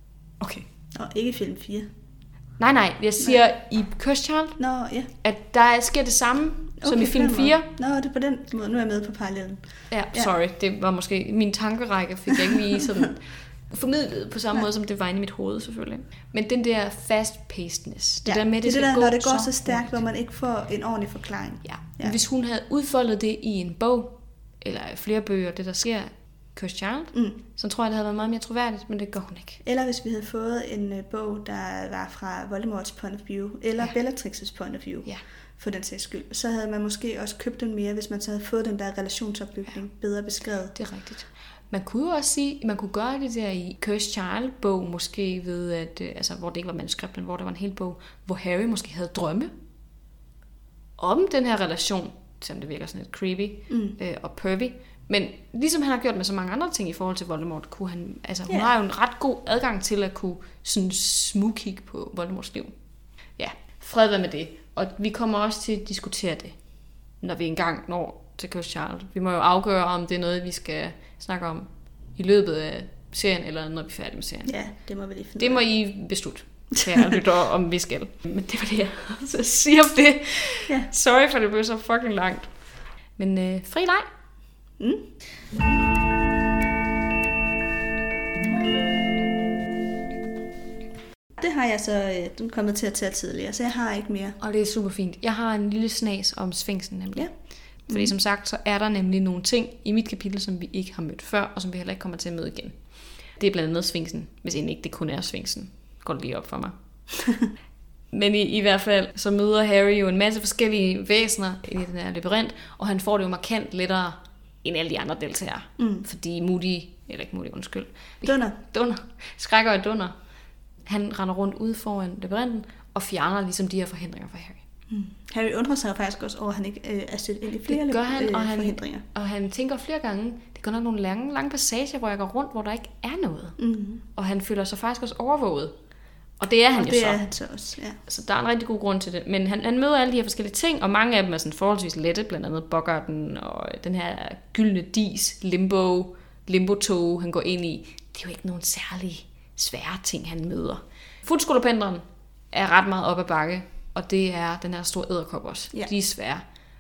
Okay. Nå, ikke film fire. Nej, nej, jeg siger nej. I Cursed Child, Nå, ja. at der sker det samme okay, som i film fire. Nå, det er på den måde. Nu er jeg med på parallellen. Ja, sorry. Ja. Det var måske... Min tankerække fik jeg ikke lige sådan formidlet på samme nej. måde, som det var inde i mit hoved, selvfølgelig. Men den der fast-pacedness. Det ja, der med, det, det, det der, gå når det går så, så stærkt, hvor man ikke får en ordentlig forklaring. Ja. ja. Hvis hun havde udfoldet det i en bog, eller flere bøger, det der sker... Cursed Child, mm. så tror jeg, det havde været meget mere troværdigt, men det gør hun ikke. Eller hvis vi havde fået en uh, bog, der var fra Voldemorts point of view, eller ja. Bellatrix's point of view, ja. for den sags skyld, så havde man måske også købt den mere, hvis man så havde fået den der relationsopbygning ja. bedre beskrevet. Det er rigtigt. Man kunne jo også sige, man kunne gøre det der i Cursed Child-bog, måske ved, at, altså, hvor det ikke var manuskript, men hvor der var en hel bog, hvor Harry måske havde drømme om den her relation, selvom det virker sådan lidt creepy mm. øh, og pervy. Men ligesom han har gjort med så mange andre ting i forhold til Voldemort, kunne han, altså hun yeah. har jo en ret god adgang til at kunne sådan smugkigge på Voldemorts liv. Ja, fred være med det. Og vi kommer også til at diskutere det, når vi engang når til Cursed Child. Vi må jo afgøre, om det er noget, vi skal snakke om i løbet af serien, eller når vi er færdige med serien. Ja, det må vi lige finde Det må I beslutte, kære lytter, om vi skal. Men det var det, jeg så siger om det. Yeah. Sorry for det blev så fucking langt. Men øh, fri leg. Mm. Det har jeg så den kommet til at tage tidligere, så jeg har ikke mere. Og det er super fint. Jeg har en lille snas om Sfinksen nemlig. Ja. Fordi mm. som sagt, så er der nemlig nogle ting i mit kapitel, som vi ikke har mødt før, og som vi heller ikke kommer til at møde igen. Det er blandt andet Sfinksen, hvis egentlig ikke det kun er Sfinksen. Går det lige op for mig. Men i, i hvert fald, så møder Harry jo en masse forskellige væsener i den her labyrint, og han får det jo markant lettere end alle de andre deltagere. Mm. Fordi Moody, eller ikke Moody, undskyld. Dunder. Dunder. Skrækker og Dunder. Han render rundt ude foran labyrinten og fjerner ligesom de her forhindringer for Harry. Mm. Harry undrer sig faktisk også over, at han ikke øh, er set ind i flere det gør han, øh, og han, forhindringer. Og han tænker flere gange, det går nok nogle lange, lange passager, hvor jeg går rundt, hvor der ikke er noget. Mm. Og han føler sig faktisk også overvåget. Og det er han og jo det så. er han så også, ja. Så der er en rigtig god grund til det. Men han, han møder alle de her forskellige ting, og mange af dem er sådan forholdsvis lette, blandt andet Boggarten og den her gyldne dis, limbo, limbo-tog, han går ind i. Det er jo ikke nogen særlig svære ting, han møder. Fuldskolependeren er ret meget op ad bakke, og det er den her store edderkop også. Ja. De er svære.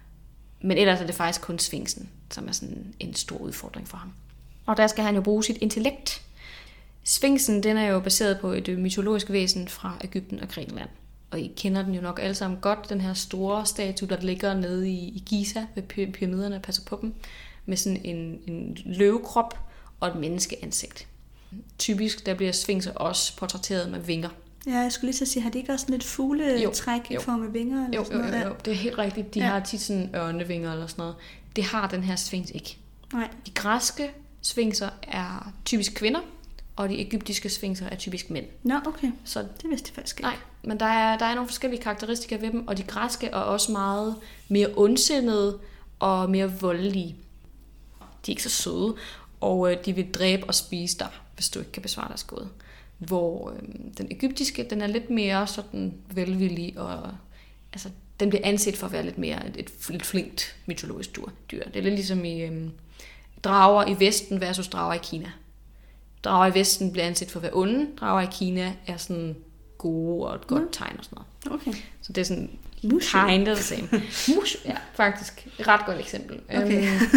Men ellers er det faktisk kun Sfinksen, som er sådan en stor udfordring for ham. Og der skal han jo bruge sit intellekt. Sfinksen, den er jo baseret på et mytologisk væsen fra Egypten og Grækenland. Og I kender den jo nok alle sammen godt, den her store statue, der ligger nede i, i Giza ved pyramiderne og passer på dem, med sådan en, en løvekrop og et menneskeansigt. Typisk, der bliver Sfinkser også portrætteret med vinger. Ja, jeg skulle lige så sige, har de ikke også sådan et fugletræk i form af vinger? Eller jo, sådan jo, noget? jo, jo, det er helt rigtigt. De ja. har tit sådan ørnevinger eller sådan noget. Det har den her Sfinks ikke. Nej. De græske Sfinkser er typisk kvinder, og de egyptiske Sfinkser er typisk mænd. Nå, okay. Så det vidste jeg faktisk ikke. Nej, men der er, der er nogle forskellige karakteristika ved dem, og de græske er også meget mere ondsindede og mere voldelige. De er ikke så søde, og øh, de vil dræbe og spise dig, hvis du ikke kan besvare deres gåde. Hvor øh, den egyptiske, den er lidt mere sådan velvillig, og altså, den bliver anset for at være lidt mere et, et lidt flinkt mytologisk dyr. Det er lidt ligesom i øh, drager i Vesten versus drager i Kina. Drager i Vesten bliver anset for at være onde, drager i Kina er sådan gode og et godt mm. tegn og sådan noget. Okay. Så det er sådan Mushu. kind of the same. Mushu, ja, faktisk. Et ret godt eksempel. Okay. Um,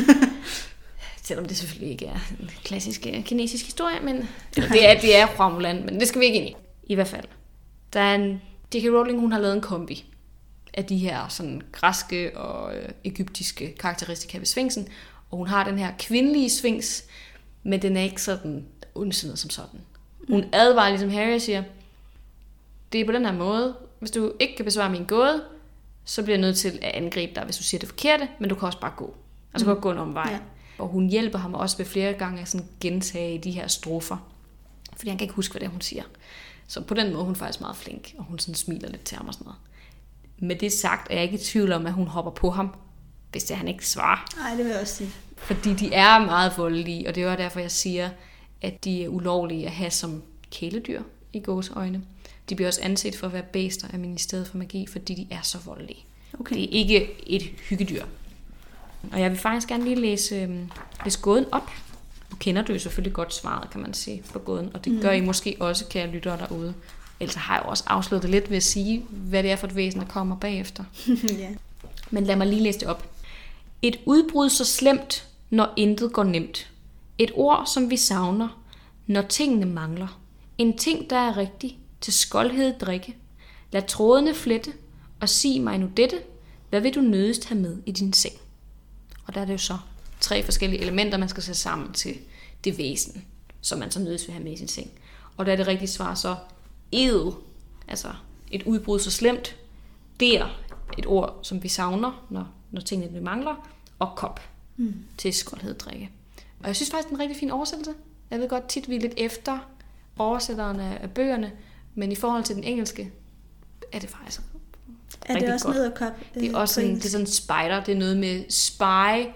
selvom det selvfølgelig ikke er en klassisk kinesisk historie, men det er, det er fra Mulan, men det skal vi ikke ind i. I hvert fald. Der er en, J K Rowling, hun har lavet en kombi af de her sådan græske og øh, egyptiske karakteristika ved Sfinksen, og hun har den her kvindelige Sfinks, men den er ikke sådan ondsindet som sådan. Hun advarer ligesom Harry og siger, det er på den her måde, hvis du ikke kan besvare min gåde, så bliver jeg nødt til at angribe dig, hvis du siger det forkerte, men du kan også bare gå. Altså mm. du kan gå en omvej. Ja. Og hun hjælper ham også ved flere gange at sådan gentage de her strofer, fordi han kan ikke huske, hvad det er, hun siger. Så på den måde hun er faktisk meget flink, og hun sådan smiler lidt til ham og sådan noget. Med det sagt er jeg ikke i tvivl om, at hun hopper på ham, hvis det han ikke svarer. Nej, det vil jeg også sige. Fordi de er meget voldelige, og det er derfor, jeg siger, at de er ulovlige at have som kæledyr i gåseøjne. De bliver også anset for at være bæster af Ministeriet for Magi, fordi de er så voldelige. Okay. Det er ikke et hyggedyr. Og jeg vil faktisk gerne lige læse, øh, læse gåden op. kender du jo selvfølgelig godt svaret, kan man sige, på gåden, og det mm. gør I måske også, kære lyttere derude. Ellers har jeg også afsløret det lidt ved at sige, hvad det er for et væsen, der kommer bagefter. yeah. Men lad mig lige læse det op. Et udbrud så slemt, når intet går nemt. Et ord, som vi savner, når tingene mangler. En ting, der er rigtig, til skoldhed drikke. Lad trådene flette, og sig mig nu dette. Hvad vil du nødigst have med i din seng? Og der er det jo så tre forskellige elementer, man skal sætte sammen til det væsen, som man så nødigst vil have med i sin seng. Og der er det rigtige svar så ed, altså et udbrud så slemt. Der et ord, som vi savner, når, når tingene mangler. Og kop mm. til skoldhed drikke. Og jeg synes faktisk, det er en rigtig fin oversættelse. Jeg ved godt, tit vi er lidt efter oversætterne af bøgerne, men i forhold til den engelske, er det faktisk er rigtig det også godt. Nederkop? Det er også sådan, det er sådan spider, det er noget med spy,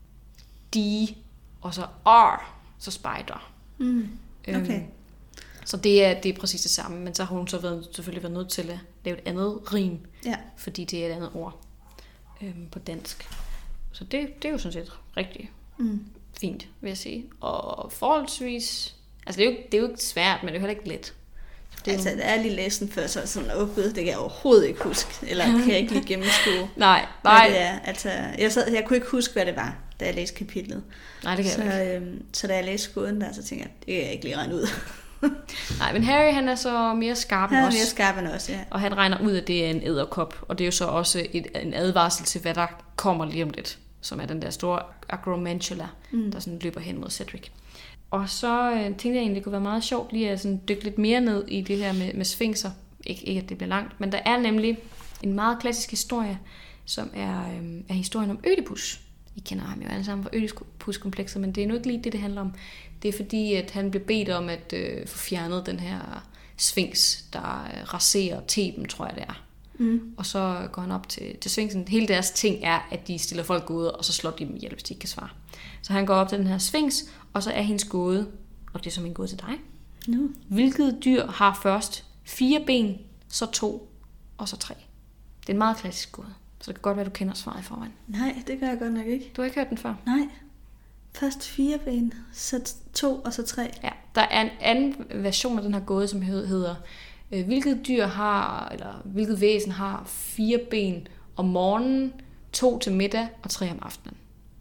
de, og så r, så spider. Mm. Okay. Øhm, så det er, det er præcis det samme, men så har hun så været, selvfølgelig været nødt til at lave et andet rim, ja. Fordi det er et andet ord øhm, på dansk. Så det, det er jo sådan set rigtig mm. fint, vil jeg sige. Og forholdsvis... Altså, det er jo, det er jo ikke svært, men det er jo heller ikke let. Det er altså, jo... det er lige læsen før, så sådan, åh gud, det kan jeg overhovedet ikke huske. Eller kan jeg ikke lige gennemskue, nej, nej. det er. Altså, jeg, sad, jeg kunne ikke huske, hvad det var, da jeg læste kapitlet. Nej, det kan så, jeg ikke. Øhm, så da jeg læste gåden der, så tænkte jeg, det kan jeg ikke lige regne ud. Nej, men Harry, han er så mere skarp han er også. mere skarp end også, ja. Og han regner ud, at det er en edderkop. Og det er jo så også et, en advarsel til, hvad der kommer lige om lidt. Som er den der store Agromantula, mm. der sådan løber hen mod Cedric. Og så øh, tænkte jeg egentlig, det kunne være meget sjovt lige at sådan dykke lidt mere ned i det her med, med sfinkser. Ikke, ikke at det bliver langt, men der er nemlig en meget klassisk historie, som er, øh, er historien om Ødipus. I kender ham jo alle sammen fra Ødipus-komplekset, men det er nu ikke lige det, det handler om. Det er fordi, at han blev bedt om at øh, få fjernet den her sfinks, der øh, raserer Theben, tror jeg det er. Mm. Og så går han op til, til sfinksen. Hele deres ting er, at de stiller folk gåder, og så slår de dem ihjel, hvis de ikke kan svare. Så han går op til den her sfinks, og så er hendes gåde, og det er som en gåde til dig. No. Hvilket dyr har først fire ben, så to, og så tre? Det er en meget klassisk gåde, så det kan godt være, du kender svaret i forvejen. Nej, det gør jeg godt nok ikke. Du har ikke hørt den før? Nej. Først fire ben, så to, og så tre. Ja, der er en anden version af den her gåde, som hedder... Hvilket dyr har, eller hvilket væsen har fire ben om morgenen, to til middag og tre om aftenen?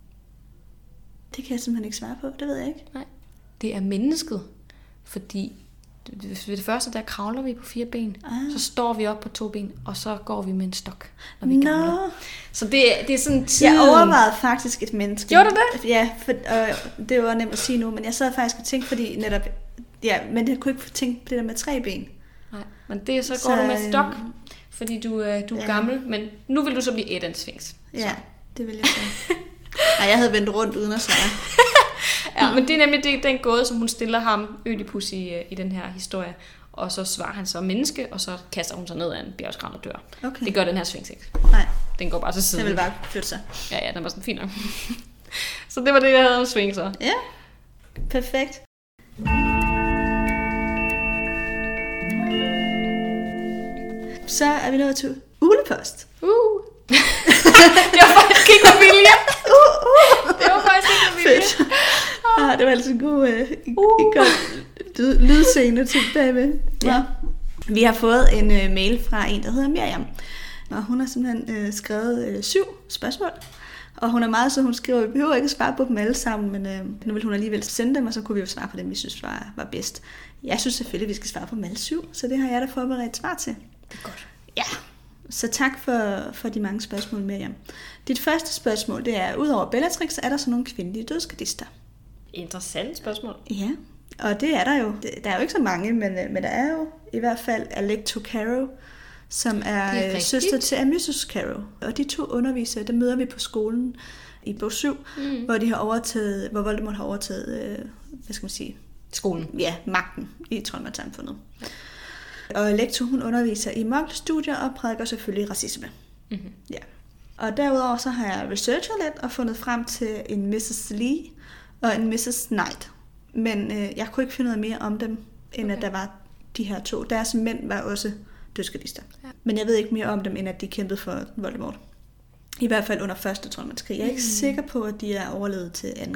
Det kan jeg simpelthen ikke svare på, det ved jeg ikke. Nej, det er mennesket, fordi ved det første, der kravler vi på fire ben, ah. så står vi op på to ben, og så går vi med en stok, når vi no. gamler. Så det, det er sådan tiden... Jeg overvejede faktisk et menneske. Gjorde du det? Ja, for, og det var nemt at sige nu, men jeg sad faktisk og tænkte, fordi netop... Ja, men jeg kunne ikke tænke på det der med tre ben. Nej, men det så går så, du med stok, fordi du, øh, du er ja. gammel, men nu vil du så blive et af en sfinks. Ja, det vil jeg så. Nej, jeg havde vendt rundt uden at svare. Ja, men det er nemlig det, den gåde, som hun stiller ham, Ødipus, i, i den her historie. Og så svarer han så menneske, og så kaster hun sig ned af en bjergskræn og dør. Okay. Det gør den her sfinks ikke. Nej. Den går bare til siden. Den vil bare flytte sig. Ja, ja, den var sådan fin nok. Så det var det, jeg havde om sfinkser. Ja, perfekt. Så er vi nået til ulepost. Uh. Det var faktisk ikke med vilje. Uh, uh. Det var faktisk ikke med vilje. Fedt. Ah, det var altså en god uh, uh. god lydscene til bagved. Ja. Vi har fået en uh, mail fra en, der hedder Miriam. Og hun har simpelthen uh, skrevet uh, syv spørgsmål. Og hun er meget så, hun skriver, at vi behøver ikke at svare på dem alle sammen, men uh, nu vil hun alligevel sende dem, og så kunne vi jo svare på dem, vi synes var, var bedst. Jeg synes selvfølgelig, at vi skal svare på dem alle syv, så det har jeg da forberedt svar til. Det er godt. Ja, så tak for, for de mange spørgsmål, Miriam. Dit første spørgsmål, det er, udover Bellatrix, er der så nogle kvindelige dødsgardister? Interessant spørgsmål. Ja, og det er der jo. Der er jo ikke så mange, men, men der er jo i hvert fald Alecto Caro, som er, er søster til Amyssus Caro. Og de to undervisere, der møder vi på skolen i bog syv, mm. hvor, de har overtaget, hvor Voldemort har overtaget, hvad skal man sige? Skolen. Ja, magten i Troldmandssamfundet. Ja. Og Alecto, hun underviser i muggle-studier og prædiker selvfølgelig racisme. Mm-hmm. Ja. Og derudover så har jeg researchet lidt og fundet frem til en missus Lee og en missus Knight. Men øh, jeg kunne ikke finde noget mere om dem, end okay. at der var de her to. Deres mænd var også dødsgardister. Ja. Men jeg ved ikke mere om dem, end at de kæmpede for Voldemort. I hvert fald under første Troldmandskrig. Jeg er ikke mm. sikker på, at de er overlevet til anden krig.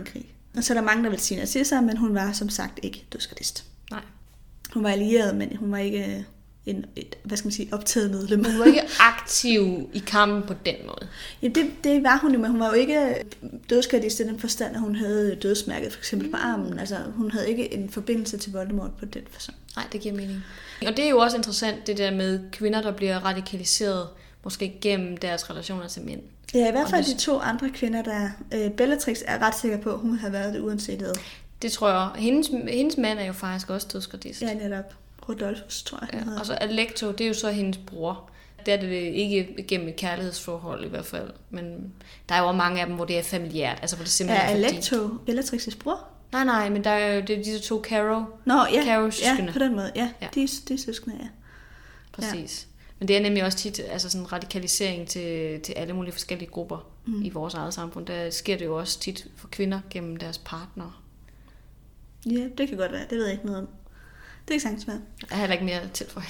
Og så er der mange, der vil sige narcisser, men hun var som sagt ikke dødsgardist. Nej. Hun var allieret, men hun var ikke en, et, hvad skal man sige, optaget medlem. Hun var ikke aktiv i kampen på den måde. Ja, det, det var hun jo, men hun var jo ikke dødsgardist i den forstand, at hun havde dødsmærket for eksempel på armen. Altså, hun havde ikke en forbindelse til Voldemort på den forstand. Nej, det giver mening. Og det er jo også interessant, det der med kvinder, der bliver radikaliseret, måske gennem deres relationer til mænd. Ja, i hvert fald de to andre kvinder, der øh, Bellatrix er ret sikker på, at hun har været det uanset hvad. Det tror jeg. Hendes, hendes mand er jo faktisk også dødsgardist. Ja, netop. Rodolphus, tror jeg. Ja, og så Alecto, det er jo så hendes bror. Der er det ikke gennem et kærlighedsforhold i hvert fald. Men der er jo mange af dem, hvor det er familiært. Altså, hvor det simpelthen er er Alecto fordi... Bellatrix' bror? Nej, nej, men der er jo det er disse to Caro. Nå, ja, Caro-søskende. ja, på den måde. Ja, ja. De, de søskende, ja. Præcis. Ja. Men det er nemlig også tit altså sådan radikalisering til, til alle mulige forskellige grupper mm. i vores eget samfund. Der sker det jo også tit for kvinder gennem deres partnere. Ja, det kan godt være. Det ved jeg ikke noget om. Det kan sagtens være. Jeg har heller ikke mere tilføjet.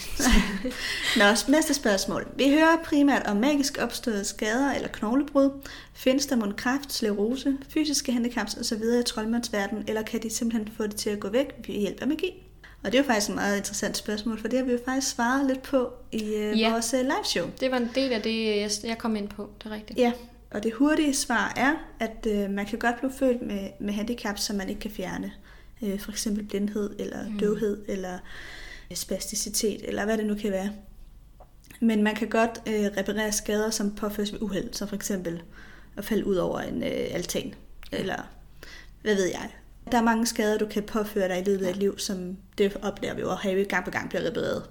Nå, næste spørgsmål. Vi hører primært om magisk opståede skader eller knoglebrud. Findes der mon kræft, sklerose, fysiske handicaps osv. i troldmandsverden, eller kan de simpelthen få det til at gå væk ved hjælp af magi? Og det er jo faktisk et meget interessant spørgsmål, for det har vi jo faktisk svaret lidt på i øh, ja. vores øh, liveshow. Det var en del af det, jeg, jeg kom ind på. Det er rigtigt. Ja, og det hurtige svar er, at øh, man kan godt blive født med, med handicaps, som man ikke kan fjerne. Øh, for eksempel blindhed, eller mm. døvhed, eller spasticitet, eller hvad det nu kan være. Men man kan godt øh, reparere skader, som påføres ved uheld, som for eksempel at falde ud over en øh, altan, ja. eller hvad ved jeg. Der er mange skader, du kan påføre dig i løbet af et liv, som det oplever vi jo, og Harry gang på gang bliver repareret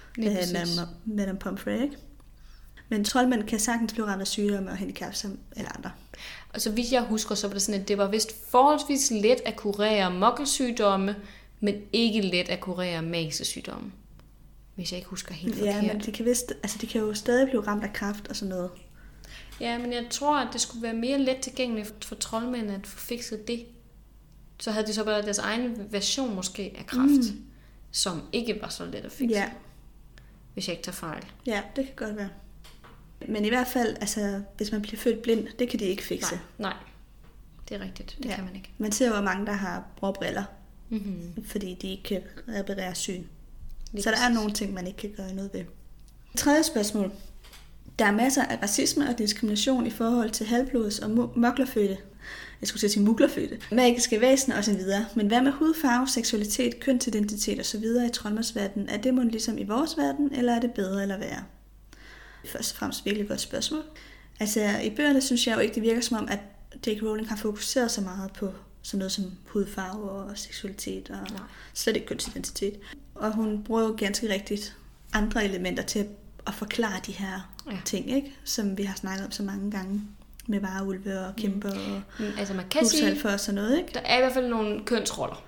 med Madame Pomfrey, ikke? Men troldmænd kan sagtens blive ramt af sygdomme og handicap som alle andre. Og så vidt jeg husker, så var det sådan, at det var vist forholdsvis let at kurere muggelsygdomme, men ikke let at kurere magiske sygdomme. Hvis jeg ikke husker helt forkert. Ja, men de kan, vist, altså de kan jo stadig blive ramt af kræft og sådan noget. Ja, men jeg tror, at det skulle være mere let tilgængeligt for troldmænd at få fikset det. Så havde de så bare deres egen version måske af kræft, mm. som ikke var så let at fikse. Ja. Hvis jeg ikke tager fejl. Ja, det kan godt være. Men i hvert fald, altså, hvis man bliver født blind, det kan de ikke fikse. Nej, nej. Det er rigtigt. Det ja. kan man ikke. Man ser jo mange, der har briller, mm-hmm. fordi de ikke kan reparere syn. Lige så der præcis. Er nogle ting, man ikke kan gøre noget ved. Tredje spørgsmål. Der er masser af racisme og diskrimination i forhold til halvblods og muglerfødte. Jeg skulle sige muglerfødte. Magiske væsener osv. Men hvad med hudfarve, seksualitet, kønsidentitet osv. i troldmandsverdenen? Er det måske ligesom i vores verden, eller er det bedre eller værre? Først og fremmest virkelig godt spørgsmål. Altså i bøgerne synes jeg jo ikke, det virker som om, at J K. Rowling har fokuseret så meget på sådan noget som hudfarve og seksualitet og Nej. slet ikke kønsidentitet. Og hun bruger jo ganske rigtigt andre elementer til at forklare de her ja. ting, ikke? Som vi har snakket om så mange gange med varulve og kæmper og mm. altså man kan sige, og sådan noget, ikke? Der er i hvert fald nogle kønsroller.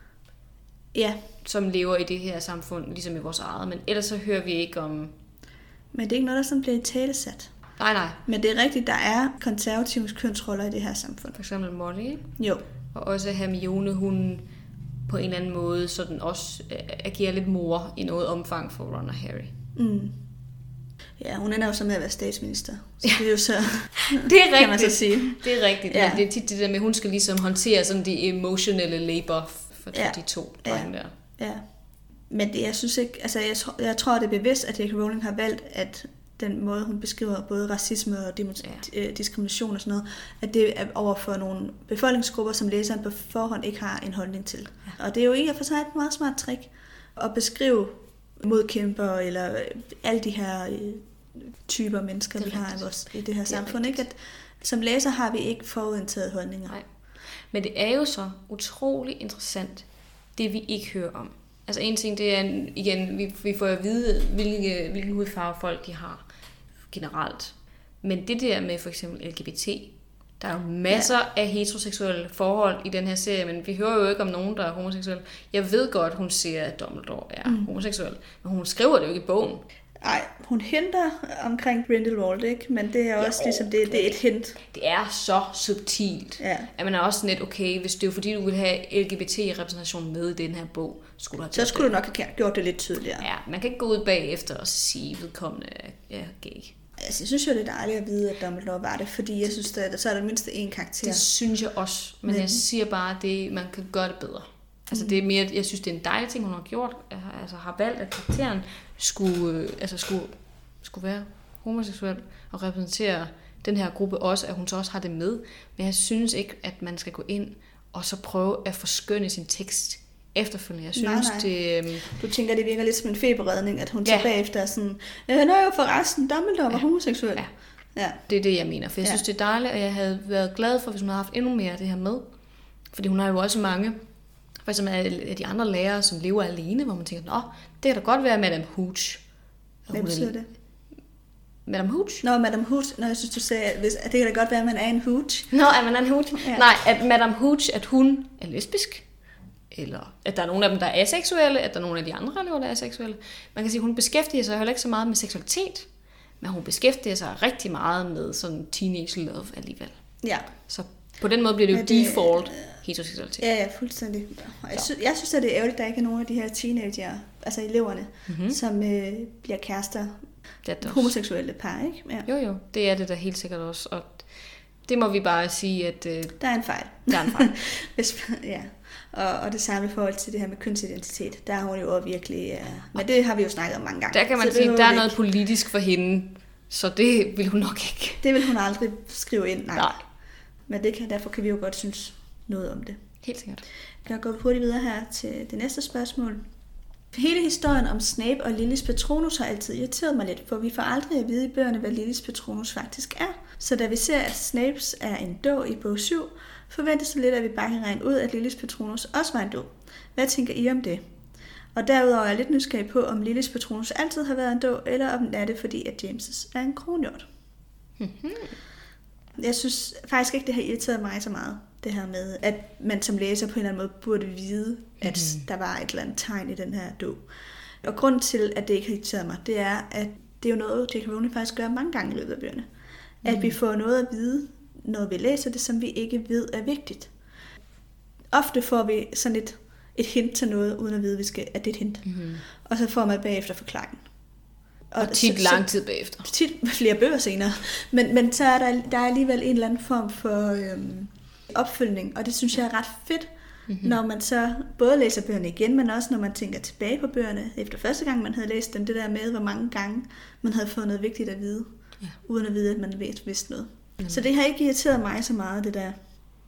Ja. Som lever i det her samfund, ligesom i vores eget, men ellers så hører vi ikke om... Men det er ikke noget, der sådan bliver talesat. Nej, nej. Men det er rigtigt, der er konservative kønsroller i det her samfund. For eksempel Molly, ikke? Jo. Og også Hermione, hun på en eller anden måde sådan også agerer lidt mor i noget omfang for Ron og Harry. Mm. Ja, hun ender jo så med at være statsminister. Så det er jo så, det er rigtigt. Kan man så sige. Det er rigtigt, ja. Men det er tit det der med, at hun skal ligesom håndtere sådan de emotionelle labor for ja. de to drenge ja. der. Ja. Men det, jeg synes ikke, altså jeg, jeg tror, det er bevidst, at J K. Rowling har valgt, at den måde, hun beskriver både racisme og ja. diskrimination og sådan noget, at det er over for nogle befolkningsgrupper, som læseren på forhånd ikke har en holdning til. Ja. Og det er jo ikke for sig et meget smart trick at beskrive modkæmper eller alle de her typer mennesker, vi har i, vores, i det her det samfund. Ikke? At, som læser har vi ikke forudindtaget holdninger. Nej. Men det er jo så utrolig interessant, det vi ikke hører om. Altså en ting, det er igen, vi, vi får at vide, hvilke, hvilken hudfarve folk de har generelt. Men det der med for eksempel L G B T, der er jo masser ja. af heteroseksuelle forhold i den her serie, men vi hører jo ikke om nogen, der er homoseksuelle. Jeg ved godt, hun siger, at Dumbledore er mm. homoseksuel, men hun skriver det jo ikke i bogen. Nej, hun hinter omkring Grindelwald, ikke? Men det er også jo, ligesom, det, det er et hint. Det er så subtilt. Ja. At man er også lidt, okay, hvis det er jo fordi, du vil have L G B T-repræsentation med i den her bog, skulle du have så skulle det. du nok have gjort det lidt tydeligere. Ja, man kan ikke gå ud bagefter og sige, at vedkommende er gay. Altså, jeg synes jo, det er dejligt at vide, at Dumbledore var det, fordi jeg synes, at så er der mindst én karakter. Det synes jeg også, men, men jeg siger bare, at det, man kan gøre det bedre. Altså mm. det er mere, jeg synes, det er en dejlig ting, hun har gjort, altså har valgt, at karakteren skulle, altså skulle, skulle være homoseksuel og repræsentere den her gruppe også, at hun så også har det med. Men jeg synes ikke, at man skal gå ind og så prøve at forskønne sin tekst efterfølgende. Jeg synes, nej, nej. det... Um... Du tænker, det virker lidt som en feberredning, at hun ja. tilbage efter er sådan, øh, nå jo forresten, Dumbledore var ja. homoseksuel. Ja. ja, det er det, jeg mener. For jeg ja. synes, det er dejligt, og jeg havde været glad for, hvis hun havde haft endnu mere af det her med. Fordi hun har jo også mange, for eksempel af de andre lærere, som lever alene, hvor man tænker, nå, det kan da godt være Madame Hooch. Hvem betyder det? Madame Hooch? Nå, Madame Hooch. Nå, jeg synes, du sagde, at det kan da godt være, at man er en Hooch. Nå, er man en Hooch? Ja. Nej, at Madame Hooch, at hun er lesbisk. Eller at der er nogle af dem, der er aseksuelle, at der er nogle af de andre elever, der er aseksuelle. Man kan sige, at hun beskæftiger sig heller ikke så meget med seksualitet, men hun beskæftiger sig rigtig meget med sådan teenage love alligevel. Ja. Så på den måde bliver det jo det, default heteroseksualitet. Ja, ja, fuldstændig. Jeg synes, jeg synes, at det er ærgerligt, at der ikke er nogen af de her teenager, altså eleverne, mm-hmm. som øh, bliver kærester, homoseksuelle par, ikke? Ja. Jo, jo, det er det da helt sikkert også, og det må vi bare sige, at... Øh, der er en fejl. Der er en fejl. Hvis, ja. Og, og det samme i forhold til det her med kønsidentitet, der har hun jo også virkelig... Ja, men det har vi jo snakket om mange gange. Der kan man sige, at der er noget ikke. politisk for hende, så det vil hun nok ikke. Det vil hun aldrig skrive ind, nej. nej. Men det kan, derfor kan vi jo godt synes noget om det. Helt sikkert. Jeg går hurtigt videre her til det næste spørgsmål. Hele historien om Snape og Lillys Patronus har altid irriteret mig lidt, for vi får aldrig at vide i bøgerne, hvad Lillys Patronus faktisk er. Så da vi ser, at Snapes er en dåg i bog syv, forventes det lidt, at vi bare kan regne ud, at Lillys Patronus også var en dåg. Hvad tænker I om det? Og derudover er jeg lidt nysgerrig på, om Lillys Patronus altid har været en dåg, eller om det er det, fordi at James' er en kronhjort. Mm-hmm. Jeg synes faktisk ikke, det har irriteret mig så meget, det her med, at man som læser på en eller anden måde burde vide, at mm. der var et eller andet tegn i den her dåg. Og grunden til, at det ikke har irriteret mig, det er, at det er jo noget, J K Rowling faktisk gør mange gange i løbet af bøgerne. Mm. At vi får noget at vide, når vi læser det, som vi ikke ved er vigtigt. Ofte får vi sådan et, et hint til noget, uden at vide, at det er et hint. Mm. Og så får man bagefter forklaringen. Og, og tit så, lang tid bagefter. Tit flere bøger senere. Men, men så er der, der er alligevel en eller anden form for øhm, opfølgning, og det synes jeg er ret fedt, mm-hmm. når man så både læser bøgerne igen, men også når man tænker tilbage på bøgerne, efter første gang man havde læst dem, det der med, hvor mange gange man havde fået noget vigtigt at vide, ja. uden at vide, at man vidste noget. Mm. Så det har ikke irriteret mig så meget, det der.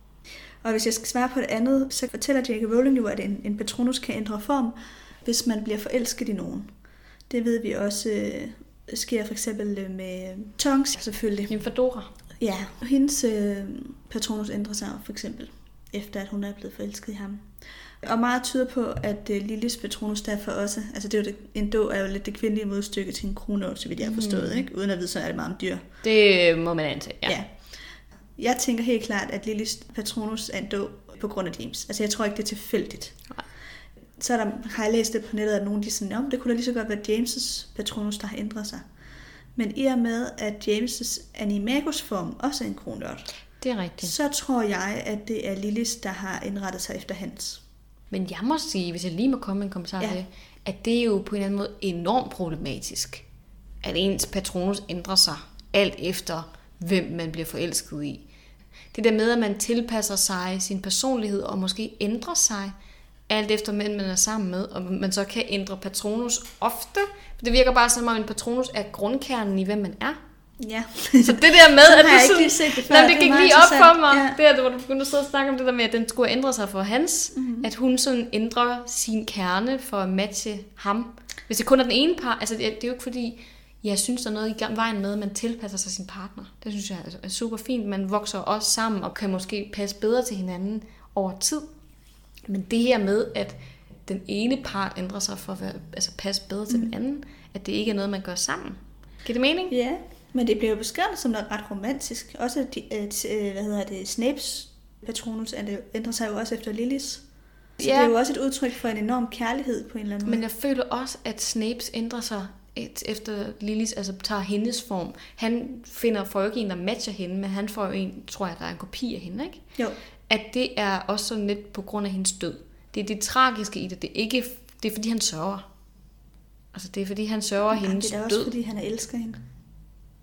Og hvis jeg skal svare på det andet, så fortæller J K Rowling jo, at en, en Patronus kan ændre form, hvis man bliver forelsket i nogen. Det ved vi også øh, sker for eksempel med Tonks, selvfølgelig. Nymfadora. Ja, hendes øh, Patronus ændrer sig for eksempel, efter at hun er blevet forelsket i ham. Og meget tyder på, at øh, Lillys Patronus derfor også, altså det er jo det, en dåg er jo lidt det kvindelige modstykke til en kronhjort, så vidt jeg har forstået, mm. ikke? Uden at vide, så er det meget om dyr. Det må man antage, ja. ja. Jeg tænker helt klart, at Lillys Patronus er en dåg på grund af James. Altså jeg tror ikke, det er tilfældigt. Nej. Så der, har jeg læst det på nettet, at nogen de sådan, det kunne da lige så godt være James' Patronus, der har ændret sig. Men i og med, at James' Animagus form også er en kronhjort, det er rigtigt. Så tror jeg, at det er Lillys, der har indrettet sig efter hans. Men jeg må sige, hvis jeg lige må komme med en kommentar ja. til, at det er jo på en eller anden måde enormt problematisk, at ens Patronus ændrer sig alt efter, hvem man bliver forelsket i. Det der med, at man tilpasser sig sin personlighed og måske ændrer sig, alt efter hvem man er sammen med, og man så kan ændre Patronus ofte. For det virker bare som om en Patronus er grundkernen i, hvem man er. Ja. Så det der med, at du sådan... Det, det, nej, det gik lige op for mig, ja. der, hvor du begyndte at sidde og snakke om det der med, at den skulle ændre sig for hans. Mm-hmm. At hun sådan ændrer sin kerne for at matche ham. Hvis det kun er den ene par, altså det er jo ikke fordi, jeg synes, der er noget i vejen med, at man tilpasser sig sin partner. Det synes jeg er super fint. Man vokser også sammen og kan måske passe bedre til hinanden over tid. Men det her med, at den ene part ændrer sig for at være, altså passe bedre til mm. den anden, at det ikke er noget, man gør sammen. Giver det mening? Ja, men det bliver jo beskrevet som noget ret romantisk. Også at, hvad hedder det, Snapes Patronus ændrer sig jo også efter Lillys. Så ja. Det er jo også et udtryk for en enorm kærlighed på en eller anden måde. Men jeg føler også, at Snapes ændrer sig efter Lillys, altså tager hendes form. Han finder for ikke en, der matcher hende, men han får jo en, tror jeg, der er en kopi af hende, ikke? Jo. At det er også sådan lidt på grund af hendes død. Det er det tragiske i det. Det er ikke, det er fordi han sørger. Altså det er fordi han sørger ja, hendes død. Det er også død. Fordi han elsker hende.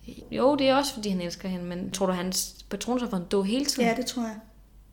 Jo, det er også, fordi han elsker hende, men tror du, hans Patronus har fået en død hele tiden? Ja, det tror jeg.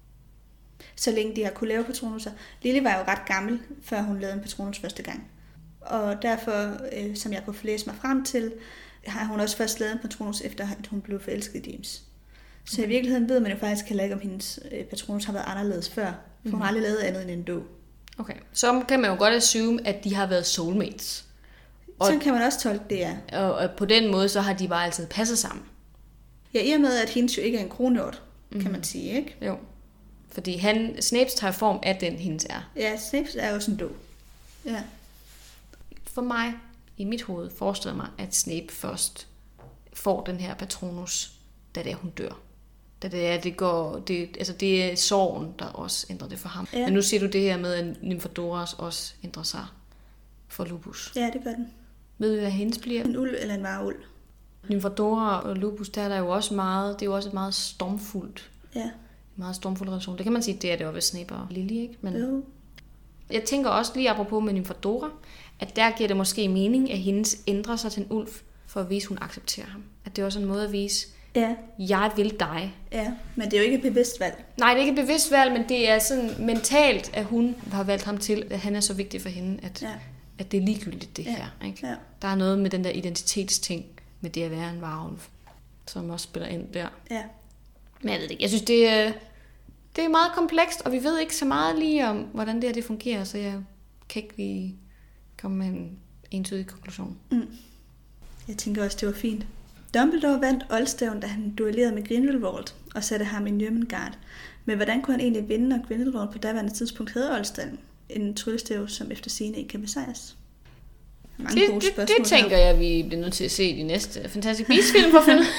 Så længe de har kunne lave Patronusser. Lily var jo ret gammel, før hun lavede en Patronus første gang. Og derfor, øh, som jeg kunne læse mig frem til, har hun også først lavet en Patronus, efter at hun blev forelsket i James. Så okay. I virkeligheden ved man jo faktisk heller ikke, om hendes øh, Patronus har været anderledes før. For mm. hun har aldrig lavet andet end en død. Okay, så kan man jo godt assume, at de har været soulmates. Og, sådan kan man også tolke det, ja. Og, og på den måde, så har de bare altid passet sammen. Ja, i og med, at hendes jo ikke er en kronhjort, mm. kan man sige, ikke? Jo. Fordi han, Snape tager form af den, hendes er. Ja, Snape er jo sådan død. Ja. For mig, i mit hoved, forestiller mig, at Snape først får den her Patronus, da det er, hun dør. Da det er, det går, det, altså det er sorgen, der også ændrer det for ham. Ja. Men nu siger du det her med, at Nymphadora også ændrer sig for Lupus. Ja, det gør den. Ved vi, hvad hendes bliver? En uld eller en varulv. Nymphadora og Lupus, der er der jo også meget, det er jo også et meget stormfuldt, ja. en meget stormfuld relation. Det kan man sige, det er det jo ved Snape og Lily, ikke? Men jo. Jeg tænker også lige apropos med Nymphadora, at der giver det måske mening, at hendes ændrer sig til en ulv, for at vise, at hun accepterer ham. At det er også en måde at vise, ja. Jeg vil dig. Ja, men det er jo ikke et bevidst valg. Nej, det er ikke et bevidst valg, men det er sådan mentalt, at hun har valgt ham til, at han er så vigtig for hende, at, ja. At det er ligegyldigt, det ja. Her. Ikke? Ja. Der er noget med den der identitetsting, med det at være en varulv, som også spiller ind der. Ja. Men jeg ved ikke, jeg synes, det er, det er meget komplekst, og vi ved ikke så meget lige om, hvordan det her det fungerer, så jeg kan ikke lige komme med en entydig konklusion. Mm. Jeg tænker også, det var fint. Dumbledore vandt Oldstaven, da han duellerede med Grindelwald og satte ham i Nürnbergard. Men hvordan kunne han egentlig vinde, når Grindelwald på daværende tidspunkt havde Oldstaven? En tryllestav, som efter sigende ikke kan besejres. Mange det, gode spørgsmål. Det, det tænker jeg, vi bliver nødt til at se i de næste Fantastic Beasts-film for at finde.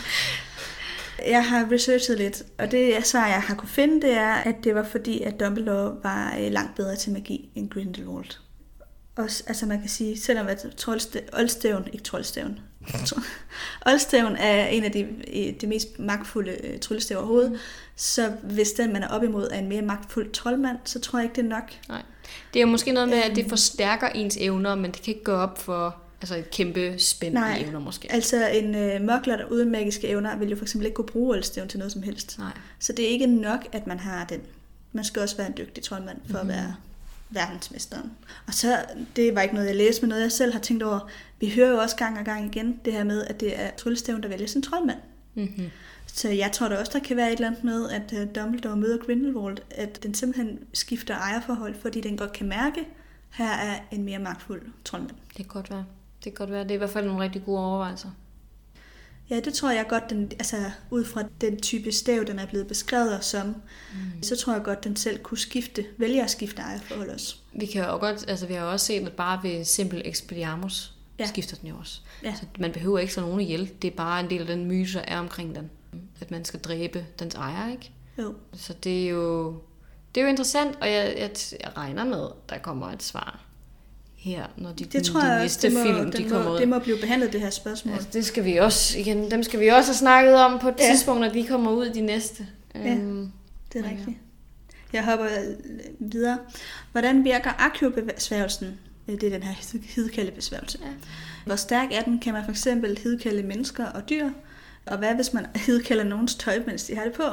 Jeg har researchet lidt, og det svar, jeg har kunne finde, det er, at det var fordi, at Dumbledore var langt bedre til magi end Grindelwald. Og, altså man kan sige, selvom at Oldstaven, ikke Troldstaven, Oldstaven er en af de, de mest magtfulde tryllestaver overhovedet, mm. så hvis den, man er op imod, er en mere magtfuld troldmand, så tror jeg ikke, det er nok. Nej. Det er jo måske noget med, at det forstærker ens evner, men det kan ikke gå op for altså et kæmpe spænd Nej. I evner måske. Altså en øh, mørkler, der uden magiske evner, vil jo for eksempel ikke kunne bruge Oldstaven til noget som helst. Nej. Så det er ikke nok, at man har den. Man skal også være en dygtig troldmand for mm-hmm. at være verdensmesteren. Og så, det var ikke noget, jeg læste, men noget, jeg selv har tænkt over. Vi hører jo også gang og gang igen det her med, at det er tryllestaven, der vælger sin troldmand. Mm-hmm. Så jeg tror da også, der kan være et eller andet med, at Dumbledore møder Grindelwald, at den simpelthen skifter ejerforhold, fordi den godt kan mærke, her er en mere magtfuld troldmand. Det kan godt være. Det kan godt være. Det er i hvert fald nogle rigtig gode overvejelser. Ja, det tror jeg godt, den, altså ud fra den type stav, den er blevet beskrevet som, mm. så tror jeg godt, den selv kunne skifte, vælge at skifte ejerforhold også. Vi kan jo godt, altså vi har jo også set, at bare ved simpel Expelliarmus ja. Skifter den jo også. Ja. Så man behøver ikke så nogen ihjel. Det er bare en del af den myte, der er omkring den. At man skal dræbe dens ejer, ikke? Jo. Så det er jo, det er jo interessant, og jeg, jeg, jeg regner med, der kommer et svar her, når de, det tror de jeg, næste det må, film, de kommer må, ud. Det må blive behandlet, det her spørgsmål. Altså, det skal vi også, igen, dem skal vi også have snakket om på et ja. tidspunkt, når de kommer ud, de næste. Ja, um, det er rigtigt. Ja. Jeg hopper videre. Hvordan virker Accio-besværgelsen? Det er den her hidkaldebesværgelse. Ja. Hvor stærk er den? Kan man for eksempel hidkalde mennesker og dyr? Og hvad hvis man hidkalder nogens tøj, mens de har det på?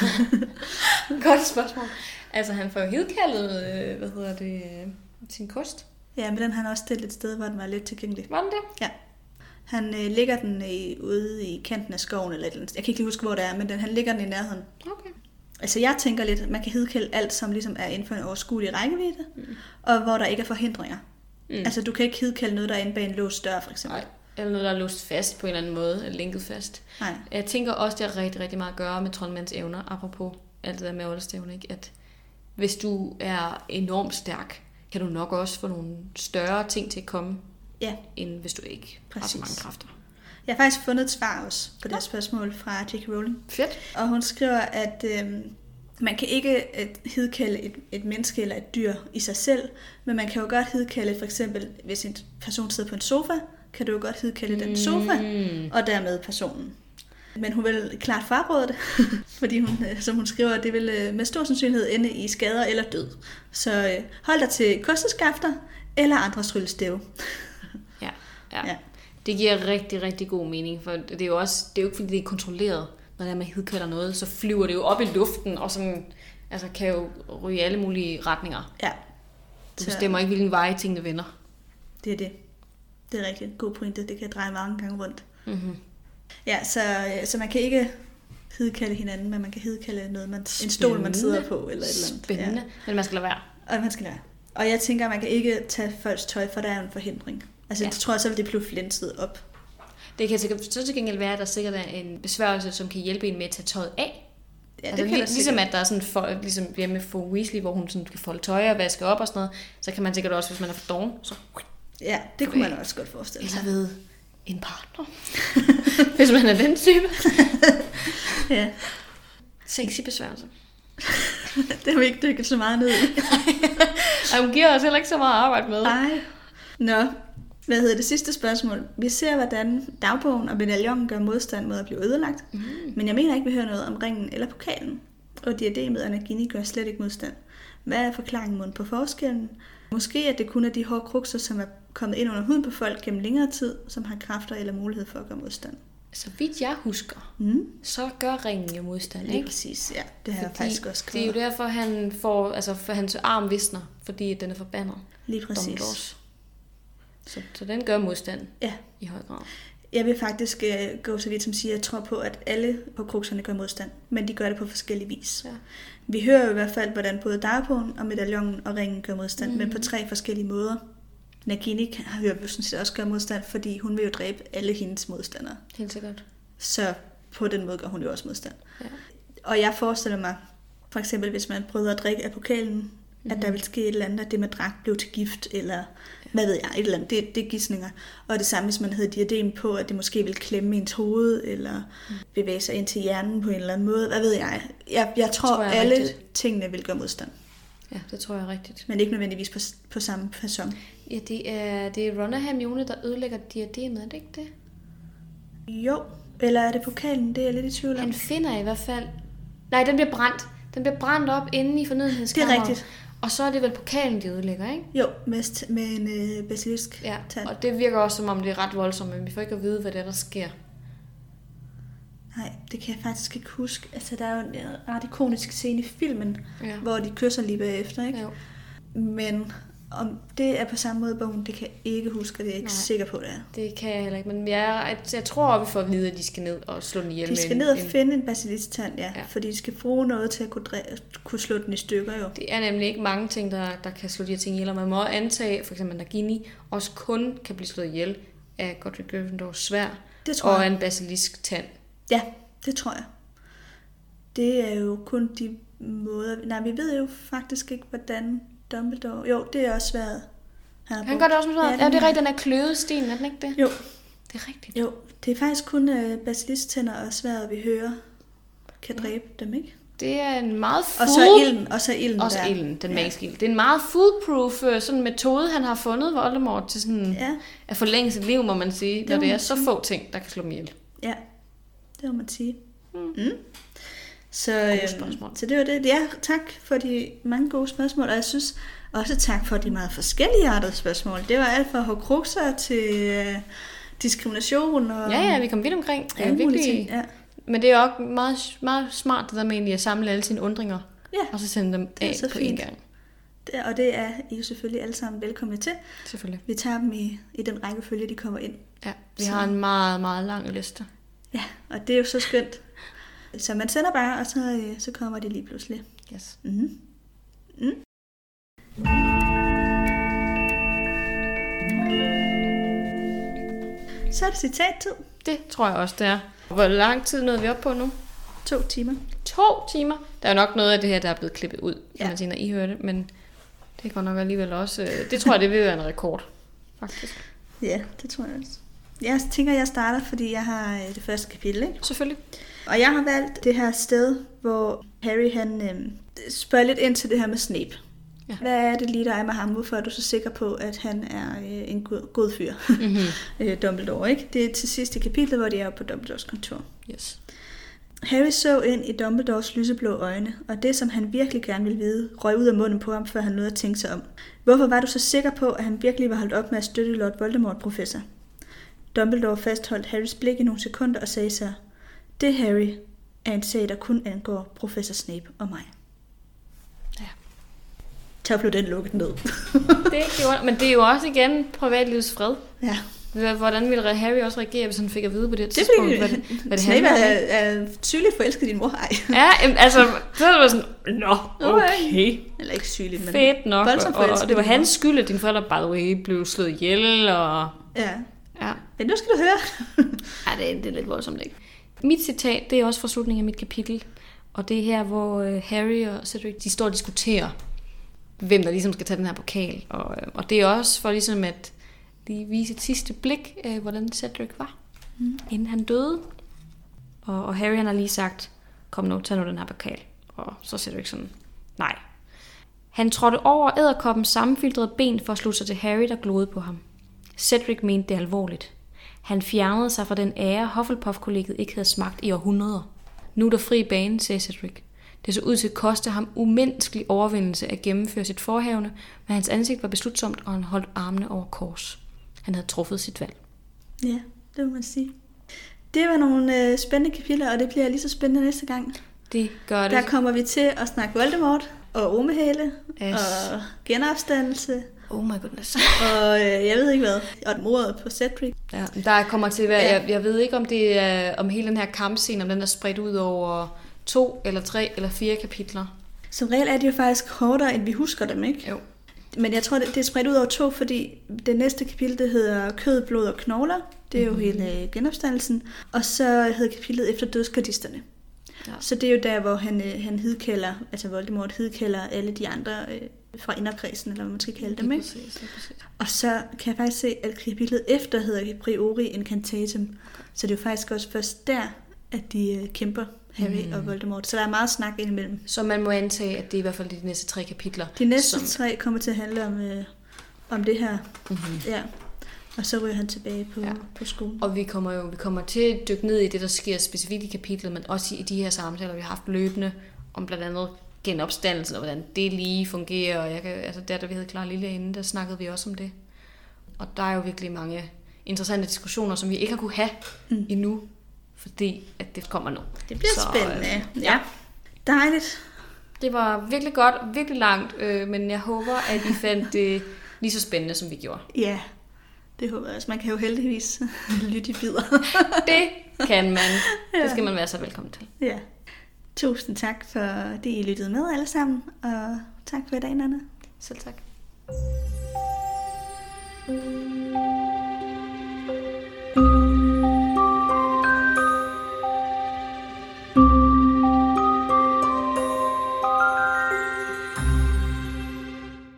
Godt spørgsmål. Altså han får jo hidkaldet, hvad hedder det, sin kost. Ja, men den har han også stillet et sted, hvor den var lidt tilgængelig. Var den det? Ja. Han øh, ligger den i, ude i kanten af skoven eller et eller andet. Jeg kan ikke lige huske, hvor det er, men den, han ligger den i nærheden. Okay. Altså jeg tænker lidt, at man kan hidkalde alt, som ligesom er inden for en overskuelig rækkevidde, mm. og hvor der ikke er forhindringer. Mm. Altså du kan ikke hidkalde noget, der er inde bag en låst dør, for eksempel. Nej. Eller noget, der er låst fast på en eller anden måde, eller linket fast. Nej. Jeg tænker også, det har rigtig, rigtig meget at gøre med troldmands evner, apropos alt det der med Oldstaven, ikke? At hvis du er enormt stærk, kan du nok også få nogle større ting til at komme, ja. End hvis du ikke Præcis. Har så mange kræfter. Jeg har faktisk fundet et svar også på det ja. Spørgsmål fra J K Rowling. Fedt. Og hun skriver, at øhm, man kan ikke hidkalde et, et menneske eller et dyr i sig selv, men man kan jo godt hidkalde, for eksempel, hvis en person sidder på en sofa, kan du jo godt hidkalde den sofa, mm. og dermed personen. Men hun vil klart fraråde det, fordi hun, som hun skriver, det vil med stor sandsynlighed ende i skader eller død. Så hold dig til kosteskafter eller andre tryllestave. Ja, ja. ja. Det giver rigtig, rigtig god mening, for det er jo også, det er jo ikke fordi, det er kontrolleret. Når der man hidkalder noget, så flyver det jo op i luften, og sådan, altså kan jo ryge i alle mulige retninger. Ja. Du bestemmer ikke, hvilken vej tingene vender. Det er det. Det er rigtig god pointe. Det kan dreje mange gange rundt. Mm-hmm. Ja, så, så man kan ikke hidkalde hinanden, men man kan hidkalde noget, man, en stol, man sidder på. Eller et eller andet. Spændende, ja. Men man skal lade være. Og man skal lade være. Og jeg tænker, at man kan ikke tage folks tøj, for der er en forhindring. Altså, ja. Jeg tror, så vil det blive flænset op. Det kan sikkert, så til gengæld være, at der sikkert er en besværgelse, som kan hjælpe en med at tage tøjet af. Ja, det altså, kan lig, ligesom at der er sådan for, ligesom hjemme for Weasley, hvor hun sådan kan folde tøj og vaske op og sådan noget, så kan man sikkert også, hvis man er for doven, så... Ja, det kunne man også godt forestille sig. Eller ved en partner. Hvis man er den type. Ja. Sexy besværgelse. Det har vi ikke dykket så meget ned i. Ej, hun giver os heller ikke så meget arbejde med. Nej. Nå, hvad hedder det sidste spørgsmål? Vi ser, hvordan dagbogen og medaljongen gør modstand mod at blive ødelagt. Mm. Men jeg mener ikke, vi hører noget om ringen eller pokalen. Og diademet og Nagini gør slet ikke modstand. Hvad er forklaringen på forskellen? Måske at det kun er de hårkrukser, som er kommet ind under huden på folk gennem længere tid, som har kræfter eller mulighed for at gøre modstand. Så vidt jeg husker, mm. så gør ringen jo modstand, ikke? Lige præcis, ja. Det har jeg faktisk også skrevet. Det er jo derfor, han får, altså for hans arm visner, fordi den er forbandet. Lige præcis. Så, så den gør modstand, ja, i høj grad. Jeg vil faktisk uh, gå så vidt som siger, at jeg tror på, at alle på krukserne gør modstand, men de gør det på forskellige vis. Ja. Vi hører jo i hvert fald, hvordan både dagbogen og medaljongen og ringen gør modstand, mm. men på tre forskellige måder. Nagini har hørt sådan set også gøre modstand, fordi hun vil jo dræbe alle hendes modstandere. Helt sikkert. Så på den måde gør hun jo også modstand. Ja. Og jeg forestiller mig, for eksempel hvis man prøvede at drikke af pokalen, mm-hmm. at der vil ske et eller andet, at det med drak blev til gift, eller ja. hvad ved jeg, et eller andet. Det, det er gidsninger. Og det samme, hvis man havde diadem på, at det måske ville klemme ens hoved, eller mm. bevæge sig ind til hjernen på en eller anden måde. Hvad ved jeg? Jeg, jeg tror, tror jeg alle rigtigt. tingene vil gøre modstand. Ja, det tror jeg er rigtigt. Men ikke nødvendigvis på, på samme facon. Ja, det er, det er Ron og Hermione, der ødelægger diademet, er det ikke det? Jo, eller er det pokalen? Det er jeg lidt i tvivl om. Han finder i hvert fald... Nej, den bliver brændt. Den bliver brændt op inde i fornødenhedskammeret. Det er rigtigt. Og så er det vel pokalen, de ødelægger, ikke? Jo, mest med en øh, basilisk ja, tand. Og det virker også, som om det er ret voldsomt, men vi får ikke at vide, hvad det er, der sker. Nej, det kan jeg faktisk ikke huske. Altså, der er jo en ret ikonisk scene i filmen, ja. hvor de kysser lige bagefter, ikke? Jo. Men om det er på samme måde i bogen, det kan jeg ikke huske, og det er jeg ikke Nej, sikker på, det er. Det kan jeg heller ikke, men jeg, jeg tror også, vi får at vide, at de skal ned og slå den ihjel. De skal en, ned og en... finde en basilisk-tand, ja, ja, fordi de skal bruge noget til at kunne, dræ- kunne slå den i stykker, jo. Det er nemlig ikke mange ting, der, der kan slå de her ting ihjel, og man må antage, for eksempel Nagini, også kun kan blive slået ihjel af Godric Gryffindors sværd og en basilisk-tand. Ja, det tror jeg. Det er jo kun de måder... Nej, vi ved jo faktisk ikke, hvordan Dumbledore... Jo, det er også svært. Han, han gør det også med svært. Ja, det er rigtigt, den er kløvet sten, er den ikke det? Jo. Det er rigtigt. Jo, det er faktisk kun uh, basilisk-tænder og sværet, vi hører, kan dræbe ja. dem, ikke? Det er en meget food... Og så ilden, og så ilden Også der. ilden, den magiske ild. Det er en meget foolproof sådan metode, han har fundet, Voldemort, til sådan ja. at forlænge sit liv, må man sige, når det, det er så få ting, der kan slå dem ihjel. Ja, det må man sige. Mm. Mm. Så, øhm, så det var det. Ja, tak for de mange gode spørgsmål, og jeg synes også tak for de meget forskellige artede spørgsmål. Det var alt fra horcruxer til øh, diskrimination. Og ja, ja, vi kom vidt omkring. Ja, ja, virkelig. Ting, ja. Men det er også meget, meget smart, det der med egentlig at samle alle sine undringer, ja, og så sende dem af på fint. en gang. Det, og det er I jo selvfølgelig alle sammen velkomne til. Selvfølgelig. Vi tager dem i, i den rækkefølge, de kommer ind. Ja, vi så. har en meget, meget lang liste. Ja, og det er jo så skønt. Så man sender bare, og så, så kommer det lige pludselig. Yes. Mm-hmm. Mm. Så er det citattid. Det tror jeg også, det er. Hvor lang tid nåede vi op på nu? To timer. To timer? Der er jo nok noget af det her, der er blevet klippet ud, kan ja. man sige, når I hører det, men det går nok alligevel også... Det tror jeg, det vil være en rekord, faktisk. Ja, det tror jeg også. Jeg tænker, jeg starter, fordi jeg har det første kapitel, ikke? Selvfølgelig. Og jeg har valgt det her sted, hvor Harry han øh, spørger lidt ind til det her med Snape. Ja. Hvad er det lige, der er med ham? Hvorfor er du så sikker på, at han er øh, en god, god fyr? Mm-hmm. øh, Dumbledore, ikke? Det er til sidste kapitel, hvor de er på Dumbledores kontor. Yes. Harry så ind i Dumbledores lyseblå øjne, og det, som han virkelig gerne ville vide, røg ud af munden på ham, før han nåede at tænke sig om. Hvorfor var du så sikker på, at han virkelig var holdt op med at støtte Lord Voldemort, professor? Dumbledore fastholdt Harrys blik i nogle sekunder og sagde så, det Harry er en sag, der kun angår professor Snape og mig. Ja. Så blev den lukket ned. Det gjorde, men det er jo også igen privatlivets fred. Ja. Hvordan ville Harry også reagere, hvis han fik at vide på det Det tidspunkt? fik, hvad det, hvad det Snape handler om? er, er sygeligt forelsket din mor, ej. Ja, jamen, altså, så var det sådan, nå, okay. Eller ikke sygeligt, men fedt nok. voldsomt Og, forelsket og det var din mor. hans skyld, at din forældre, by the way, blev slået ihjel, og... Ja. Ja, Men nu skal du høre. ja det, er, det er lidt voldsomt, ikke? Mit citat, det er også fra slutningen af mit kapitel, og det er her, hvor øh, Harry og Cedric, de står og diskuterer, hvem der ligesom skal tage den her pokal. Og, øh, og det er også for ligesom at lige vise et sidste blik af, hvordan Cedric var, mm. inden han døde. Og, og Harry han har lige sagt, kom nu, tag nu den her pokal. Og så Cedric sådan, nej. Han trådte over edderkoppens sammenfiltrede ben for at slutte sig til Harry, der glodede på ham. Cedric mente det alvorligt. Han fjernede sig fra den ære, Hufflepuff-kollegiet ikke havde smagt i århundreder. Nu er der fri bane, sagde Cedric. Det så ud til at koste ham umenneskelig overvindelse at gennemføre sit forhavne, men hans ansigt var beslutsomt, og han holdt armene over kors. Han havde truffet sit valg. Ja, det må man sige. Det var nogle øh, spændende kapitler, og det bliver lige så spændende næste gang. Det gør det. Der kommer vi til at snakke Voldemort, og Ormehale, Yes. og genopstandelse, Oh my goodness. og øh, jeg ved ikke hvad, og et mord på Cedric. Ja, der kommer til at være, Ja. jeg, jeg ved ikke om det er, om hele den her kampscene, om den er spredt ud over to eller tre eller fire kapitler. Som regel er de jo faktisk kortere, end vi husker dem, ikke? Jo. Men jeg tror, det, det er spredt ud over to, fordi det næste kapitel, det hedder Kød, blod og knogler. Det er jo mm-hmm. hele genopstandelsen. Og så hedder kapitlet Efter dødsgardisterne. Ja. Så det er jo der, hvor han, øh, han hidkalder, altså Voldemort hidkalder alle de andre øh, fra inderkredsen, eller hvad man skal kalde dem, ikke? Præcis, præcis. Og så kan jeg faktisk se, at kapitlet efter hedder Priori Incantatum. Okay. Så det er jo faktisk også først der, at de øh, kæmper, Harry mm. og Voldemort. Så der er meget snak indimellem. Så man må antage, at det er i hvert fald de næste tre kapitler. De næste som... tre kommer til at handle om, øh, om det her. Mm-hmm. Ja. Og så ryger han tilbage på, Ja. på skolen. Og vi kommer jo vi kommer til at dykke ned i det, der sker specifikt i kapitlet, men også i de her samtaler, vi har haft løbende, om blandt andet genopstandelsen, og hvordan det lige fungerer. Og jeg kan, altså der, da vi havde Clara Lille inde, der snakkede vi også om det. Og der er jo virkelig mange interessante diskussioner, som vi ikke har kunne have mm. endnu, fordi at det kommer nu. Det bliver Så, spændende. Øh, ja. Dejligt. Det var virkelig godt, virkelig langt, øh, men jeg håber, at I fandt det lige så spændende, som vi gjorde. Ja, det håber jeg også. Man kan jo heldigvis lytte i bidder. Det kan man. Ja. Det skal man være så velkommen til. Ja. Tusind tak for det, I lyttede med alle sammen. Og tak for i dag, Nanna. Selv tak.